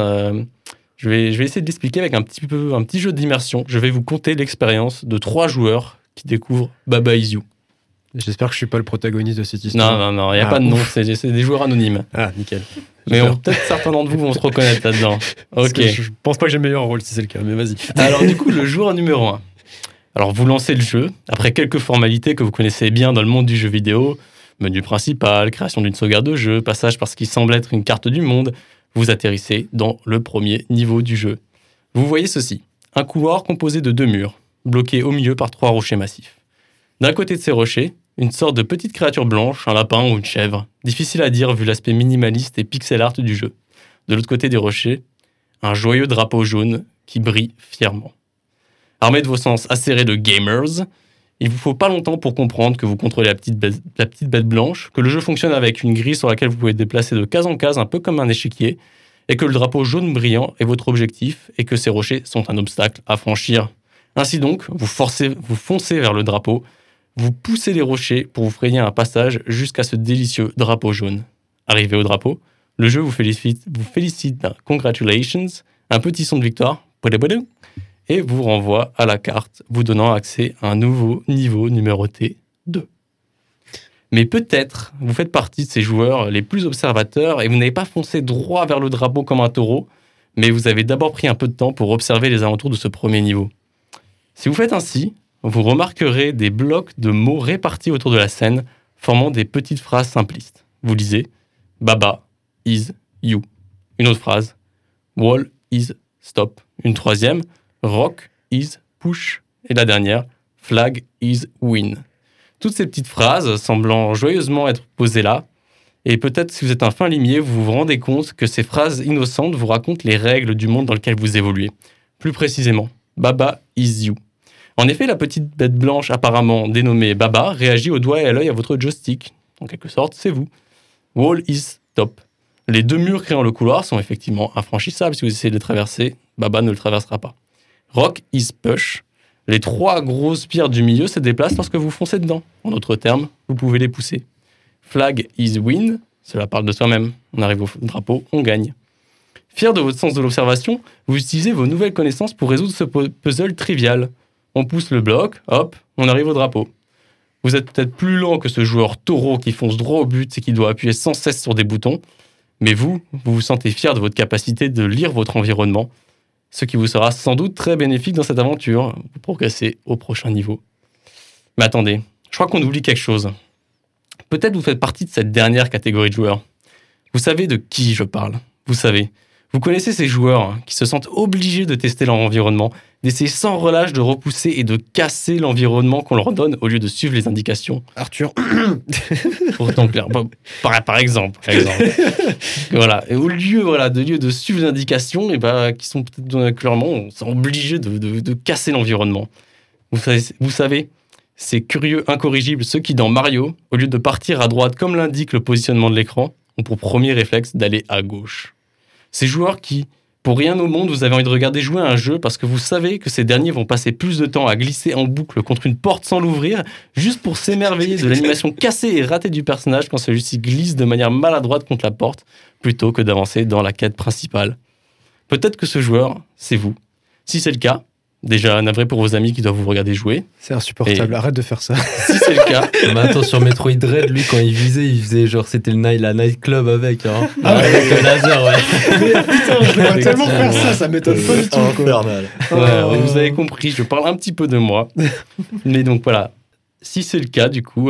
je vais essayer de l'expliquer avec un petit jeu d'immersion. Je vais vous conter l'expérience de 3 joueurs qui découvrent Baba Is You. J'espère que je suis pas le protagoniste de cette histoire. Non, il n'y a Ah, pas de nom, ouf. c'est des joueurs anonymes. Ah, nickel. Mais peut-être certains d'entre vous vont se reconnaître là-dedans. Parce Ok. que je pense pas que j'ai le meilleur rôle si c'est le cas, mais vas-y. Alors du coup, le joueur numéro 1. Alors vous lancez le jeu, après quelques formalités que vous connaissez bien dans le monde du jeu vidéo, menu principal, création d'une sauvegarde de jeu, passage par ce qui semble être une carte du monde, vous atterrissez dans le premier niveau du jeu. Vous voyez ceci, un couloir composé de 2 murs, bloqué au milieu par 3 rochers massifs. D'un côté de ces rochers, une sorte de petite créature blanche, un lapin ou une chèvre, difficile à dire vu l'aspect minimaliste et pixel art du jeu. De l'autre côté des rochers, un joyeux drapeau jaune qui brille fièrement. Armé de vos sens acérés de gamers, il vous faut pas longtemps pour comprendre que vous contrôlez la petite bête blanche, que le jeu fonctionne avec une grille sur laquelle vous pouvez déplacer de case en case un peu comme un échiquier, et que le drapeau jaune brillant est votre objectif et que ces rochers sont un obstacle à franchir. Ainsi donc, vous foncez vers le drapeau, vous poussez les rochers pour vous frayer un passage jusqu'à ce délicieux drapeau jaune. Arrivé au drapeau, le jeu vous félicite d'un congratulations, un petit son de victoire, et vous renvoie à la carte, vous donnant accès à un nouveau niveau numéroté 2. Mais peut-être, vous faites partie de ces joueurs les plus observateurs et vous n'avez pas foncé droit vers le drapeau comme un taureau, mais vous avez d'abord pris un peu de temps pour observer les alentours de ce premier niveau. Si vous faites ainsi, vous remarquerez des blocs de mots répartis autour de la scène, formant des petites phrases simplistes. Vous lisez « Baba is you ». Une autre phrase « Wall is stop ». Une troisième « Rock is push ». Et la dernière « Flag is win ». Toutes ces petites phrases semblant joyeusement être posées là, et peut-être si vous êtes un fin limier, vous vous rendez compte que ces phrases innocentes vous racontent les règles du monde dans lequel vous évoluez. Plus précisément, Baba is you. En effet, la petite bête blanche apparemment dénommée Baba réagit au doigt et à l'œil à votre joystick. En quelque sorte, c'est vous. Wall is stop. Les deux murs créant le couloir sont effectivement infranchissables. Si vous essayez de les traverser, Baba ne le traversera pas. Rock is push. Les trois grosses pierres du milieu se déplacent lorsque vous foncez dedans. En d'autres termes, vous pouvez les pousser. Flag is win. Cela parle de soi-même. On arrive au drapeau, on gagne. Fier de votre sens de l'observation, vous utilisez vos nouvelles connaissances pour résoudre ce puzzle trivial. On pousse le bloc, hop, on arrive au drapeau. Vous êtes peut-être plus lent que ce joueur taureau qui fonce droit au but et qui doit appuyer sans cesse sur des boutons, mais vous vous sentez fier de votre capacité de lire votre environnement, ce qui vous sera sans doute très bénéfique dans cette aventure. Vous progressez au prochain niveau. Mais attendez, je crois qu'on oublie quelque chose. Peut-être vous faites partie de cette dernière catégorie de joueurs. Vous savez de qui je parle. Vous connaissez ces joueurs qui se sentent obligés de tester leur environnement, d'essayer sans relâche de repousser et de casser l'environnement qu'on leur donne au lieu de suivre les indications. Arthur. Pourtant clair. Par exemple. Voilà. Et au lieu de suivre les indications, qui sont peut-être clairement, on s'est obligé de casser l'environnement. Vous savez, ces curieux incorrigibles, ceux qui dans Mario, au lieu de partir à droite comme l'indique le positionnement de l'écran, ont pour premier réflexe d'aller à gauche. Ces joueurs qui, pour rien au monde, vous avez envie de regarder jouer à un jeu parce que vous savez que ces derniers vont passer plus de temps à glisser en boucle contre une porte sans l'ouvrir, juste pour s'émerveiller de l'animation cassée et ratée du personnage quand celui-ci glisse de manière maladroite contre la porte, plutôt que d'avancer dans la quête principale. Peut-être que ce joueur, c'est vous. Si c'est le cas, déjà navré pour vos amis qui doivent vous regarder jouer. C'est insupportable, arrête de faire ça. Si c'est le cas... Mais attends, sur Metroid Dread, lui, quand il faisait genre, c'était la nightclub avec, hein. Avec le laser, ouais. Mais putain, je le vois tellement faire ça m'étonne pas du tout. Infernal. Ouais, vous avez compris, je parle un petit peu de moi. Mais donc voilà, si c'est le cas, du coup,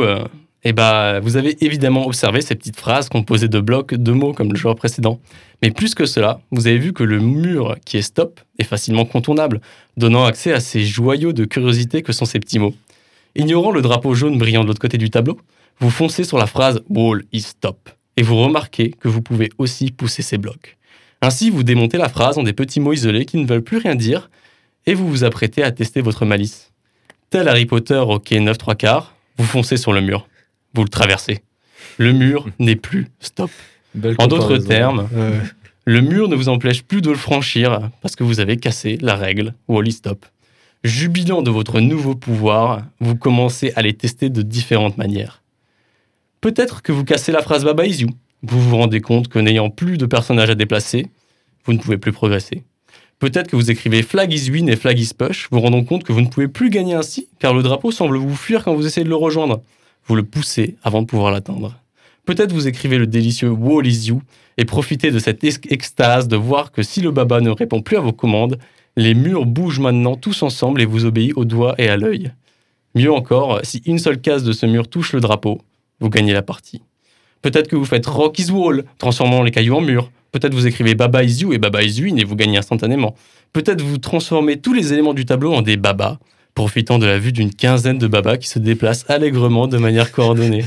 vous avez évidemment observé ces petites phrases composées de blocs de mots comme le joueur précédent. Mais plus que cela, vous avez vu que le mur qui est stop est facilement contournable, donnant accès à ces joyaux de curiosité que sont ces petits mots. Ignorant le drapeau jaune brillant de l'autre côté du tableau, vous foncez sur la phrase « Wall is stop » et vous remarquez que vous pouvez aussi pousser ces blocs. Ainsi, vous démontez la phrase en des petits mots isolés qui ne veulent plus rien dire et vous vous apprêtez à tester votre malice. Tel Harry Potter au quai 9/3, vous foncez sur le mur. Vous le traversez. Le mur n'est plus stop. En d'autres termes, le mur ne vous empêche plus de le franchir parce que vous avez cassé la règle Wall is stop. Jubilant de votre nouveau pouvoir, vous commencez à les tester de différentes manières. Peut-être que vous cassez la phrase Baba is you. Vous vous rendez compte que n'ayant plus de personnages à déplacer, vous ne pouvez plus progresser. Peut-être que vous écrivez Flag is win et Flag is push, vous rendant compte que vous ne pouvez plus gagner ainsi car le drapeau semble vous fuir quand vous essayez de le rejoindre. Vous le poussez avant de pouvoir l'atteindre. Peut-être vous écrivez le délicieux Wall is you et profitez de cette extase de voir que si le Baba ne répond plus à vos commandes, les murs bougent maintenant tous ensemble et vous obéissent au doigt et à l'œil. Mieux encore, si une seule case de ce mur touche le drapeau, vous gagnez la partie. Peut-être que vous faites Rock is wall, transformant les cailloux en murs. Peut-être vous écrivez Baba is you et Baba is win et vous gagnez instantanément. Peut-être vous transformez tous les éléments du tableau en des babas, profitant de la vue d'une quinzaine de babas qui se déplacent allègrement de manière coordonnée.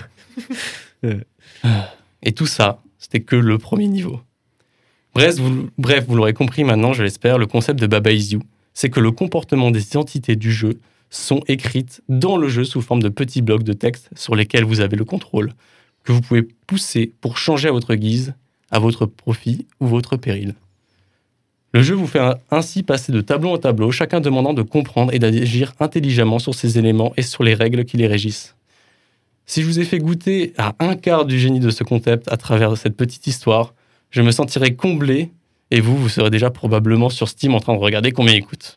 Et tout ça, c'était que le premier niveau. Bref, vous l'aurez compris maintenant, je l'espère, le concept de Baba is you, c'est que le comportement des entités du jeu sont écrites dans le jeu sous forme de petits blocs de texte sur lesquels vous avez le contrôle, que vous pouvez pousser pour changer à votre guise, à votre profit ou votre péril. Le jeu vous fait ainsi passer de tableau en tableau, chacun demandant de comprendre et d'agir intelligemment sur ces éléments et sur les règles qui les régissent. Si je vous ai fait goûter à un quart du génie de ce concept à travers cette petite histoire, je me sentirai comblé et vous serez déjà probablement sur Steam en train de regarder combien il coûte.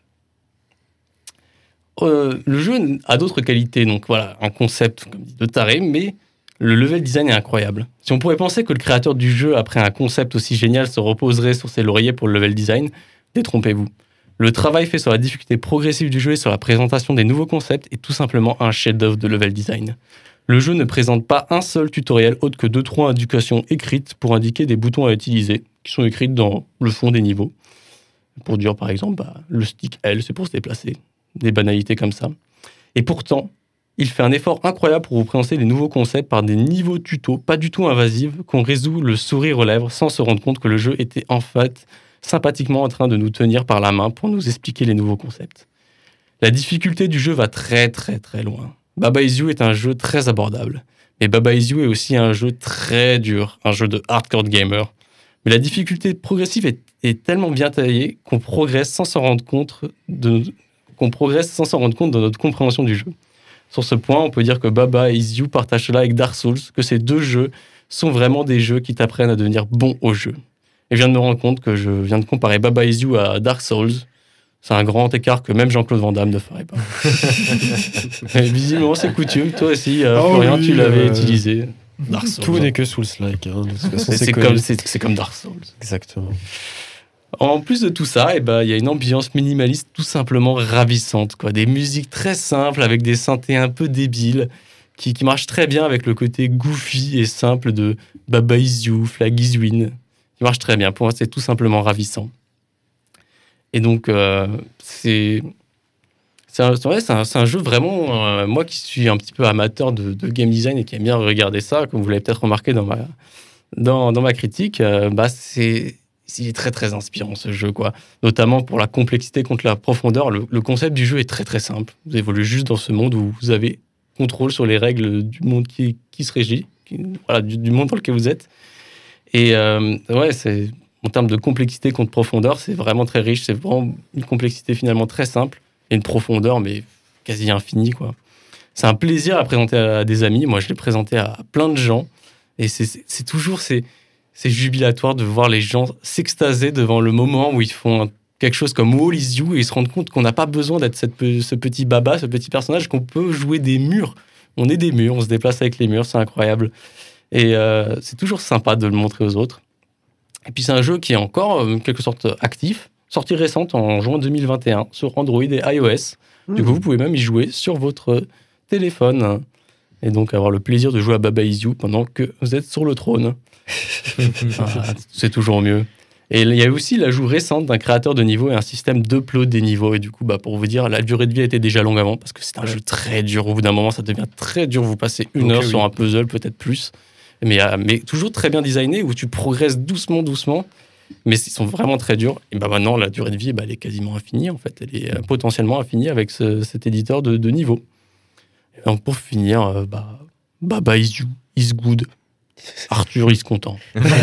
Le jeu a d'autres qualités, donc voilà, un concept comme dit de taré, mais le level design est incroyable. Si on pourrait penser que le créateur du jeu, après un concept aussi génial, se reposerait sur ses lauriers pour le level design, détrompez-vous. Le travail fait sur la difficulté progressive du jeu et sur la présentation des nouveaux concepts est tout simplement un chef-d'œuvre de level design. Le jeu ne présente pas un seul tutoriel autre que 2-3 indications écrites pour indiquer des boutons à utiliser, qui sont écrites dans le fond des niveaux. Pour dire par exemple, le stick L, c'est pour se déplacer. Des banalités comme ça. Et pourtant, il fait un effort incroyable pour vous présenter les nouveaux concepts par des niveaux tuto pas du tout invasifs qu'on résout le sourire aux lèvres sans se rendre compte que le jeu était en fait sympathiquement en train de nous tenir par la main pour nous expliquer les nouveaux concepts. La difficulté du jeu va très très très loin. Baba Is You est un jeu très abordable. Mais Baba Is You est aussi un jeu très dur, un jeu de hardcore gamer. Mais la difficulté progressive est tellement bien taillée qu'on progresse sans s'en rendre compte de notre compréhension du jeu. Sur ce point, on peut dire que Baba Is You partage cela avec Dark Souls, que ces deux jeux sont vraiment des jeux qui t'apprennent à devenir bon au jeu. Et je viens de me rendre compte que je viens de comparer Baba Is You à Dark Souls. C'est un grand écart que même Jean-Claude Van Damme ne ferait pas. Et visiblement, c'est coutume. Toi aussi, Florian, tu l'avais utilisé. Dark Souls. Tout n'est que Souls-like. Hein. De toute façon, c'est comme Dark Souls. Exactement. En plus de tout ça, il y a une ambiance minimaliste tout simplement ravissante, quoi. Des musiques très simples avec des synthés un peu débiles qui marchent très bien avec le côté goofy et simple de Baba Is You, Flag Is Win. Qui marche très bien. Pour moi, c'est tout simplement ravissant. Et donc, c'est un jeu vraiment... moi qui suis un petit peu amateur de game design et qui aime bien regarder ça, comme vous l'avez peut-être remarqué dans ma critique, il est très très inspirant ce jeu, quoi. Notamment pour la complexité contre la profondeur. Le concept du jeu est très très simple. Vous évoluez juste dans ce monde où vous avez contrôle sur les règles du monde qui se régit, du monde dans lequel vous êtes. Et en termes de complexité contre profondeur, c'est vraiment très riche. C'est vraiment une complexité finalement très simple et une profondeur mais quasi infinie, quoi. C'est un plaisir à présenter à des amis. Moi, je l'ai présenté à plein de gens et c'est toujours c'est jubilatoire de voir les gens s'extaser devant le moment où ils font quelque chose comme Wall Is You et ils se rendent compte qu'on n'a pas besoin d'être ce petit baba, ce petit personnage, qu'on peut jouer des murs. On est des murs, on se déplace avec les murs, c'est incroyable. Et c'est toujours sympa de le montrer aux autres. Et puis c'est un jeu qui est encore, en quelque sorte, actif, sortie récente en juin 2021 sur Android et iOS. Du coup, vous pouvez même y jouer sur votre téléphone et donc avoir le plaisir de jouer à Baba Is You pendant que vous êtes sur le trône. C'est toujours mieux. Et il y a aussi l'ajout récente d'un créateur de niveau et un système d'upload des niveaux. Et du coup, pour vous dire, la durée de vie était déjà longue avant parce que c'est un jeu très dur. Au bout d'un moment, ça devient très dur. Vous passez une heure sur un puzzle, peut-être plus. Mais toujours très bien designé où tu progresses doucement. Mais ils sont vraiment très durs. Et maintenant, la durée de vie, elle est quasiment infinie. En fait, elle est potentiellement infinie avec cet éditeur de niveau. Et donc, pour finir, Baba Is You, is good. Arthur is content.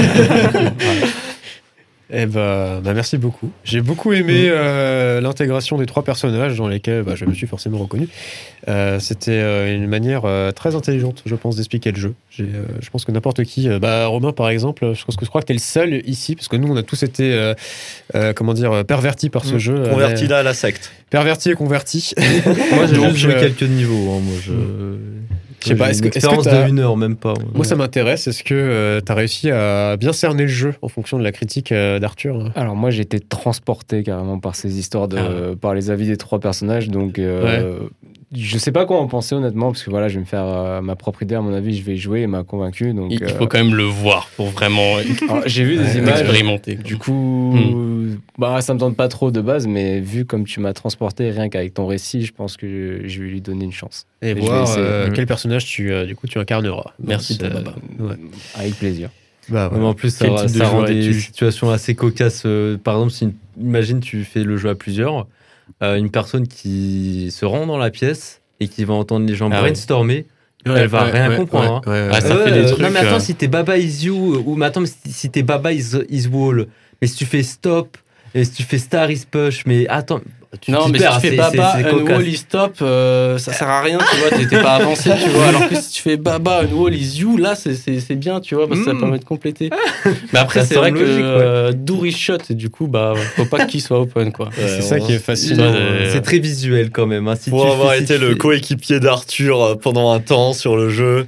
Merci beaucoup. J'ai beaucoup aimé l'intégration des trois personnages dans lesquels je me suis forcément reconnu. C'était une manière très intelligente, je pense, d'expliquer le jeu. Je pense que n'importe qui... Romain, par exemple, je crois que tu es le seul ici, parce que nous, on a tous été pervertis par ce jeu. Convertis là à la secte. Pervertis et convertis. Moi, j'ai juste joué quelques niveaux. Moi, je sais pas, est-ce que de 1 heure, même pas. Moi, ça m'intéresse. Est-ce que tu as réussi à bien cerner le jeu en fonction de la critique d'Arthur? Alors, moi, j'ai été transporté carrément par ces histoires par les avis des trois personnages. Donc, je sais pas quoi en penser, honnêtement, parce que je vais me faire ma propre idée. À mon avis, je vais y jouer et m'a convaincu. Donc, il faut quand même le voir pour vraiment j'ai vu des images expérimenter. Du coup, ça me tente pas trop de base, mais vu comme tu m'as transporté rien qu'avec ton récit, je pense que je vais lui donner une chance. Et voir quel personnage tu incarneras. Merci de Baba. Avec plaisir. En plus, ça rend des situations assez cocasses. Par exemple, imagine tu fais le jeu à plusieurs, une personne qui se rend dans la pièce et qui va entendre les gens brainstormer. Elle va rien comprendre. Ça fait des trucs. Non, mais attends, si t'es Baba Is You, ou mais attends, si t'es Baba is Wall, mais si tu fais Stop, et si tu fais Star is Push, mais attends. Mais si tu fais Baba Wall is Stop, ça sert à rien, tu vois, t'es pas avancé, tu vois. Alors que si tu fais Baba Wall is You, là, c'est bien, tu vois, parce que ça permet de compléter. Mais après, c'est vrai que Door is Shut, et du coup, faut pas qu'il soit open, quoi. C'est ça qui est fascinant. C'est très visuel quand même. Pour avoir été le coéquipier d'Arthur pendant un temps sur le jeu,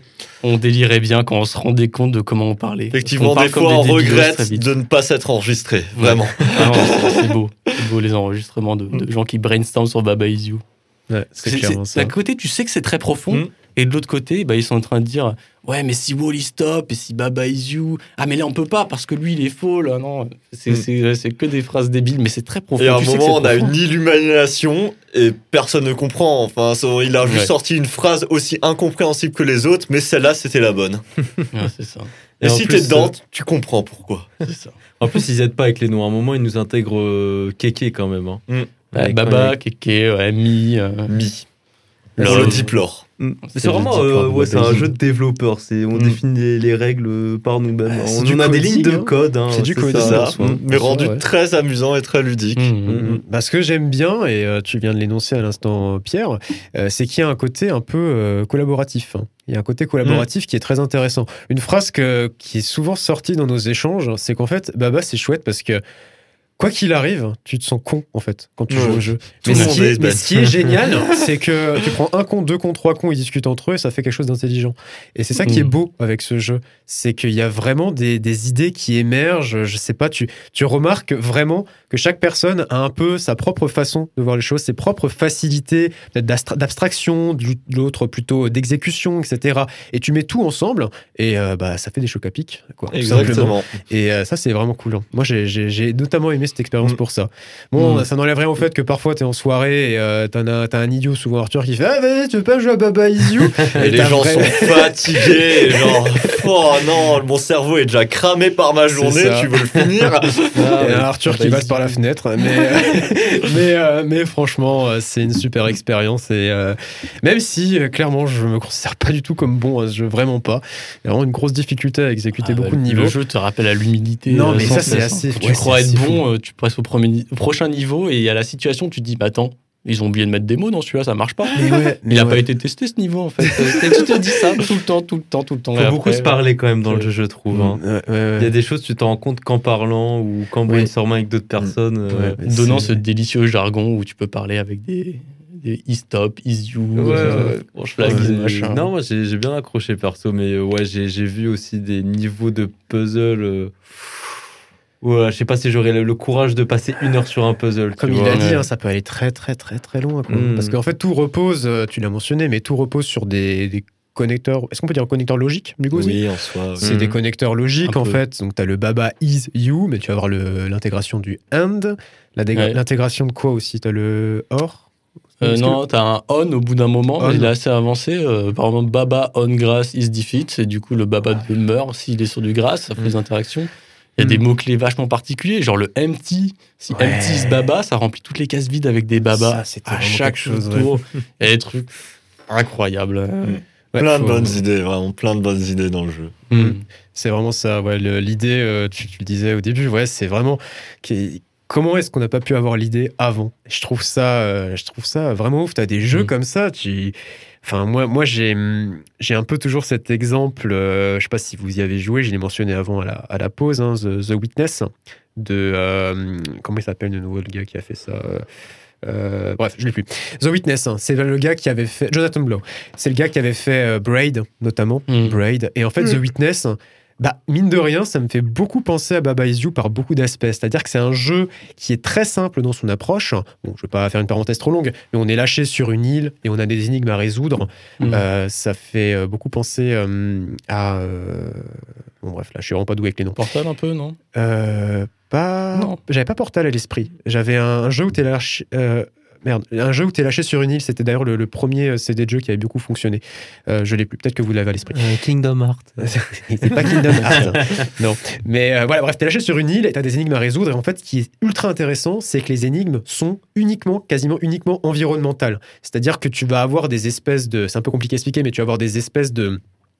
On délirait bien quand on se rendait compte de comment on parlait. Effectivement, Parce des qu'on fois, parle on comme des débilos très regrette vite. de ne pas s'être enregistré. Vraiment. Ah non, c'est beau. C'est beau les enregistrements de gens qui brainstorment sur Baba Is You. Ouais, c'est clairement ça. D'un côté, tu sais que c'est très profond, Mm. et de l'autre côté, bah, ils sont en train de dire ouais, mais si Wall-E stop et si Baba Is You, ah mais là on peut pas parce que lui il est faux là, non. C'est que des phrases débiles, mais c'est très profond. Et à un Tu sais que moment, c'est on a profond. une illumination et personne ne comprend. Enfin, il a juste Ouais. sorti une phrase aussi incompréhensible que les autres, mais celle-là, c'était la bonne. Ouais, c'est ça. Et, en si plus, t'es dedans, tu comprends pourquoi. C'est ça. En plus, ils aident pas avec les noms. À un moment, ils nous intègrent Kéké quand même. Hein. Mm. Avec- Baba, Kéké, Mi. Mi. Le- Pour le diplore. C'est vraiment c'est un jeu de développeur. On définit les règles par nous-mêmes. Ah, c'est On du a des coding, lignes de hein. code. Hein, C'est du coding, Ça, en soi. mais En soi, rendu ouais. très amusant et très ludique. Bah, ce que j'aime bien, et tu viens de l'énoncer à l'instant, Pierre, c'est qu'il y a un côté un peu collaboratif. Hein. Il y a un côté collaboratif qui est très intéressant. Une phrase qui est souvent sortie dans nos échanges, c'est qu'en fait, Baba, c'est chouette parce que quoi qu'il arrive, tu te sens con, en fait, quand tu Ouais. joues au jeu. Tout Mais le ce monde qui est est, mais bête. ce qui est génial, c'est que tu prends un con, deux cons, trois cons, ils discutent entre eux et ça fait quelque chose d'intelligent. Et c'est ça qui est beau avec ce jeu. C'est qu'il y a vraiment des idées qui émergent. Je sais pas, tu remarques vraiment que chaque personne a un peu sa propre façon de voir les choses, ses propres facilités, peut-être d'abstraction, de l'autre plutôt d'exécution, etc. Et tu mets tout ensemble et bah, ça fait des chocs à pic, quoi. tout simplement. Exactement. Et ça, c'est vraiment cool. Hein. Moi, j'ai notamment aimé cette expérience pour ça. Bon, ça n'enlève rien au fait que parfois, t'es en soirée et t'as un idiot, souvent Arthur, qui fait « Ah, vas-y, tu veux pas jouer à Baba Is You ?» Et les t'as gens vrai- sont fatigués, genre, oh non, mon cerveau est déjà cramé par ma journée, ça. tu veux le finir? Et un Arthur qui passe par la fenêtre. Mais franchement, c'est une super expérience. Et même si, clairement, je me considère pas du tout comme bon à ce jeu, vraiment pas. Il y a vraiment une grosse difficulté à exécuter beaucoup de niveaux. Le jeu te rappelle à l'humilité. Non, mais sans ça, c'est cesse, assez- hein. Tu ouais, crois c'est être assez bon, tu passes au prochain niveau et à la situation, tu te dis, bah attends, ils ont oublié de mettre des mots dans celui-là, ça marche pas. Mais ouais, Il a pas été testé ce niveau en fait. Et tu te dis ça tout le temps. Il Et faut beaucoup après, se parler quand même dans le jeu, je trouve. Hein. Il y a des choses, tu t'en rends compte qu'en parlant ou qu'en brainstormant avec d'autres personnes. donnant ce délicieux jargon où tu peux parler avec des e-stop, is-you, flag, machin. Non, moi j'ai bien accroché perso, mais ouais, j'ai vu aussi des niveaux de puzzle. Ouais, je sais pas si j'aurais le courage de passer 1 heure sur un puzzle. Comme tu il vois. a dit, Ouais. hein, ça peut aller très très très très loin. Quoi. Mm. Parce qu'en fait, tout repose, tu l'as mentionné, mais tout repose sur des connecteurs. Est-ce qu'on peut dire connecteurs logiques, du coup aussi Oui, en soi. oui. C'est des connecteurs logiques Un en peu. fait. Donc tu as le Baba Is You, mais tu vas avoir l'intégration du AND. Ouais. L'intégration de quoi aussi? Tu as le OR? Est-ce Non, t'as un on au bout d'un moment, On. il est assez avancé. Par exemple, Baba on grass is defeat, c'est du coup le Baba meurt s'il est sur du grass, ça fait des interactions. Il y a des mots-clés vachement particuliers, genre le empty. Si Ouais. empty is Baba, ça remplit toutes les cases vides avec des babas Ça, c'était à vraiment chaque quelque chose, tour. Il y a des trucs incroyables. Ouais, Plein de faut- bonnes idées, vraiment plein de bonnes idées dans le jeu. C'est vraiment ça. Ouais, l'idée, tu le disais au début, ouais, c'est vraiment comment est-ce qu'on n'a pas pu avoir l'idée avant. Je trouve ça vraiment ouf. Tu as des jeux comme ça. Enfin, moi j'ai un peu toujours cet exemple. Je sais pas si vous y avez joué. Je l'ai mentionné avant à la pause. Hein, The Witness de comment il s'appelle de nouveau le gars qui a fait ça. Bref, je l'ai plus. The Witness, hein, c'est le gars qui avait fait Jonathan Blow. C'est le gars qui avait fait Braid notamment. Braid. Et en fait, The Witness. Bah, mine de rien, ça me fait beaucoup penser à Baba Is You par beaucoup d'aspects. C'est-à-dire que c'est un jeu qui est très simple dans son approche. Bon, je ne vais pas faire une parenthèse trop longue, mais on est lâché sur une île et on a des énigmes à résoudre. Ça fait beaucoup penser à... Bon, bref, là, je suis vraiment pas doué avec les noms. Portal un peu, non? Non. J'avais pas Portal à l'esprit. J'avais un jeu où t'es lâché... un jeu où t'es lâché sur une île, c'était d'ailleurs le premier CD de jeu qui avait beaucoup fonctionné. Je l'ai plus, peut-être que vous l'avez à l'esprit. Kingdom Hearts. C'est pas Kingdom Hearts. Non. Mais voilà, bref, t'es lâché sur une île et t'as des énigmes à résoudre. Et en fait, ce qui est ultra intéressant, c'est que les énigmes sont quasiment uniquement environnementales. C'est-à-dire que tu vas avoir des espèces de... C'est un peu compliqué à expliquer, mais tu vas avoir des espèces de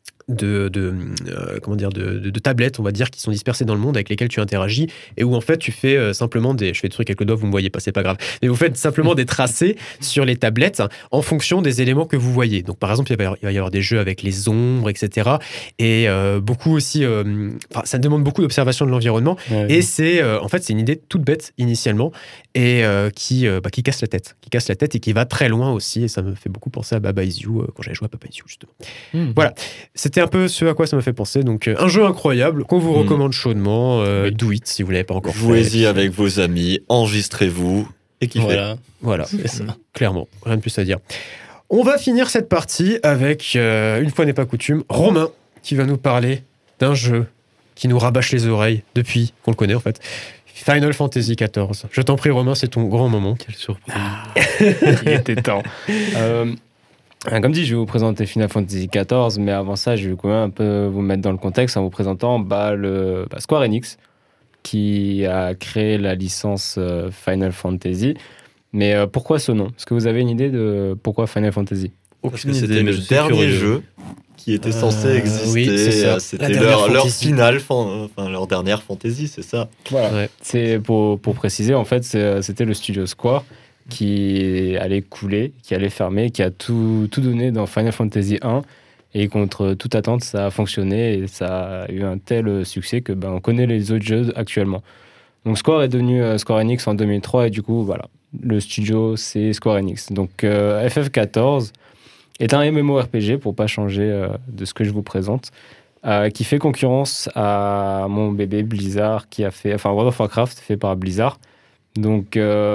tablettes, on va dire, qui sont dispersées dans le monde avec lesquelles tu interagis et où en fait tu fais simplement je fais des trucs avec le doigt, vous me voyez pas, c'est pas grave, mais vous faites simplement des tracés sur les tablettes en fonction des éléments que vous voyez. Donc par exemple, il va y avoir des jeux avec les ombres, etc. Et beaucoup aussi, ça demande beaucoup d'observation de l'environnement. Et c'est en fait, c'est une idée toute bête initialement et qui casse la tête et qui va très loin aussi. Et ça me fait beaucoup penser à Baba Is You quand j'avais joué à Baba Is You justement. Voilà. C'était c'était un peu ce à quoi ça m'a fait penser. Donc, un jeu incroyable qu'on vous recommande chaudement. Do it si vous l'avez pas encore fait. Jouez-y avec vos amis, enregistrez-vous et kiffez. Voilà, clairement, rien de plus à dire. On va finir cette partie avec, une fois n'est pas coutume, Romain qui va nous parler d'un jeu qui nous rabâche les oreilles depuis qu'on le connaît en fait. Final Fantasy XIV. Je t'en prie Romain, c'est ton grand moment. Quelle surprise. Il était temps. Comme dit, je vais vous présenter Final Fantasy XIV, mais avant ça, je vais quand même un peu vous mettre dans le contexte en vous présentant Square Enix, qui a créé la licence Final Fantasy. Mais pourquoi ce nom ? Est-ce que vous avez une idée de pourquoi Final Fantasy ? Parce que c'était le dernier jeu qui était censé exister. Oui, c'est ça. C'était La leur finale, leur dernière fantasy, c'est ça. Voilà. Ouais. C'est pour préciser, en fait, c'était le studio Square qui allait couler, qui allait fermer, qui a tout donné dans Final Fantasy 1. Et contre toute attente, ça a fonctionné et ça a eu un tel succès que on connaît les autres jeux actuellement. Donc Square est devenu Square Enix en 2003 et du coup, voilà, le studio, c'est Square Enix. Donc FF14 est un MMORPG, pour pas changer de ce que je vous présente, qui fait concurrence à mon bébé Blizzard, World of Warcraft, fait par Blizzard. Donc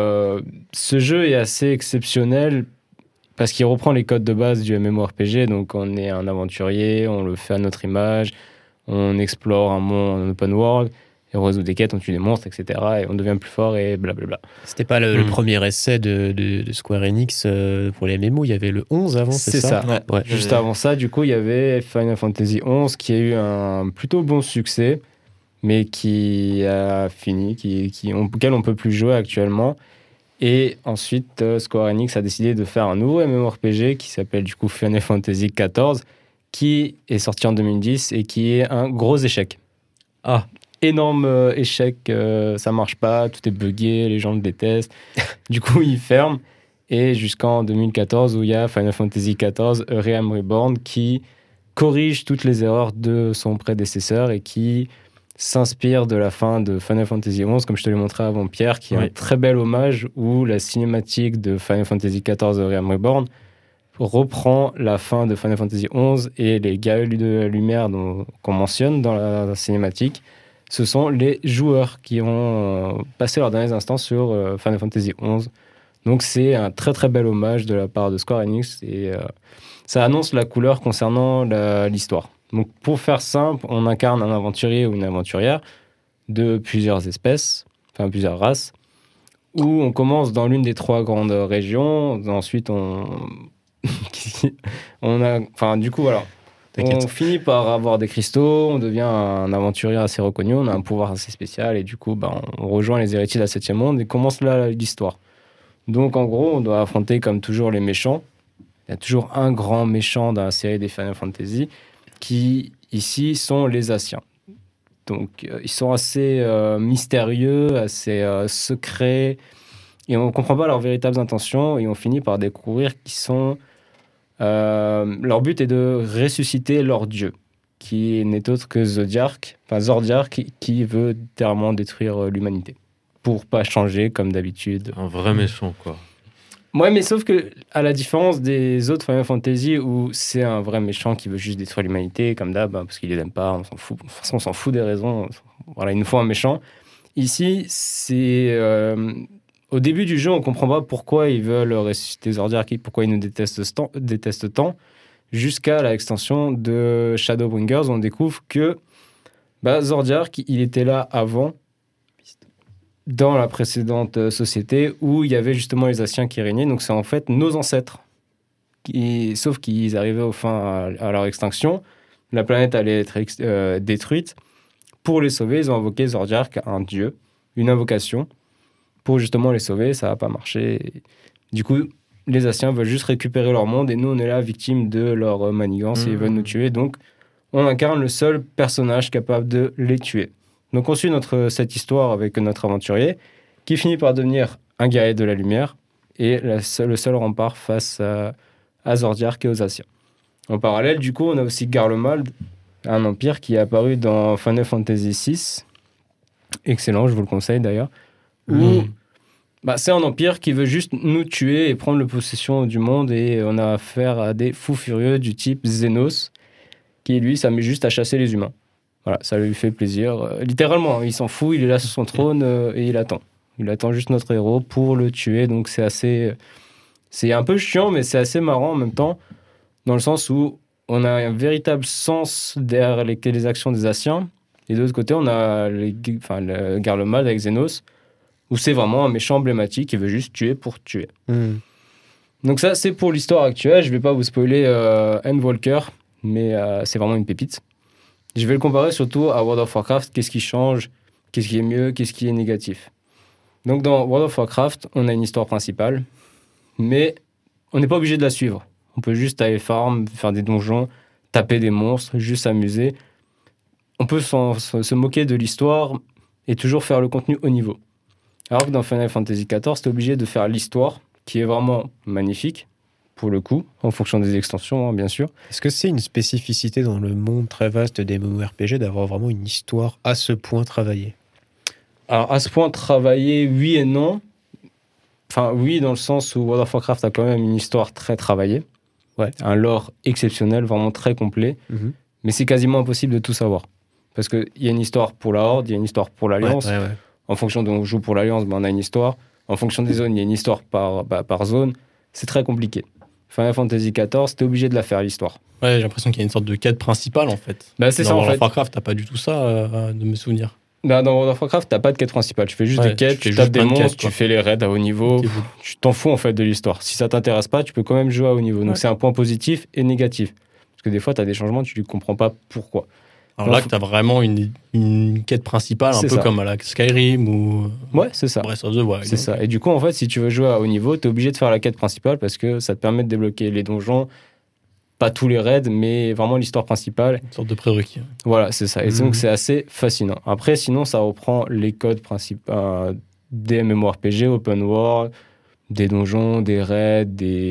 ce jeu est assez exceptionnel parce qu'il reprend les codes de base du MMORPG. Donc on est un aventurier, on le fait à notre image, on explore un monde en open world, et on résout des quêtes, on tue des monstres, etc. Et on devient plus fort et blablabla. C'était pas le premier essai de Square Enix pour les MMO, il y avait le 11 avant, c'est ça? Ouais. Juste avant ça, du coup, il y avait Final Fantasy 11 qui a eu un plutôt bon succès, mais qui a fini, auquel on peut plus jouer actuellement. Et ensuite, Square Enix a décidé de faire un nouveau MMORPG qui s'appelle du coup Final Fantasy XIV, qui est sorti en 2010 et qui est un gros échec. Énorme échec, ça marche pas, tout est buggé, les gens le détestent. Du coup, il ferme. Et jusqu'en 2014, où il y a Final Fantasy XIV, A Realm Reborn, qui corrige toutes les erreurs de son prédécesseur et qui s'inspire de la fin de Final Fantasy XI, comme je te l'ai montré avant, Pierre, qui est un très bel hommage où la cinématique de Final Fantasy XIV, A Realm Reborn, reprend la fin de Final Fantasy XI et les guerriers de la lumière qu'on mentionne dans la cinématique. Ce sont les joueurs qui ont passé leurs derniers instants sur Final Fantasy XI. Donc c'est un très très bel hommage de la part de Square Enix et ça annonce la couleur concernant l'histoire. Donc pour faire simple, on incarne un aventurier ou une aventurière de plusieurs espèces, enfin plusieurs races, où on commence dans l'une des 3 grandes régions. Ensuite du coup voilà. T'inquiète. On finit par avoir des cristaux, on devient un aventurier assez reconnu, on a un pouvoir assez spécial et du coup, on rejoint les héritiers de la 7e monde et commence là l'histoire. Donc en gros, on doit affronter comme toujours les méchants. Il y a toujours un grand méchant dans la série des Final Fantasy qui, ici, sont les Asciens. Donc ils sont assez mystérieux, assez secrets et on ne comprend pas leurs véritables intentions et on finit par découvrir qu'ils sont... leur but est de ressusciter leur dieu, qui n'est autre que Zordiark, qui veut littéralement détruire l'humanité, pour pas changer comme d'habitude. Un vrai méchant, quoi. Ouais, mais sauf que, à la différence des autres Final Fantasy, où c'est un vrai méchant qui veut juste détruire l'humanité, comme d'hab, parce qu'il les aime pas, on s'en fout. De toute façon, on s'en fout des raisons. Voilà, il nous faut un méchant. Ici, c'est... au début du jeu, on ne comprend pas pourquoi ils veulent ressusciter Zordiark, pourquoi ils nous détestent tant, jusqu'à l'extension de Shadowbringers, on découvre que Zordiark, il était là avant, dans la précédente société, où il y avait justement les Asciens qui régnaient. Donc c'est en fait nos ancêtres. Sauf qu'ils arrivaient au fin à leur extinction. La planète allait être détruite. Pour les sauver, ils ont invoqué Zordiark, un dieu, une invocation, pour justement les sauver. Ça n'a pas marché. Du coup, les Asciens veulent juste récupérer leur monde et nous, on est là, victimes de leur manigance et ils veulent nous tuer. Donc, on incarne le seul personnage capable de les tuer. Donc, on suit cette histoire avec notre aventurier qui finit par devenir un guerrier de la lumière et le seul rempart face à Zordiark et aux Asciens. En parallèle, du coup, on a aussi Garlemald, un empire qui est apparu dans Final Fantasy VI. Excellent, je vous le conseille d'ailleurs. Où c'est un empire qui veut juste nous tuer et prendre la possession du monde et on a affaire à des fous furieux du type Xenos qui lui s'amuse juste à chasser les humains. Voilà, ça lui fait plaisir. Littéralement, il s'en fout, il est là sur son trône et il attend. Il attend juste notre héros pour le tuer. Donc c'est un peu chiant, mais c'est assez marrant en même temps, dans le sens où on a un véritable sens derrière les actions des Asiens. Et de l'autre côté, on a le Garlemald avec Xenos, où c'est vraiment un méchant emblématique qui veut juste tuer pour tuer. Donc ça, c'est pour l'histoire actuelle. Je ne vais pas vous spoiler Endwalker, mais c'est vraiment une pépite. Je vais le comparer surtout à World of Warcraft. Qu'est-ce qui change? Qu'est-ce qui est mieux? Qu'est-ce qui est négatif? Donc dans World of Warcraft, on a une histoire principale, mais on n'est pas obligé de la suivre. On peut juste aller farm, faire des donjons, taper des monstres, juste s'amuser. On peut se moquer de l'histoire et toujours faire le contenu au niveau. Alors que dans Final Fantasy XIV, t'es obligé de faire l'histoire, qui est vraiment magnifique, pour le coup, en fonction des extensions, hein, bien sûr. Est-ce que c'est une spécificité dans le monde très vaste des MMORPG d'avoir vraiment une histoire à ce point travaillée? Alors, à ce point travaillée, oui et non. Enfin, oui, dans le sens où World of Warcraft a quand même une histoire très travaillée. Ouais. Un lore exceptionnel, vraiment très complet. Mais c'est quasiment impossible de tout savoir. Parce qu'il y a une histoire pour la Horde, il y a une histoire pour l'Alliance. Ouais. En fonction de on joue pour l'Alliance, on a une histoire. En fonction des zones, il y a une histoire par zone. C'est très compliqué. Final Fantasy XIV, t'es obligé de la faire, l'histoire. Ouais, j'ai l'impression qu'il y a une sorte de quête principale, en fait. Bah, c'est Dans ça, en World fait. of Warcraft, t'as pas du tout ça, de me souvenir. Bah, dans World of Warcraft, t'as pas de quête principale. Tu fais juste Ouais, des quêtes, tu fais tu tapes juste des plein de monstres, quêtes, quoi. tu fais les raids à haut niveau. Ok. Tu t'en fous, en fait, de l'histoire. Si ça t'intéresse pas, tu peux quand même jouer à haut niveau. Donc, Ouais. c'est un point positif et négatif. Parce que des fois, t'as des changements, tu ne comprends pas pourquoi. Alors là, que t'as vraiment une quête principale, un C'est peu ça. comme à la Skyrim ou Ouais, c'est ça. Breath of the Wild. C'est ça. Et du coup, en fait, si tu veux jouer à haut niveau, tu es obligé de faire la quête principale parce que ça te permet de débloquer les donjons, pas tous les raids, mais vraiment l'histoire principale. Une sorte de prérequis. Voilà, c'est ça. Et Mhm. donc, c'est assez fascinant. Après, sinon, ça reprend les codes principaux des MMORPG, open world, des donjons, des raids,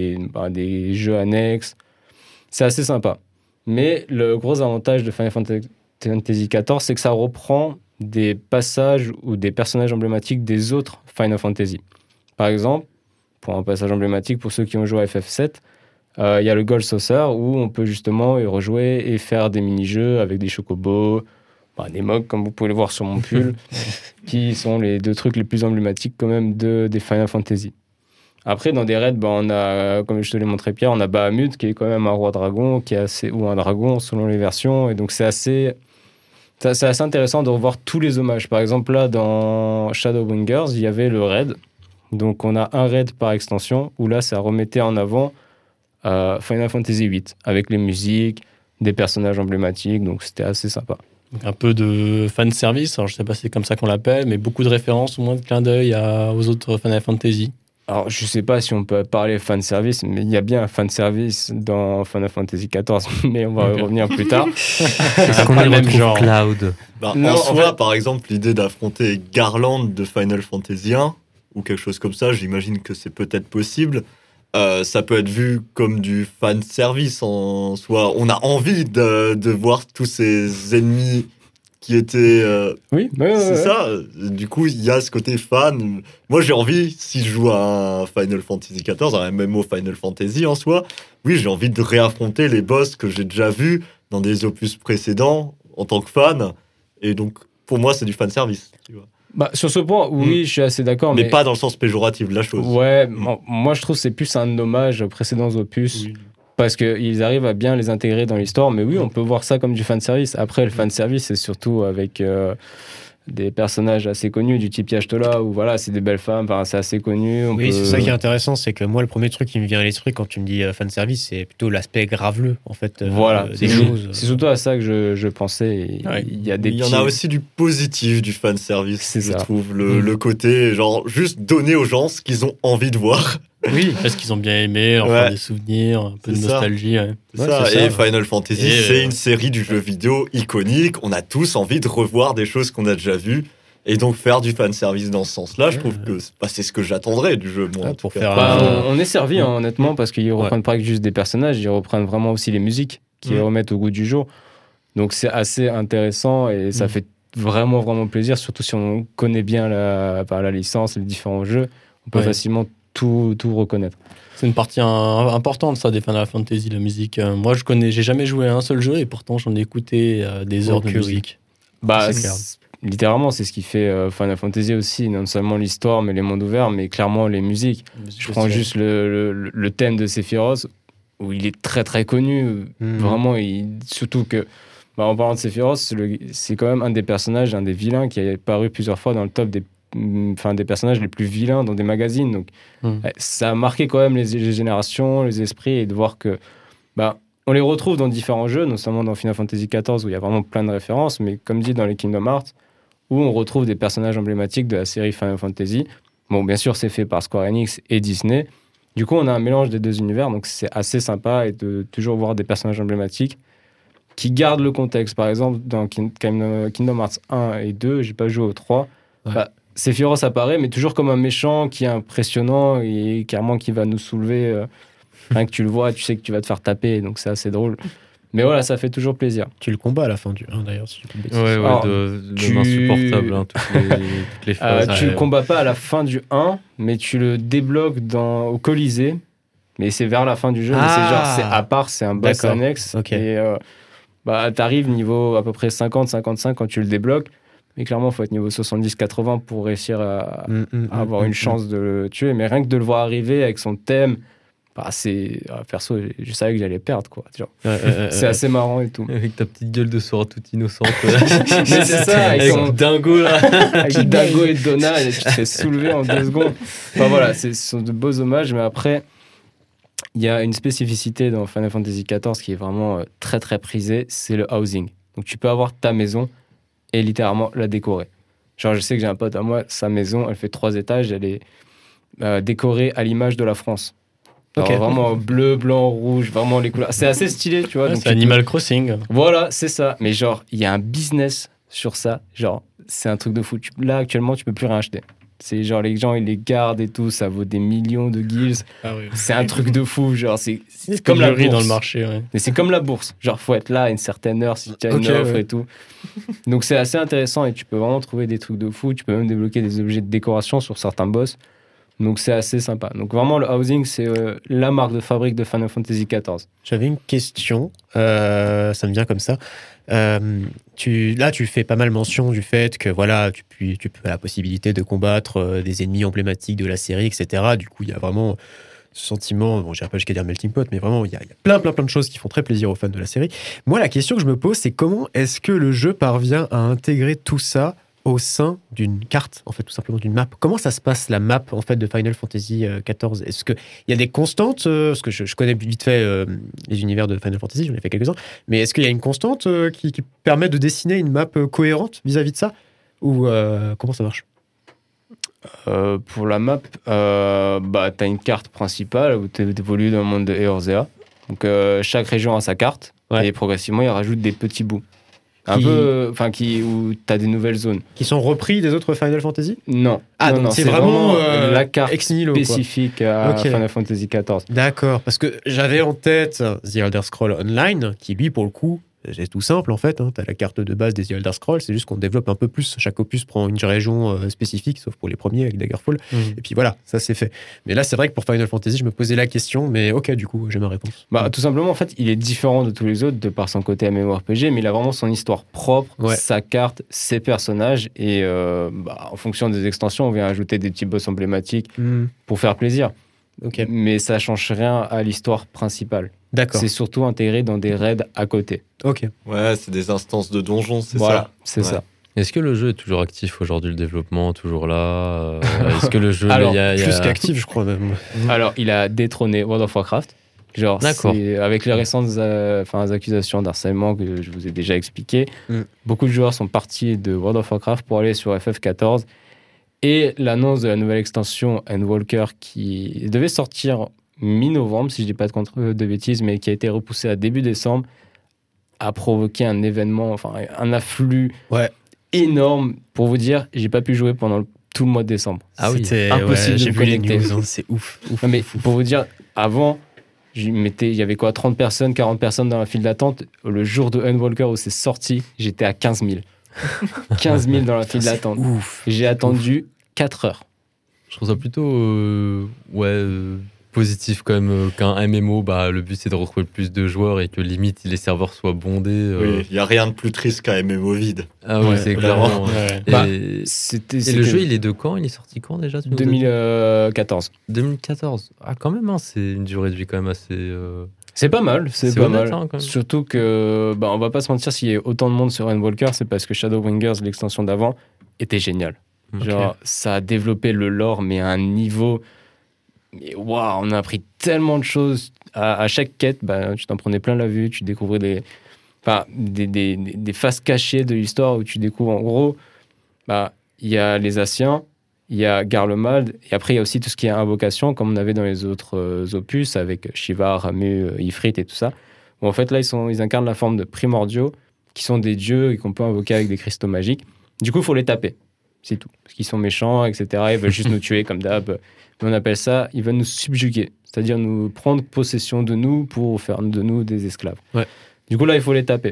des jeux annexes. C'est assez sympa. Mais le gros avantage de Final Fantasy XIV, c'est que ça reprend des passages ou des personnages emblématiques des autres Final Fantasy. Par exemple, pour un passage emblématique, pour ceux qui ont joué à FF7, il y a le Gold Saucer où on peut justement y rejouer et faire des mini-jeux avec des chocobos, des mugs comme vous pouvez le voir sur mon pull, qui sont les deux trucs les plus emblématiques quand même des Final Fantasy. Après, dans des raids, on a, comme je te l'ai montré Pierre, on a Bahamut qui est quand même un roi dragon, ou un dragon selon les versions, et donc c'est assez intéressant de revoir tous les hommages. Par exemple, là, dans Shadowbringers, il y avait le raid. Donc, on a un raid par extension, où là, ça remettait en avant Final Fantasy VIII, avec les musiques, des personnages emblématiques, donc c'était assez sympa. Donc un peu de fan service, alors je sais pas si c'est comme ça qu'on l'appelle, mais beaucoup de références, au moins de clins d'œil aux autres Final Fantasy. Alors, je sais pas si on peut parler fanservice, mais il y a bien un fanservice dans Final Fantasy XIV, mais on va y revenir plus tard. Est-ce qu'on pas y le même retrouve genre. Cloud? Non, En en soi, fait- par exemple, l'idée d'affronter Garland de Final Fantasy 1 ou quelque chose comme ça, j'imagine que c'est peut-être possible. Ça peut être vu comme du fan service en soi. On a envie de voir tous ces ennemis qui étaient. Oui, C'est ça. Du coup, il y a ce côté fan. Moi, j'ai envie, si je joue à un Final Fantasy XIV, un MMO Final Fantasy en soi, oui, j'ai envie de réaffronter les boss que j'ai déjà vus dans des opus précédents en tant que fan. Et donc, pour moi, c'est du fan service. Tu vois. Sur ce point, oui, je suis assez d'accord. Mais pas dans le sens péjoratif de la chose. Ouais, moi je trouve que c'est plus un hommage aux précédents opus. Oui. Parce qu'ils arrivent à bien les intégrer dans l'histoire. Mais oui, on peut voir ça comme du fanservice. Après, le fanservice, c'est surtout avec des personnages assez connus, du type Y'Ashtola, où voilà, c'est des belles femmes, enfin, c'est assez connu. Oui, c'est ça qui est intéressant, c'est que moi, le premier truc qui me vient à l'esprit quand tu me dis fanservice, c'est plutôt l'aspect graveleux, en fait, Voilà, des choses. c'est surtout à ça que je pensais. Et Ouais. il y a des Il y en a aussi du positif du fan service, C'est je ça. trouve. Le côté, genre, juste donner aux gens ce qu'ils ont envie de voir. Oui, parce qu'ils ont bien aimé, enfin Ouais. des souvenirs, un peu de C'est ça. nostalgie. Ouais. C'est Ouais, ça. c'est ça. Et Final Fantasy, Et, c'est une série du jeu vidéo iconique. On a tous envie de revoir des choses qu'on a déjà vues. Et donc, faire du fan service dans ce sens-là, je trouve que c'est ce que j'attendrais du jeu, moi. en Pour tout cas. faire on est servi, hein, honnêtement, parce qu'ils reprennent pas que juste des personnages, ils reprennent vraiment aussi les musiques qui les remettent au goût du jour. Donc c'est assez intéressant et ça fait vraiment plaisir, surtout si on connaît bien la licence, les différents jeux. On peut Ouais. facilement tout reconnaître. C'est une partie importante, ça, des Final Fantasy, la musique. Moi, j'ai jamais joué à un seul jeu et pourtant, j'en ai écouté des heures de musique. Bah, C'est clair. littéralement, c'est ce qui fait Final Fantasy aussi, non seulement l'histoire, mais les mondes ouverts, mais clairement les musiques. Je prends juste le thème de Sephiroth, où il est très très connu. Vraiment, surtout que, en parlant de Sephiroth, c'est quand même un des personnages, un des vilains qui a paru plusieurs fois dans le top des personnages les plus vilains dans des magazines. Donc, ça a marqué quand même les générations, les esprits, et de voir que on les retrouve dans différents jeux, notamment dans Final Fantasy XIV où il y a vraiment plein de références, mais comme dit dans les Kingdom Hearts, où on retrouve des personnages emblématiques de la série Final Fantasy. Bon, bien sûr, c'est fait par Square Enix et Disney. Du coup, on a un mélange des deux univers, donc c'est assez sympa et de toujours voir des personnages emblématiques qui gardent le contexte. Par exemple, dans Kingdom Hearts 1 et 2, j'ai pas joué au 3, Sephiroth apparaît, mais toujours comme un méchant qui est impressionnant et carrément qui va nous soulever. Rien que tu le vois, tu sais que tu vas te faire taper, donc c'est assez drôle. Mais voilà, ça fait toujours plaisir. Tu le combats à la fin du 1 d'ailleurs, si je peux me bêtise. Ouais, Alors, de main insupportable, hein, toutes les phases. Tu le combats pas à la fin du 1, mais tu le débloques au Colisée. Mais c'est vers la fin du jeu, mais c'est à part, c'est un boss annexe. Okay. Et t'arrives niveau à peu près 50-55 quand tu le débloques. Mais clairement, il faut être niveau 70-80 pour réussir à avoir une chance de le tuer. Mais rien que de le voir arriver avec son thème, perso, je savais que j'allais perdre, quoi. Genre, c'est assez marrant et tout. Avec ta petite gueule de Sora toute innocente. Mais c'est ça, avec son dingo là. avec Dingo et Donna, et tu te fais soulever en 2 secondes. Enfin voilà, ce sont de beaux hommages, mais après, il y a une spécificité dans Final Fantasy XIV qui est vraiment très très prisée, c'est le housing. Donc tu peux avoir ta maison et littéralement la décorer. Genre, je sais que j'ai un pote à moi, sa maison, elle fait 3 étages, elle est décorée à l'image de la France. Alors, vraiment bleu, blanc, rouge, vraiment les couleurs. C'est assez stylé, tu vois. Ouais, donc c'est Animal Crossing. Voilà, c'est ça. Mais genre, il y a un business sur ça. Genre, c'est un truc de fou. Là, actuellement, tu peux plus rien acheter. C'est genre, les gens, ils les gardent et tout. Ça vaut des millions de guilds. Ah oui. C'est un truc de fou. Genre, c'est Comme comme la bourse. dans le marché. Ouais. Mais c'est comme la bourse. Genre, faut être là à une certaine heure si tu as une offre et tout. Donc, c'est assez intéressant et tu peux vraiment trouver des trucs de fou. Tu peux même débloquer des objets de décoration sur certains boss. Donc, c'est assez sympa. Donc, vraiment, le housing, c'est la marque de fabrique de Final Fantasy XIV. J'avais une question, ça me vient comme ça. Tu fais pas mal mention du fait que voilà, tu peux avoir la possibilité de combattre des ennemis emblématiques de la série, etc. Du coup, il y a vraiment ce sentiment, bon, j'irai pas jusqu'à dire melting pot, mais vraiment, il y a plein de choses qui font très plaisir aux fans de la série. Moi, la question que je me pose, c'est comment est-ce que le jeu parvient à intégrer tout ça au sein d'une carte, en fait, tout simplement d'une map. Comment ça se passe, la map, en fait, de Final Fantasy XIV? Est-ce qu'il y a des constantes parce que je connais vite fait les univers de Final Fantasy, j'en ai fait quelques-uns, mais est-ce qu'il y a une constante qui permet de dessiner une map cohérente vis-à-vis de ça? Ou comment ça marche? Pour la map, t'as une carte principale où tu évolues dans le monde de Eorzea. Donc, chaque région a sa carte, et progressivement, il rajoute des petits bouts. Où tu as des nouvelles zones. Qui sont repris des autres Final Fantasy? Non. Donc c'est vraiment la carte ex nihilo, spécifique à Final Fantasy XIV. D'accord, parce que j'avais en tête The Elder Scrolls Online, qui lui, pour le coup, c'est tout simple en fait. T'as la carte de base des The Elder Scrolls, c'est juste qu'on développe un peu plus. Chaque opus prend une région spécifique, sauf pour les premiers avec Daggerfall. Et puis voilà, ça c'est fait. Mais là, c'est vrai que pour Final Fantasy, je me posais la question, mais ok, du coup, j'ai ma réponse. Tout simplement, en fait, il est différent de tous les autres de par son côté MMORPG, mais il a vraiment son histoire propre, sa carte, ses personnages, et en fonction des extensions, on vient ajouter des petits boss emblématiques pour faire plaisir. Mais ça change rien à l'histoire principale. D'accord. C'est surtout intégré dans des raids à côté. Ok. Ouais, c'est des instances de donjons, c'est voilà, ça. C'est ça. Est-ce que le jeu est toujours actif aujourd'hui, le développement, toujours là Est-ce que le jeu... Alors, plus qu'actif, je crois même. Alors, il a détrôné World of Warcraft. Genre, avec les récentes accusations d'harcèlement que je vous ai déjà expliquées, beaucoup de joueurs sont partis de World of Warcraft pour aller sur FF14. Et l'annonce de la nouvelle extension Endwalker qui devait sortir mi-novembre, si je ne dis pas de bêtises, mais qui a été repoussée à début décembre, a provoqué un événement, un afflux énorme. Pour vous dire, j'ai pas pu jouer pendant tout le mois de décembre. Ah oui, c'était impossible de me connecter. C'est ouf. Mais pour vous dire, avant, il y avait 30 personnes, 40 personnes dans la file d'attente. Le jour de Endwalker où c'est sorti, j'étais à 15 000. 15 000 dans la file d'attente. Ouf. J'ai attendu 4 heures. Je trouve ça plutôt positif quand même qu'un MMO. Bah, le but c'est de retrouver le plus de joueurs et que limite les serveurs soient bondés. Oui, il n'y a rien de plus triste qu'un MMO vide. Ah oui, c'est clairement. Ouais. Et, Bah, et le jeu, il est de quand? Il est sorti quand déjà? tu nous as dit 2014. 2014. Ah, quand même, hein, c'est une durée de vie quand même assez. C'est pas mal, c'est pas honnête, mal. hein, quand même. Surtout que, on va pas se mentir, s'il y a autant de monde sur Endwalker, c'est parce que Shadowbringers, l'extension d'avant, était géniale. Genre, ça a développé le lore, mais à un niveau. Mais waouh, on a appris tellement de choses. À chaque quête, tu t'en prenais plein la vue, tu découvrais des faces cachées de l'histoire où tu découvres en gros, il y a les Asiens, il y a Garlemald, et après il y a aussi tout ce qui est invocation, comme on avait dans les autres opus avec Shiva, Ramu, Ifrit et tout ça. Où en fait là, ils incarnent la forme de primordiaux, qui sont des dieux et qu'on peut invoquer avec des cristaux magiques. Du coup, il faut les taper. C'est tout. Parce qu'ils sont méchants, etc. Ils veulent juste nous tuer comme d'hab. Mais on appelle ça, ils veulent nous subjuguer. C'est-à-dire nous prendre possession de nous pour faire de nous des esclaves. Ouais. Du coup, là, il faut les taper.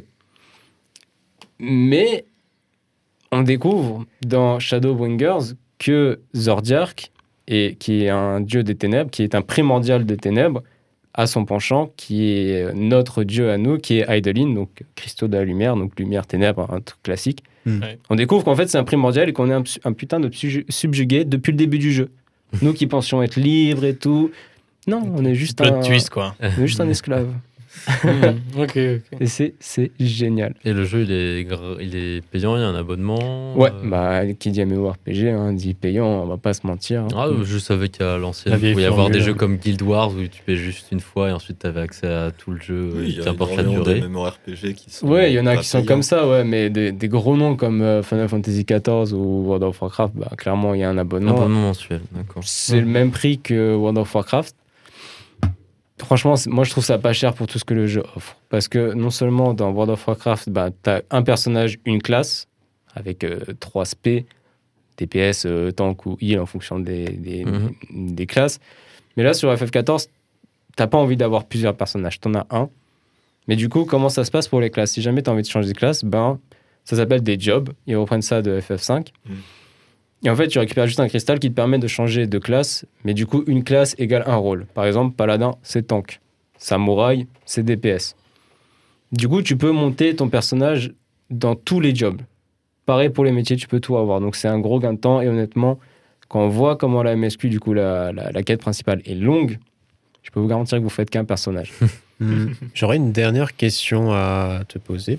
Mais on découvre dans Shadowbringers que Zordiark, qui est un dieu des ténèbres, qui est un primordial des ténèbres, a son penchant, qui est notre dieu à nous, qui est Hydaelyn, donc cristaux de la lumière, donc lumière, ténèbres, un truc classique. Ouais. On découvre qu'en fait, c'est un primordial et qu'on est un putain de subjugué depuis le début du jeu. Nous qui pensions être libres et tout. Non, on est juste Plot twist, quoi. on est juste un esclave. Ok. Et c'est génial. Et le jeu, il est payant, il y a un abonnement. Ouais, qui dit MMORPG, dit payant, on va pas se mentir. hein. Ah, je savais qu'à l'ancienne, La il vieille pouvait y avoir des formule. jeux comme Guild Wars où tu payes juste une fois et ensuite tu avais accès à tout le jeu, Oui, il y a qu'importe la énormément durée. de MMORPG qui sont. Ouais, il y en a pas qui sont payants. comme ça, ouais, mais des gros noms comme Final Fantasy XIV ou World of Warcraft, clairement, il y a un Un abonnement. abonnement mensuel, d'accord. C'est le même prix que World of Warcraft. Franchement, moi je trouve ça pas cher pour tout ce que le jeu offre. Parce que non seulement dans World of Warcraft, t'as un personnage, une classe, avec 3 SP, DPS, tank ou heal en fonction des classes. Mais là sur FF14, t'as pas envie d'avoir plusieurs personnages, t'en as un. Mais du coup, comment ça se passe pour les classes? Si jamais t'as envie de changer de classe, ça s'appelle des jobs. Ils reprennent ça de FF5. Et en fait, tu récupères juste un cristal qui te permet de changer de classe, mais du coup, une classe égale un rôle. Par exemple, paladin, c'est tank. Samouraï, c'est DPS. Du coup, tu peux monter ton personnage dans tous les jobs. Pareil pour les métiers, tu peux tout avoir. Donc, c'est un gros gain de temps. Et honnêtement, quand on voit comment la MSQ, du coup, la quête principale est longue, je peux vous garantir que vous faites qu'un personnage. J'aurais une dernière question à te poser.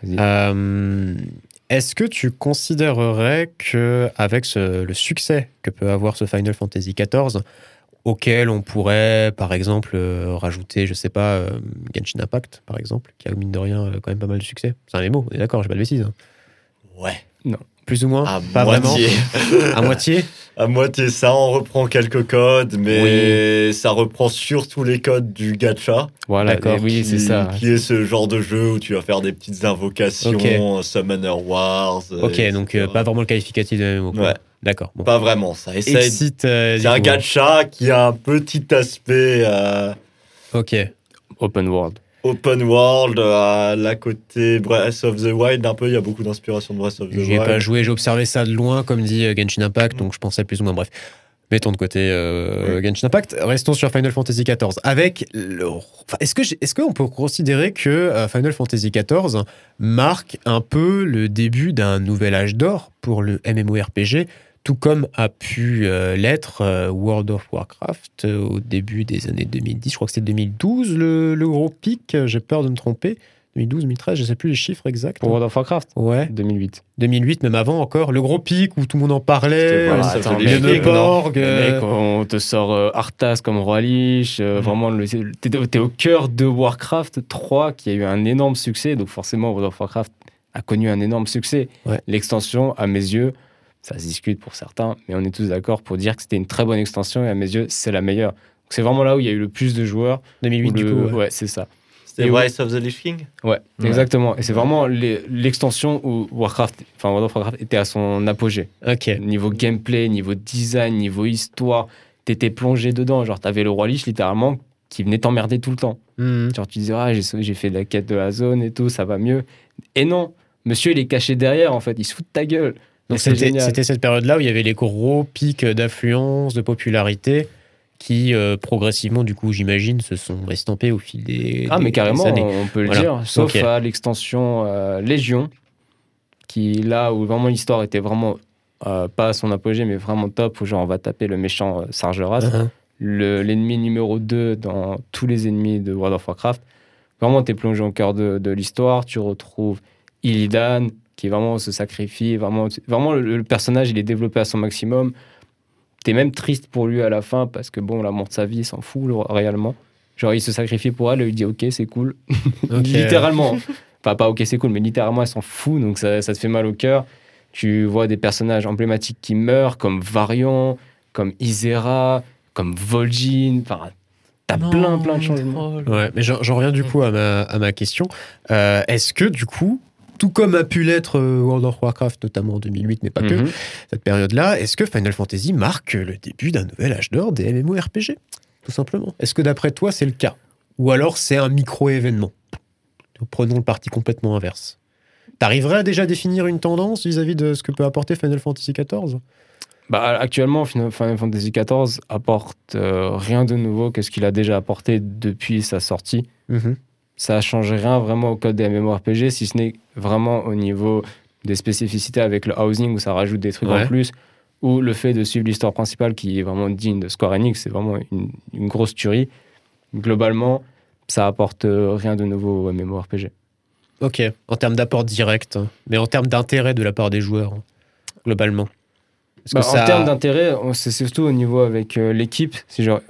Vas-y. Est-ce que tu considérerais qu'avec le succès que peut avoir ce Final Fantasy XIV, auquel on pourrait, par exemple, rajouter, je sais pas, Genshin Impact, par exemple, qui a, mine de rien, quand même pas mal de succès. C'est un MMO, on est d'accord, j'ai pas de bêtises. hein. Ouais. Plus ou moins À Pas moitié. vraiment À moitié À moitié, ça on reprend quelques codes, mais ça reprend surtout les codes du gacha. Voilà, D'accord. oui, c'est ça. Qui est ce genre de jeu où tu vas faire des petites invocations, Summoner Wars. Ok, donc pas vraiment le qualificatif de MMO. quoi. Ouais. Excite, Pas vraiment, ça essaye. Excite. C'est un gacha qui a un petit aspect Ok. Open world. open world, à la côté Breath of the Wild, un peu, il y a beaucoup d'inspiration de Breath of the J'y ai Wild. pas joué, j'ai observé ça de loin, comme dit Genshin Impact, donc je pensais plus ou moins. Bref, mettons de côté Genshin Impact. Restons sur Final Fantasy XIV. Avec est-ce qu'on peut considérer que Final Fantasy XIV marque un peu le début d'un nouvel âge d'or pour le MMORPG, tout comme a pu l'être World of Warcraft au début des années 2010. Je crois que c'était 2012 le gros pic, j'ai peur de me tromper. 2012, 2013, je sais plus les chiffres exacts. Pour World of Warcraft Ouais. 2008. 2008, même avant encore, le gros pic où tout le monde en parlait, C'était Voilà, attends, le mec, Neborg, Mec, on te sort Arthas comme Roi Lich, vraiment, t'es au cœur de Warcraft 3 qui a eu un énorme succès, donc forcément World of Warcraft a connu un énorme succès. Ouais. L'extension, à mes yeux, ça se discute pour certains, mais on est tous d'accord pour dire que c'était une très bonne extension et à mes yeux, c'est la meilleure. Donc, c'est vraiment là où il y a eu le plus de joueurs. 2008 où du coup. ouais, c'est ça. C'était Et Rise of the Lich King. Ouais, exactement. Et c'est vraiment l'extension où World of Warcraft était à son apogée. Ok. Niveau gameplay, niveau design, niveau histoire, t'étais plongé dedans. Genre, t'avais le Roi Lich, littéralement, qui venait t'emmerder tout le temps. Genre, tu disais, j'ai fait la quête de la zone et tout, ça va mieux. Et non, monsieur, il est caché derrière, en fait. Il se fout de ta gueule. Donc c'est génial. c'était cette période-là où il y avait les gros pics d'affluence, de popularité qui progressivement, du coup, j'imagine, se sont estampés au fil des Ah, mais carrément, des années. on peut le Voilà. dire. Sauf Ok. à l'extension Légion, qui là où vraiment l'histoire était vraiment pas à son apogée, mais vraiment top, où genre on va taper le méchant Sargeras, Uh-huh. l'ennemi numéro 2 dans tous les ennemis de World of Warcraft. Vraiment, t'es plongé au cœur de l'histoire. Tu retrouves Illidan, qui vraiment se sacrifie. Vraiment, le personnage, il est développé à son maximum. T'es même triste pour lui à la fin, parce que bon, l'amour de sa vie, il s'en fout réellement. Genre, il se sacrifie pour elle, et il dit ok, c'est cool. Ok. Littéralement. Enfin, pas ok, c'est cool, mais littéralement, elle s'en fout, donc ça te fait mal au cœur. Tu vois des personnages emblématiques qui meurent, comme Varian, comme Isera, comme Vol'jin. Enfin, t'as plein de changements. Ouais, mais j'en reviens du coup à ma question. Est-ce que du coup, tout comme a pu l'être World of Warcraft, notamment en 2008, mais pas que, Mhm. cette période-là, est-ce que Final Fantasy marque le début d'un nouvel âge d'or des MMORPG, tout simplement? Est-ce que d'après toi, c'est le cas? Ou alors c'est un micro-événement? Prenons le parti complètement inverse. T'arriverais à déjà définir une tendance vis-à-vis de ce que peut apporter Final Fantasy XIV? Bah, actuellement, Final Fantasy XIV apporte rien de nouveau que ce qu'il a déjà apporté depuis sa sortie. Mhm. Ça change rien vraiment au code des MMORPG, si ce n'est vraiment au niveau des spécificités avec le housing, où ça rajoute des trucs Ouais. en plus, ou le fait de suivre l'histoire principale qui est vraiment digne de Square Enix, c'est vraiment une grosse tuerie. Globalement, ça apporte rien de nouveau au MMORPG. Ok, en termes d'apport direct, hein. Mais en termes d'intérêt de la part des joueurs, hein, globalement. Est-ce que En ça- termes d'intérêt, c'est surtout au niveau avec l'équipe. C'est genre,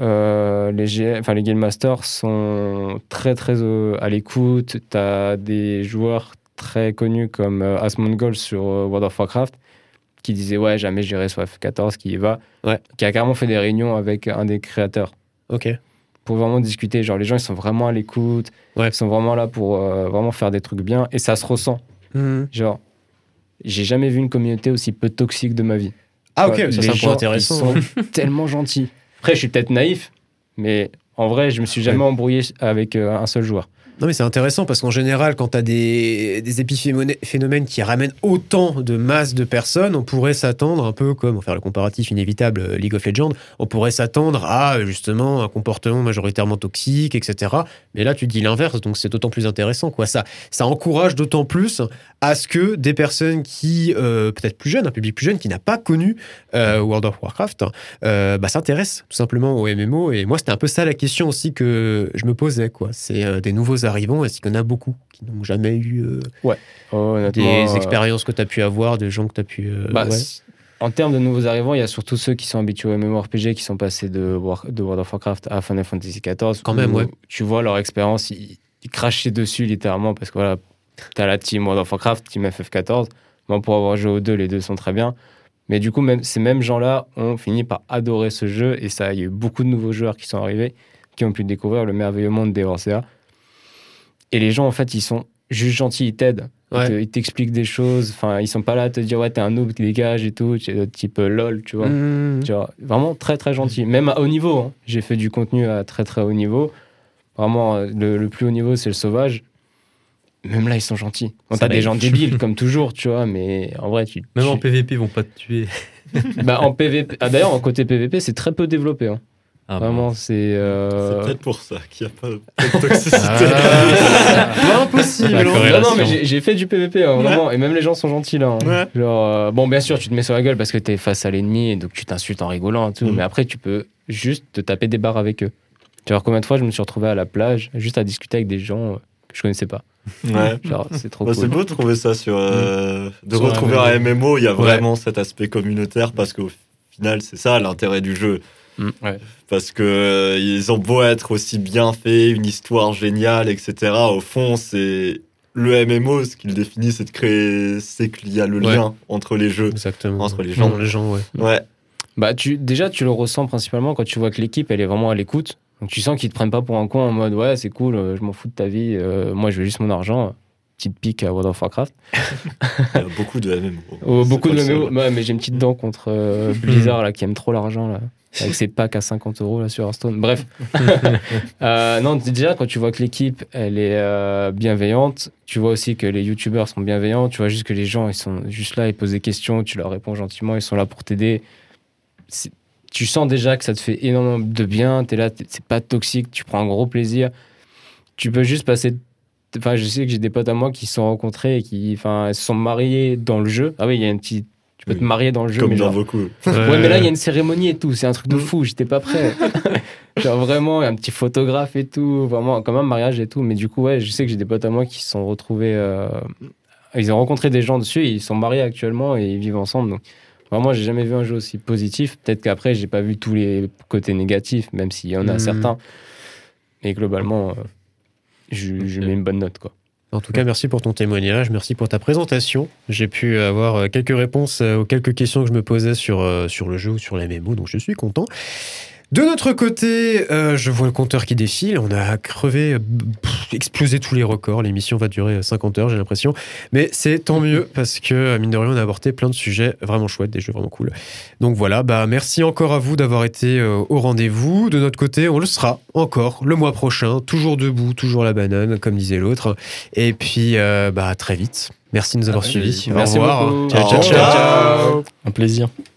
les Game Masters sont très très à l'écoute. Tu as des joueurs très connus comme Asmongold sur World of Warcraft qui disait ouais, jamais j'irai sur F14, qui y va. Ouais. Qui a carrément fait des réunions avec un des créateurs Ok. pour vraiment discuter. Genre, les gens ils sont vraiment à l'écoute. Ouais. Ils sont vraiment là pour vraiment faire des trucs bien et ça se ressent. Mhm. Genre, j'ai jamais vu une communauté aussi peu toxique de ma vie. Ah ok, Ouais, ça les c'est un gens, point intéressant. Ils sont tellement gentils. Après, je suis peut-être naïf, mais en vrai, je me suis jamais embrouillé avec un seul joueur. Non mais c'est intéressant parce qu'en général, quand tu as des épiphénomènes qui ramènent autant de masse de personnes, on pourrait s'attendre un peu comme, on va faire le comparatif inévitable League of Legends, on pourrait s'attendre à justement un comportement majoritairement toxique, etc. Mais là, tu dis l'inverse, donc c'est d'autant plus intéressant, quoi. Ça encourage d'autant plus à ce que des personnes qui, peut-être plus jeunes, un public plus jeune, qui n'a pas connu World of Warcraft, s'intéressent tout simplement au MMO. Et moi, c'était un peu ça la question aussi que je me posais, quoi. C'est des nouveaux arrivants, est-ce qu'il y en a beaucoup qui n'ont jamais eu Honnêtement, des expériences que tu as pu avoir, des gens que tu as pu... ouais. En termes de nouveaux arrivants, il y a surtout ceux qui sont habitués au MMORPG qui sont passés de World of Warcraft à Final Fantasy XIV. Quand même, où ouais. Tu vois leur expérience, ils crachaient dessus littéralement parce que voilà, t'as la team World of Warcraft, team FF14. Moi, pour avoir joué aux deux, les deux sont très bien. Mais du coup, même, ces mêmes gens-là ont fini par adorer ce jeu et ça, il y a eu beaucoup de nouveaux joueurs qui sont arrivés, qui ont pu découvrir le merveilleux monde des Orsea. Et les gens, en fait, ils sont juste gentils, ils t'aident. Ouais. Ils t'expliquent des choses. Enfin, ils sont pas là à te dire, ouais, t'es un noob, tu dégages et tout, type LOL, tu vois. Mmh. Genre, vraiment très, très gentils. Même à haut niveau. Hein. J'ai fait du contenu à très, très haut niveau. Vraiment, le plus haut niveau, c'est le sauvage. Même là, ils sont gentils. Bon, t'as des gens débiles, comme toujours, tu vois, mais en vrai, Même en PVP, ils vont pas te tuer. en PVP. Ah, d'ailleurs, en côté PVP, c'est très peu développé. Hein. Ah, Vraiment, c'est. C'est peut-être pour ça qu'il n'y a pas de toxicité. Pas impossible. La hein. corrélation. Non, mais j'ai fait du PVP, hein, vraiment. Et même les gens sont gentils, là. Hein. Ouais. Genre, bon, bien sûr, tu te mets sur la gueule parce que t'es face à l'ennemi et donc tu t'insultes en rigolant et tout. Mm. Mais après, tu peux juste te taper des barres avec eux. Tu vois, combien de fois je me suis retrouvé à la plage juste à discuter avec des gens que je connaissais pas. Ouais. Genre, c'est trop Bah, cool. c'est beau de trouver ça de Sur retrouver un un MMO, il y a Ouais. vraiment cet aspect communautaire parce qu'au final, c'est ça l'intérêt du jeu. Ouais. Parce que ils ont beau être aussi bien faits, une histoire géniale, etc. Au fond, c'est le MMO, ce qu'il définit, c'est de créer, c'est qu'il y a le Ouais. lien entre les jeux. Exactement. Entre les gens. Non, les gens, ouais. Ouais. Bah, déjà, tu le ressens principalement quand tu vois que l'équipe, elle est vraiment à l'écoute. Donc, tu sens qu'ils te prennent pas pour un con en mode, ouais, c'est cool, je m'en fous de ta vie, moi, je veux juste mon argent. Petite pique à World of Warcraft. Il y a beaucoup de MMO. Oh, C'est beaucoup pas de le seul. MMO. Ouais, mais j'ai une petite dent contre Blizzard, là, qui aime trop l'argent, là. avec ses packs à 50 € là sur Hearthstone. Bref. Non, déjà, quand tu vois que l'équipe, elle est bienveillante, tu vois aussi que les youtubeurs sont bienveillants, tu vois juste que les gens, ils sont juste là, ils posent des questions, tu leur réponds gentiment, ils sont là pour t'aider. Tu sens déjà que ça te fait énormément de bien, t'es là, c'est pas toxique, tu prends un gros plaisir. Tu peux juste passer... Enfin, je sais que j'ai des potes à moi qui se sont rencontrés et qui se sont mariés dans le jeu. Ah oui, il y a une petite... Tu peux te marier dans le jeu. Comme mais dans genre... beaucoup. Ouais, mais là, il y a une cérémonie et tout. C'est un truc de fou. J'étais pas prêt. Genre vraiment, un petit photographe et tout. Vraiment, comme un mariage et tout. Mais du coup, ouais, je sais que j'ai des potes à moi qui se sont retrouvés... Ils ont rencontré des gens dessus. Et ils sont mariés actuellement et ils vivent ensemble. Donc, vraiment, j'ai jamais vu un jeu aussi positif. Peut-être qu'après, j'ai pas vu tous les côtés négatifs, même s'il y en a certains. Mais globalement... je mets une bonne note, quoi. En tout cas, merci pour ton témoignage, merci pour ta présentation. J'ai pu avoir quelques réponses aux quelques questions que je me posais sur le jeu ou sur les MMO, donc je suis content. De notre côté, je vois le compteur qui défile. On a crevé, explosé tous les records. L'émission va durer 50 heures, j'ai l'impression. Mais c'est tant mieux parce que, mine de rien, on a abordé plein de sujets vraiment chouettes, des jeux vraiment cool. Donc voilà, merci encore à vous d'avoir été au rendez-vous. De notre côté, on le sera encore le mois prochain. Toujours debout, toujours la banane, comme disait l'autre. Et puis, à très vite. Merci de nous avoir suivis. Merci au revoir. beaucoup. Ciao, ciao, ciao. Un plaisir.